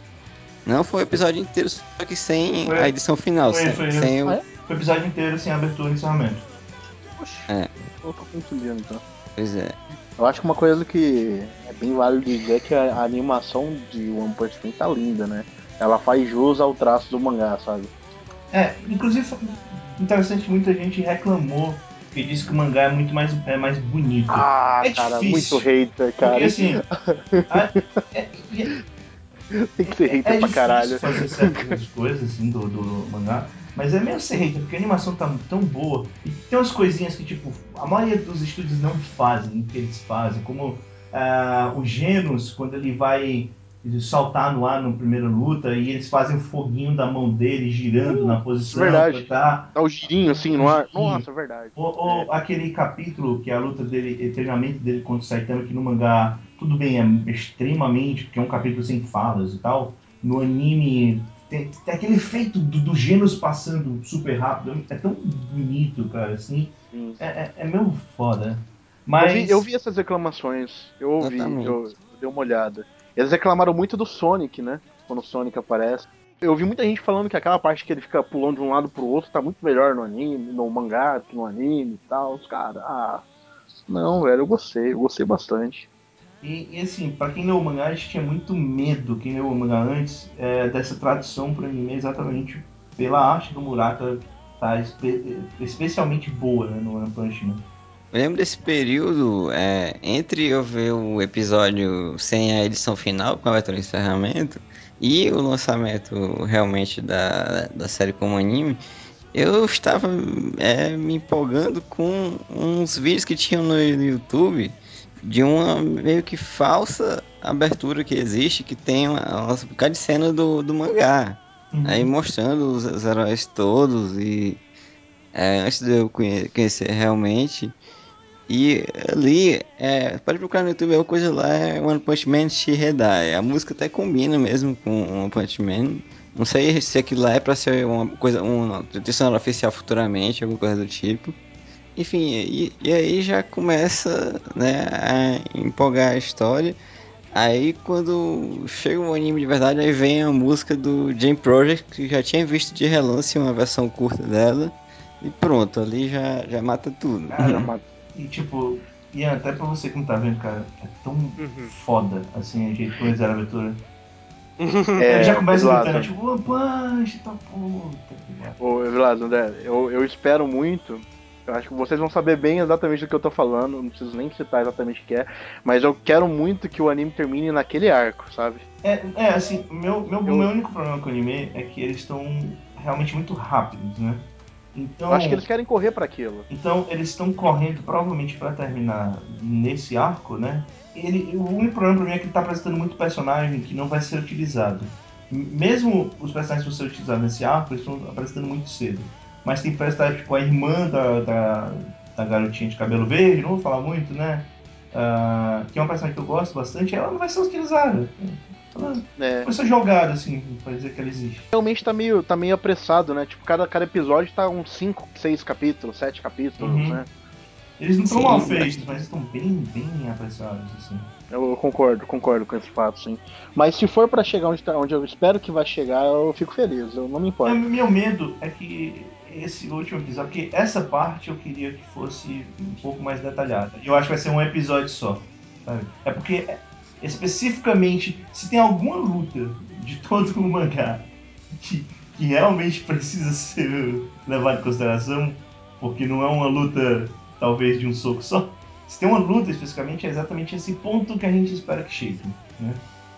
Não foi o episódio inteiro, só que sem a Foi, edição final, foi, foi, sem Ah, o. é? foi o episódio inteiro sem abertura e encerramento. Oxi, É, eu tô confundindo então. pois é. Eu acho que uma coisa que é bem válido dizer é que a animação de One Punch Man tá linda, né? Ela faz jus ao traço do mangá, sabe? Inclusive, interessante, muita gente reclamou porque disse que o mangá é mais bonito. Ah, É cara, muito difícil, hater, porque cara. assim, a- é, Tem que ser hater é pra difícil caralho. fazer certas coisas assim do mangá, mas é meio ser hater, porque a animação tá tão boa e tem umas coisinhas que, tipo, a maioria dos estúdios não fazem o que eles fazem, como o Genos, quando ele vai saltar no ar na primeira luta e eles fazem o foguinho da mão dele girando na posição pra Verdade. tá Dá o girinho assim o no ar. girinho. Nossa, verdade. Ou aquele capítulo que é a luta dele, o treinamento dele contra o Saitama, que no mangá, tudo bem, é extremamente, porque é um capítulo sem falas e tal. No anime, tem aquele efeito do Genos passando super rápido. É tão bonito, cara, assim. Sim. É meio foda. Eu Mas, vi essas reclamações. Eu ouvi, Exatamente. eu dei uma olhada. Eles reclamaram muito do Sonic, né? Quando o Sonic aparece. Eu vi muita gente falando que aquela parte que ele fica pulando de um lado pro outro tá muito melhor no anime, no mangá, que no anime e tal. Os caras, não, velho, eu gostei bastante. e assim, pra quem leu o mangá, a gente tinha muito medo, quem leu o mangá antes, dessa tradução pro anime exatamente pela arte do Murata tá especialmente boa, né, no One Punch Man. Eu lembro desse período, entre eu ver o episódio sem a edição final, com a abertura e encerramento, e o lançamento realmente da série como anime, eu estava me empolgando com uns vídeos que tinham no YouTube de uma meio que falsa abertura que existe, que tem uma bocado de cena do mangá. Aí Uhum. mostrando os heróis todos e antes de eu conhecer realmente. E ali, pode procurar no YouTube, a coisa lá é One Punch Man Shihedai. A música até combina mesmo com One Punch Man. Não sei se aquilo lá é pra ser uma coisa, uma trilha sonora oficial futuramente, alguma coisa do tipo. Enfim, e aí já começa, né, a empolgar a história. Aí quando chega o anime de verdade, aí vem a música do Jam Project, que já tinha visto de relance uma versão curta dela. E pronto, ali já mata tudo. Cara, Mas, e tipo, e até pra você que não tá vendo, cara, é tão Uhum. foda, assim, o jeito que eles fizeram a abertura. Ele já começa gritando, Vilazo, tipo, One Punch, tá puta que pariu. ô, Vilazo, André, eu espero muito. Eu acho que vocês vão saber bem exatamente do que eu tô falando. Não preciso nem citar exatamente o que é. Mas eu quero muito que o anime termine naquele arco, sabe? Assim, meu Eu, único problema com o anime é que eles estão realmente muito rápidos, né? eu acho que Então, eles querem correr pra aquilo. Então eles estão correndo provavelmente para terminar nesse arco, né? O único problema para mim é que ele está apresentando muito personagem que não vai ser utilizado. Mesmo os personagens que vão ser utilizados nesse arco, eles estão apresentando muito cedo. Mas tem personagem tipo a irmã da garotinha de cabelo verde, não vou falar muito, né? Que é uma personagem que eu gosto bastante, ela não vai ser utilizada. Ela É, vai ser jogada, assim, para dizer que ela existe. realmente tá meio apressado, né? Tipo, cada episódio tá uns 5, 6 capítulos, 7 capítulos, Uhum. né? Eles não estão mal Sim, feitos, mas estão bem apressados, assim. Eu concordo com esse fato, sim. Mas se for pra chegar onde eu espero que vai chegar, eu fico feliz, eu não me importo. Meu medo é que esse último episódio, porque essa parte eu queria que fosse um pouco mais detalhada. Eu acho que vai ser um episódio só, sabe? É porque, especificamente, se tem alguma luta de todo o mangá que, que realmente precisa ser levada em consideração, porque não é uma luta, talvez, de um soco só. Se tem uma luta especificamente, é exatamente esse ponto que a gente espera que chegue, né?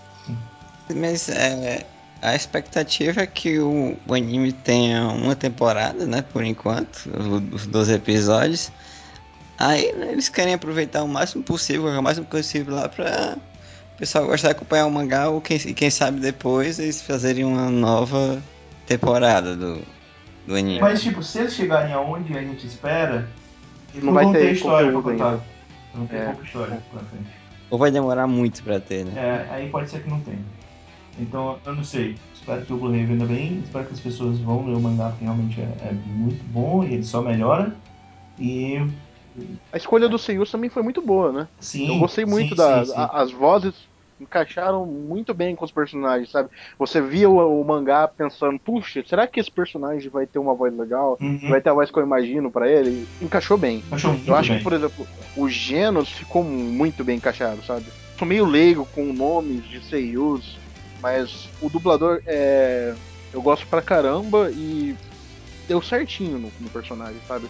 mas a expectativa é que o anime tenha uma temporada, né? Por enquanto, os 12 episódios. Aí né, eles querem aproveitar o máximo possível, o máximo possível lá pra o pessoal gostar de acompanhar o mangá ou quem sabe depois eles fazerem uma nova temporada do anime. Mas, tipo, se eles chegarem aonde a gente espera, eles Não não vai vão ter ter história pra conteúdo ainda. contar. Vão ter É. pouca história pra frente. Ou vai demorar muito pra ter, né? Aí pode ser que não tenha. Então, eu não sei. Espero que o Blu-ray venda bem. Espero que as pessoas vão ler o mangá, porque realmente é muito bom e ele só melhora. E A escolha do Seiyus também foi muito boa, né? Eu sim, gostei muito sim, sim, sim. as vozes encaixaram muito bem com os personagens, sabe? Você via o mangá pensando, puxa, será que esse personagem vai ter uma voz legal? Vai Uhum. ter a voz que eu imagino pra ele? Encaixou bem. Achou Eu muito acho que, bem. por exemplo, o Genos ficou muito bem encaixado, sabe? Sou meio leigo com nomes de seiyus, mas o dublador eu gosto pra caramba e deu certinho no personagem, sabe?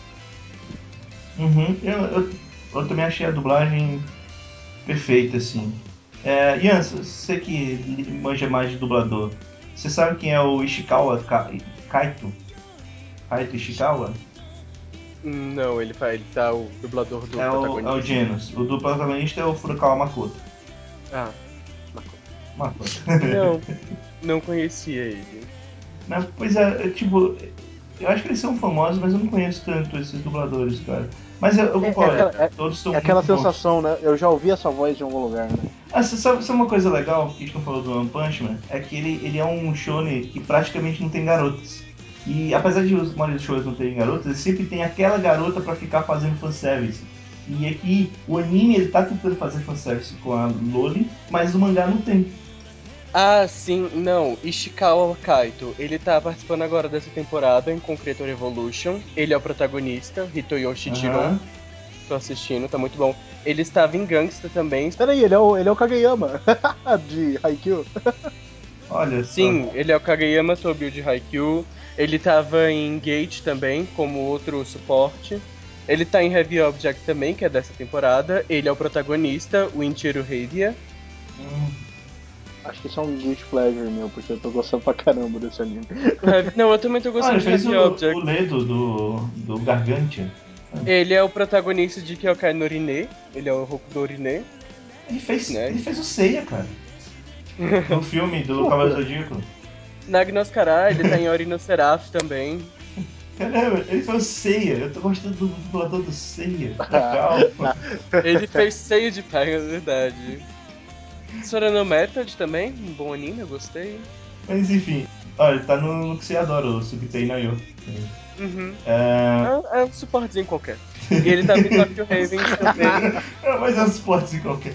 Uhum. Eu também achei a dublagem perfeita, assim. Ian, você que manja mais de dublador, você sabe quem é o Ishikawa Kaito? Kaito Ishikawa? Não, ele tá o dublador do É o protagonista. Genos. O do protagonista é o Furukawa Makoto. Ah, Makoto. Makoto. Não, não conhecia ele. Pois tipo, eu acho que eles são famosos, mas eu não conheço tanto esses dubladores, cara. Mas eu É, é concordo, aquela, é, todos estão é aquela muito bons. sensação, né? Eu já ouvi essa voz em algum lugar, né? Você sabe uma coisa legal que a gente não falou do One Punch Man? É que ele é um shonen que praticamente não tem garotas. E apesar de os maioria dos shows não terem garotas, sempre tem aquela garota pra ficar fazendo fanservice. E aqui, o anime ele tá tentando fazer fanservice com a Loli, mas o mangá não tem. Ah, sim, não. Ishikawa Kaito. Ele tá participando agora dessa temporada em Concretor Evolution. Ele é o protagonista, Hitoyoshi Chiron. Aham. Tô assistindo, tá muito bom. Ele estava em Gangsta também. Peraí, ele é o Kageyama de Haikyuu. Olha só. Sim, ele é o Kageyama Tobio de Haikyuu. Ele tava em Gate também, como outro suporte. Ele tá em Heavy Object também, que é dessa temporada. Ele é o protagonista, o Intiero Heidia. Hum. Acho que isso é um guilty pleasure meu, porque eu tô gostando pra caramba desse anime. Não, eu também tô Ah, gostando ele de fez Heavy o Object. Ledo do Gargantia. Ele é o protagonista de Kyokai no Rine. Ele é o Hokudo Rine, Ele né? fez o Seiya, cara. No filme Que do Cavaleiro loucura. Zodíaco. Nagnos Kara, ele tá em Ori no Seraph também. Caramba, ele foi o Seiya. Eu tô gostando do dublador do Seiya. Legal. Ele fez Seio de Pai, é verdade. Sorano Method também, um bom anime, eu gostei. Mas enfim, olha, ele tá no que você adora, o Subtei no Yo. Uhum. É... É um suportezinho qualquer. E ele tá em Tokyo Ravens também. Mas é um suporte qualquer.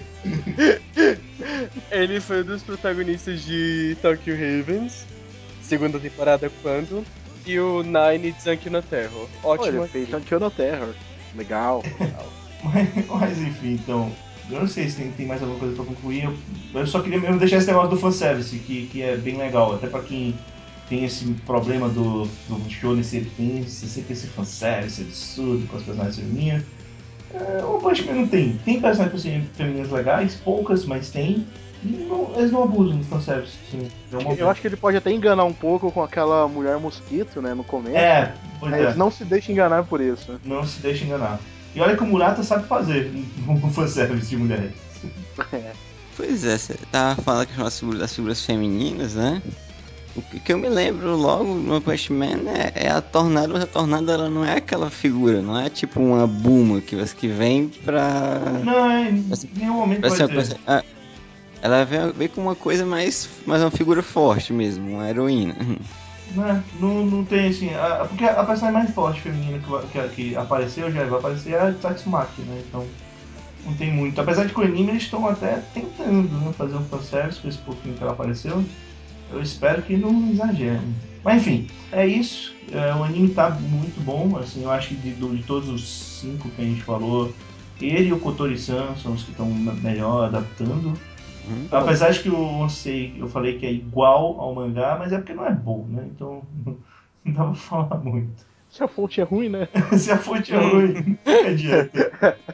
Ele foi um dos protagonistas de Tokyo Ravens, segunda temporada quando, e o Nine Zanki no Terror. Ótimo. Olha, fez Until no Terror. Legal. Mas enfim, então, eu não sei se tem mais alguma coisa pra concluir. Eu só queria mesmo deixar esse negócio do fanservice, que é bem legal, até pra quem tem esse problema do show nesse tenso, sempre esse fanservice absurdo com as personagens femininas. O Punch Man não tem. Tem personagens femininas legais, poucas, mas tem. E eles não abusam do fanservice. Assim, Eu acho que ele pode até enganar um pouco com aquela mulher mosquito, né, no começo. Pois Mas é. não se deixe enganar por isso. Né? Não se deixe enganar. E olha que o Murata sabe fazer um fanservice de mulheres. Pois é, você tava falando que das figuras femininas, né? O que eu me lembro logo no One Punch Man é a Tornado, mas a Tornado ela não é aquela figura, não é tipo uma Buma que vem pra. Não, em nenhum momento Pra vai ser uma ter. coisa. Ela vem com uma coisa mais uma figura forte mesmo, uma heroína. Não tem assim. Porque a personagem mais forte feminina que apareceu já vai aparecer é a Tatsumaki, né? Então não tem muito. Apesar de que o anime eles estão até tentando, né, fazer um fanservice com esse pouquinho que ela apareceu. Eu espero que não exagerem. Mas enfim, é isso. O anime tá muito bom. Assim, eu acho que de todos os 5 que a gente falou, ele e o Kotori-san são os que estão melhor adaptando. Apesar de que o Onsei, eu falei que é igual ao mangá, mas é porque não é bom, né? Então não dá pra falar muito. Se a fonte é ruim, né? Se a fonte é ruim, o que adianta?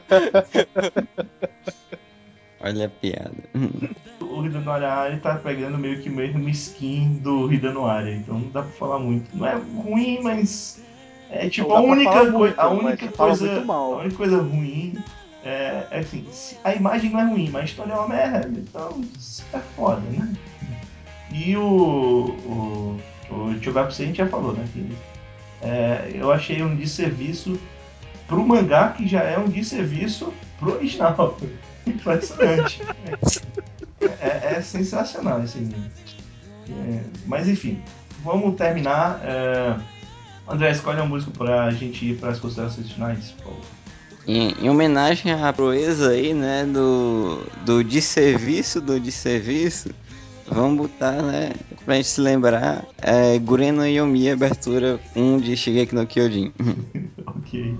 Olha a piada. O Hidanoara ele tá pegando meio que o mesmo skin do Hidanoara, então não dá pra falar muito. Não é ruim, mas é Não tipo dá pra falar a muito, mas única se fala muito coisa, a mal. única coisa ruim é assim, a imagem não é ruim, mas a história é uma merda, então isso é foda, né? E o Chogaku Sen já falou, né? Que eu achei um desserviço pro mangá, que já é um desserviço pro original. Impressionante. É sensacional esse anime. Mas enfim, vamos terminar. André, escolhe uma música pra gente ir pras considerações finais, por favor. Em homenagem à proeza aí, né, do desserviço, vamos botar, né, pra gente se lembrar, Guren no Yomi, abertura 1 de Shigeki no Kyojin. Ok.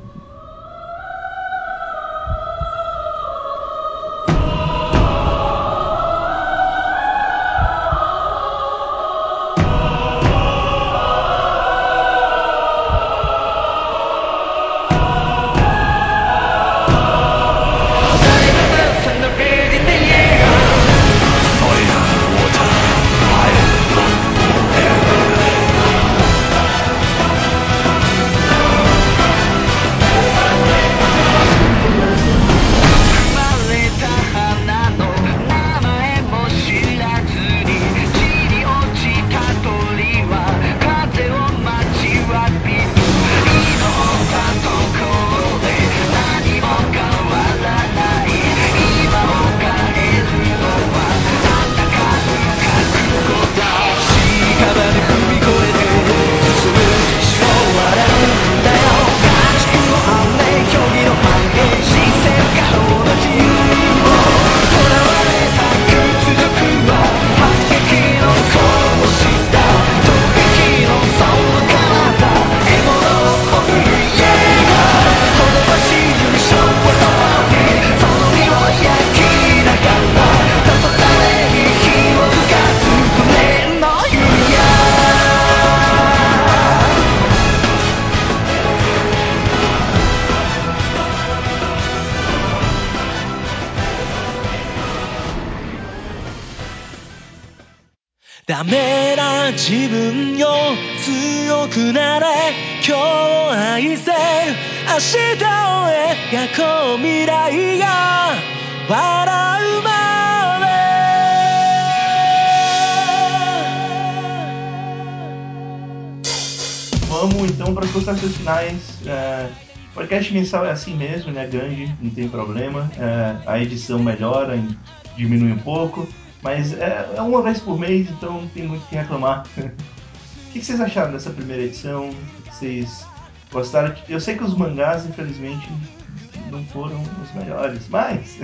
生まれた花の名前も知らずに地に落ちた鳥は風を待ちわびる祈ったところで何も変わらない今を変えるのは戦う覚悟だ屍踏み越えて進む白割れるんだよ家畜の雨虚偽の繁栄新鮮可能な自由を囚われた屈辱は反撃の拳だ飛び火のその体獲物を追いほどばしい優勝を共にその身を焼きながらたそたれに火を吹かす無念の弓矢ダメな自分よ強くなれ今日を愛せ明日を描こう未来が笑うまで Vamos então Suas considerações finais. Podcast mensal é assim mesmo, né? Grande, não tem problema. A edição melhora, diminui um pouco, mas é uma vez por mês, então não tem muito o que reclamar. O que vocês acharam dessa primeira edição? O que vocês gostaram? Eu sei que os mangás, infelizmente, não foram os melhores, mas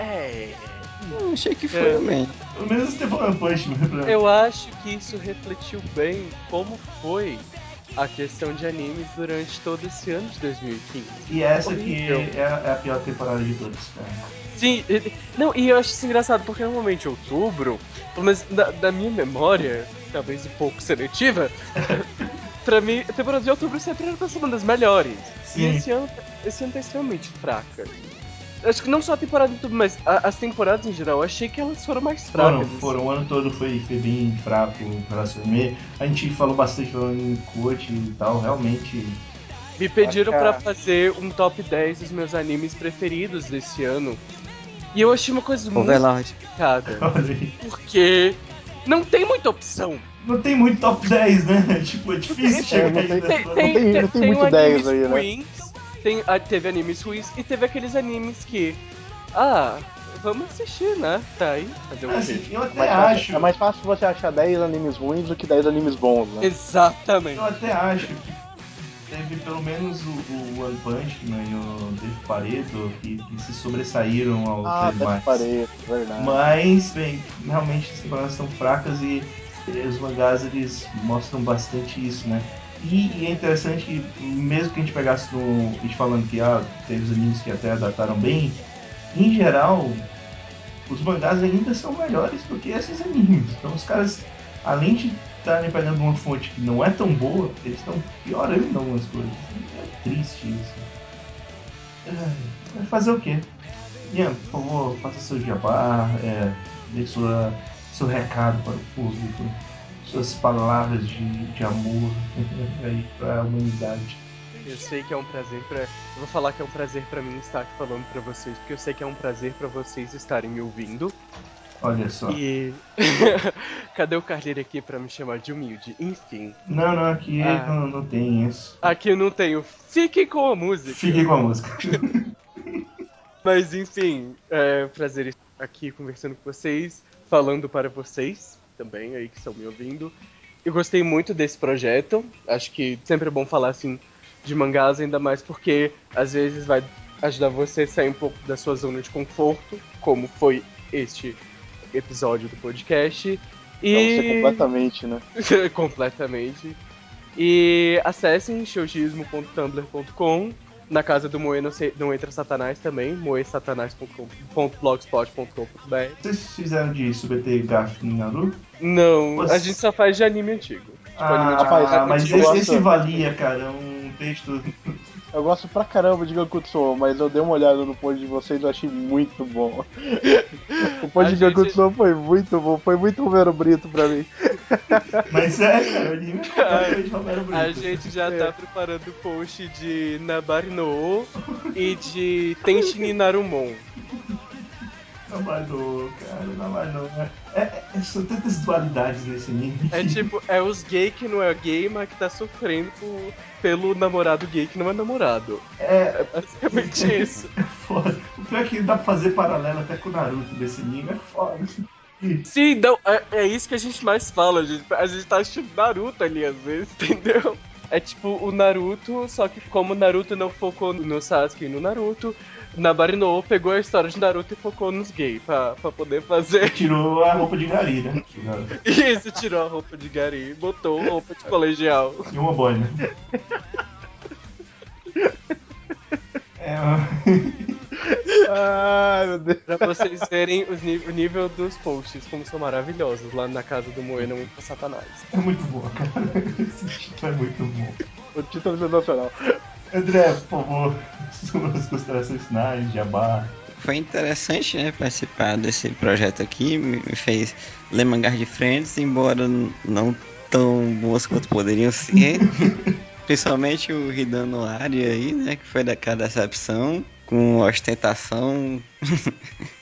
Eu achei que foi bem. pelo menos teve One Punch Man pra... Eu acho que isso refletiu bem como foi a questão de animes durante todo esse ano de 2015. E essa aqui Horrível. é a pior temporada de todas, cara. Sim, não, e eu acho isso engraçado, porque normalmente outubro, pelo menos da minha memória, talvez um pouco seletiva, pra mim, a temporada de outubro sempre era pra ser uma das melhores. E Sim. esse ano tá extremamente fraca. Acho que não só a temporada de outubro, mas as temporadas em geral, eu achei que elas foram mais fracas. Foram. O ano todo foi bem fraco em relação ao anime. A gente falou bastante do anime coach e tal, realmente. Me pediram pra Acho fazer um top 10 dos meus animes preferidos desse ano. E eu achei uma coisa muito Overlord. complicada. Olha aí. Porque não tem muita opção. Não tem muito top 10, né? Tipo, é difícil chegar não aí tem- nessa- não tem muito animes 10 aí, né? ruins, teve animes ruins e teve aqueles animes que. Vamos assistir, né? Tá aí, fazer o Assim, quê? eu até acho. É mais fácil você achar 10 animes ruins do que 10 animes bons, né? Exatamente. Eu até acho que teve pelo menos o One Punch Man e o Death Pareto que se sobressaíram aos Ah, até demais. parei, verdade. Mas, bem, realmente as temporadas são fracas e os mangás eles mostram bastante isso, né? E é interessante que, mesmo que a gente pegasse no. A gente falando que teve os animes que até adaptaram bem, em geral, os mangás ainda são melhores do que esses animes. Então, os caras, além de estarem pegando uma fonte que não é tão boa, eles estão piorando algumas coisas. É triste isso. Vai fazer o quê? Ian, por favor, faça seu jabá, dê seu recado para o público, suas palavras de amor aí para a humanidade. Eu sei que é um prazer pra. Eu vou falar que é um prazer pra mim estar aqui falando pra vocês, porque eu sei que é um prazer pra vocês estarem me ouvindo. Olha só. E. Cadê o Carleiro aqui pra me chamar de humilde? Enfim. Não, aqui Ah. não tem isso. Aqui eu não tenho. Fiquem com a música. Fique com a música. Mas enfim, é um prazer estar aqui conversando com vocês, falando para vocês também aí que estão me ouvindo. Eu gostei muito desse projeto. Acho que sempre é bom falar assim de mangás, ainda mais porque às vezes vai ajudar você a sair um pouco da sua zona de conforto, como foi este episódio do podcast. Pra você E completamente, né? completamente. E acessem showgismo.tumblr.com. Na casa do Moe não entra Satanás também, moesatanás.blogspot.com.br. Vocês fizeram de submeter gafe no Naruto? Não, a gente Você- só faz de anime antigo. Tipo, anime antigo. Rapaz, Mas eu esse gosto- valia, cara, um texto. Eu gosto pra caramba de Gankutsu, mas eu dei uma olhada no post de vocês e eu achei muito bom. O A post de gente- Gankutsu foi muito bom, foi muito Romero Brito pra mim. Mas cara, o anime é completamente Romero Brito. A gente já tá preparando o post de Nabarino e de Tenshin Narumon. Não vai não, cara, não vai não. São tantas dualidades nesse anime. É tipo, é os gay que não é gay, mas que tá sofrendo pelo namorado gay que não é namorado. É basicamente isso. É foda. O pior é que dá pra fazer paralelo até com o Naruto desse anime, é foda. Sim, não, é isso que a gente mais fala, gente. A gente tá assistindo Naruto ali às vezes, entendeu? É tipo o Naruto, só que como o Naruto não focou no Sasuke e no Naruto, Nabarino pegou a história de Naruto e focou nos gays, pra poder fazer. Tirou a roupa de gari, né? Isso, tirou a roupa de gari, botou roupa de colegial. E uma boina. É, Ai, meu Deus. Pra vocês verem o nível dos posts, como são maravilhosos lá na casa do Moeno com Satanás. é muito bom, cara. Esse título é muito bom. O título é sensacional. André, por favor, suas considerações finais, jabá. Foi interessante, né, participar desse projeto aqui. Me fez ler mangás de Friends, embora não tão bons quanto poderiam ser. Principalmente o Hidano Ari aí, né, que foi daquela decepção, com ostentação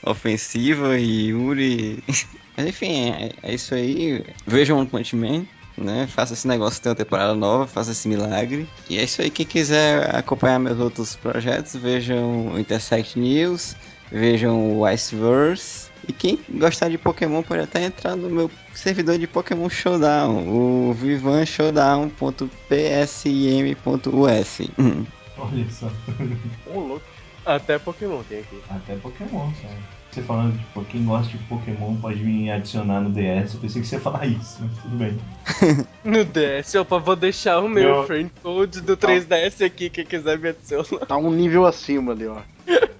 ofensiva e Yuri. Mas enfim, é isso aí. Vejam One Punch Man. né? Faça esse negócio ter uma temporada nova, faça esse milagre. E é isso aí, quem quiser acompanhar meus outros projetos, vejam o Intersect News, vejam o Iceverse. E quem gostar de Pokémon pode até entrar no meu servidor de Pokémon Showdown, o vivanshowdown.psim.us. Olha só. Ô, louco. Até Pokémon tem aqui. Até Pokémon, sabe? Você falando, tipo, quem gosta de Pokémon pode me adicionar no DS. Eu pensei que você ia falar isso, mas tudo bem. No DS, opa, vou deixar o meu friend code do 3DS aqui, quem quiser me adicionar. Tá um nível acima ali, ó.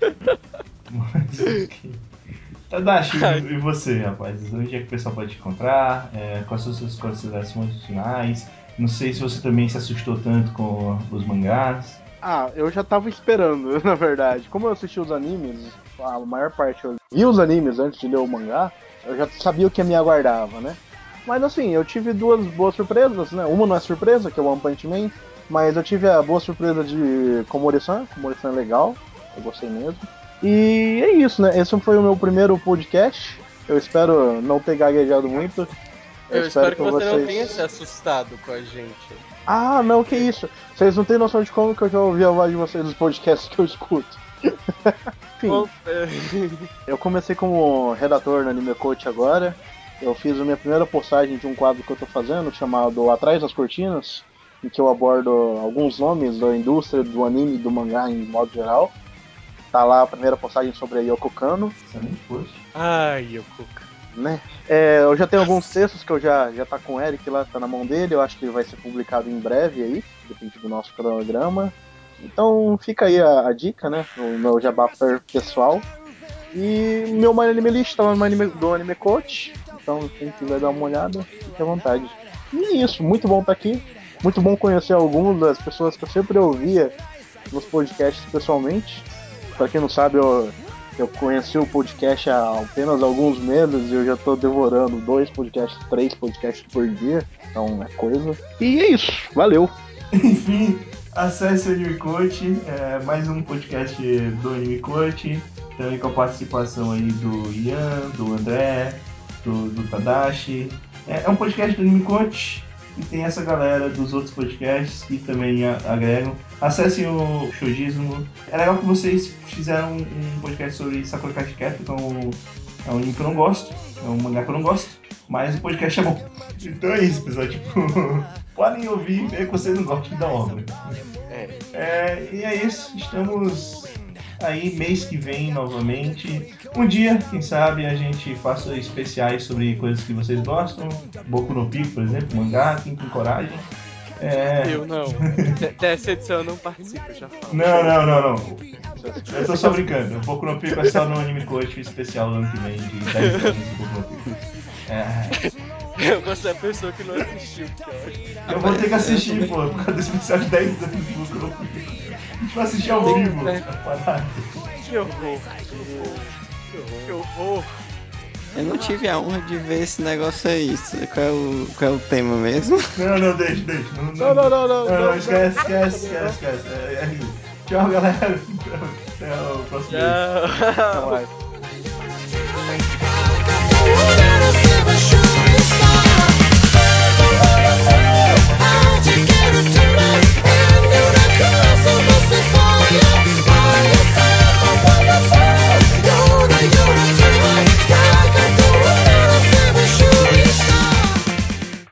Mas, ok. Tadashi, Ai. e você, rapaz? Onde é que o pessoal pode te encontrar? Quais são as suas considerações finais? Não sei se você também se assustou tanto com os mangás. Ah, eu já tava esperando, na verdade. Como eu assisti os animes, a maior parte eu vi os animes antes de ler o mangá, eu já sabia o que me aguardava, né? Mas assim, eu tive duas boas surpresas, né? Uma não é surpresa, que é o One Punch Man, mas eu tive a boa surpresa de Komori-san. Komori-san é legal, eu gostei mesmo. E é isso, né? Esse foi o meu primeiro podcast. Eu espero não ter gaguejado muito. Eu espero que você não vocês... tenha se assustado com a gente. Ah, não, que isso. Vocês não têm noção de como que eu já ouvi a voz de vocês nos podcasts que eu escuto. Enfim, eu comecei como redator no Anime Coach agora. Eu fiz a minha primeira postagem de um quadro que eu tô fazendo, chamado Atrás das Cortinas, em que eu abordo alguns nomes da indústria do anime e do mangá em modo geral. Tá lá a primeira postagem sobre a Yoko Kanno, Excelente post. Ai, Yokuka. né? Eu já tenho alguns textos que eu já tá com o Eric lá, tá na mão dele. Eu acho que ele vai ser publicado em breve aí, depende do nosso cronograma. Então fica aí a dica, né? O meu jabá pessoal. E meu My Anime List tá lá no do Anime Coach. Então quem quiser dar uma olhada, fique à vontade. E é isso, muito bom estar aqui. Muito bom conhecer algumas das pessoas que eu sempre ouvia nos podcasts pessoalmente. Pra quem não sabe, eu conheci o podcast há apenas alguns meses e eu já tô devorando 2 podcasts, 3 podcasts por dia. Então é coisa. E é isso, valeu! Enfim, acesse o Anime Coach, mais um podcast do Anime Coach, também com a participação aí do Ian, do André, do Tadashi. É um podcast do Anime Coach e tem essa galera dos outros podcasts que também agregam. Acessem o Shojismo. É legal que vocês fizeram um podcast sobre Sakura Card Captor, que é um anime que eu não gosto, é um mangá que eu não gosto, mas o podcast é bom. Então é isso, pessoal. Tipo, podem ouvir, ver que vocês não gostam da obra. E é isso. Estamos aí mês que vem novamente. Um dia, quem sabe, a gente faça especiais sobre coisas que vocês gostam. Boku no Pico, por exemplo, mangá, quem tem coragem. Eu não. Dessa edição eu não participo, eu já falo. Não. Eu tô só brincando. O Boku no Pico é só no Anime Coach especial do ano que vem, de 10 anos do Boku no Pico. Eu vou ser a pessoa que não assistiu, que ótimo. Eu vou ter que assistir, pô, por causa do especial de 10 anos do Boku no Pico. A gente vai assistir ao vivo a parada. Que horror. Que horror. Eu não tive a honra de ver esse negócio aí. Qual é o tema mesmo? Não, deixa. Não, esquece. Tchau, galera. Até o próximo mês. Tchau. Até mais.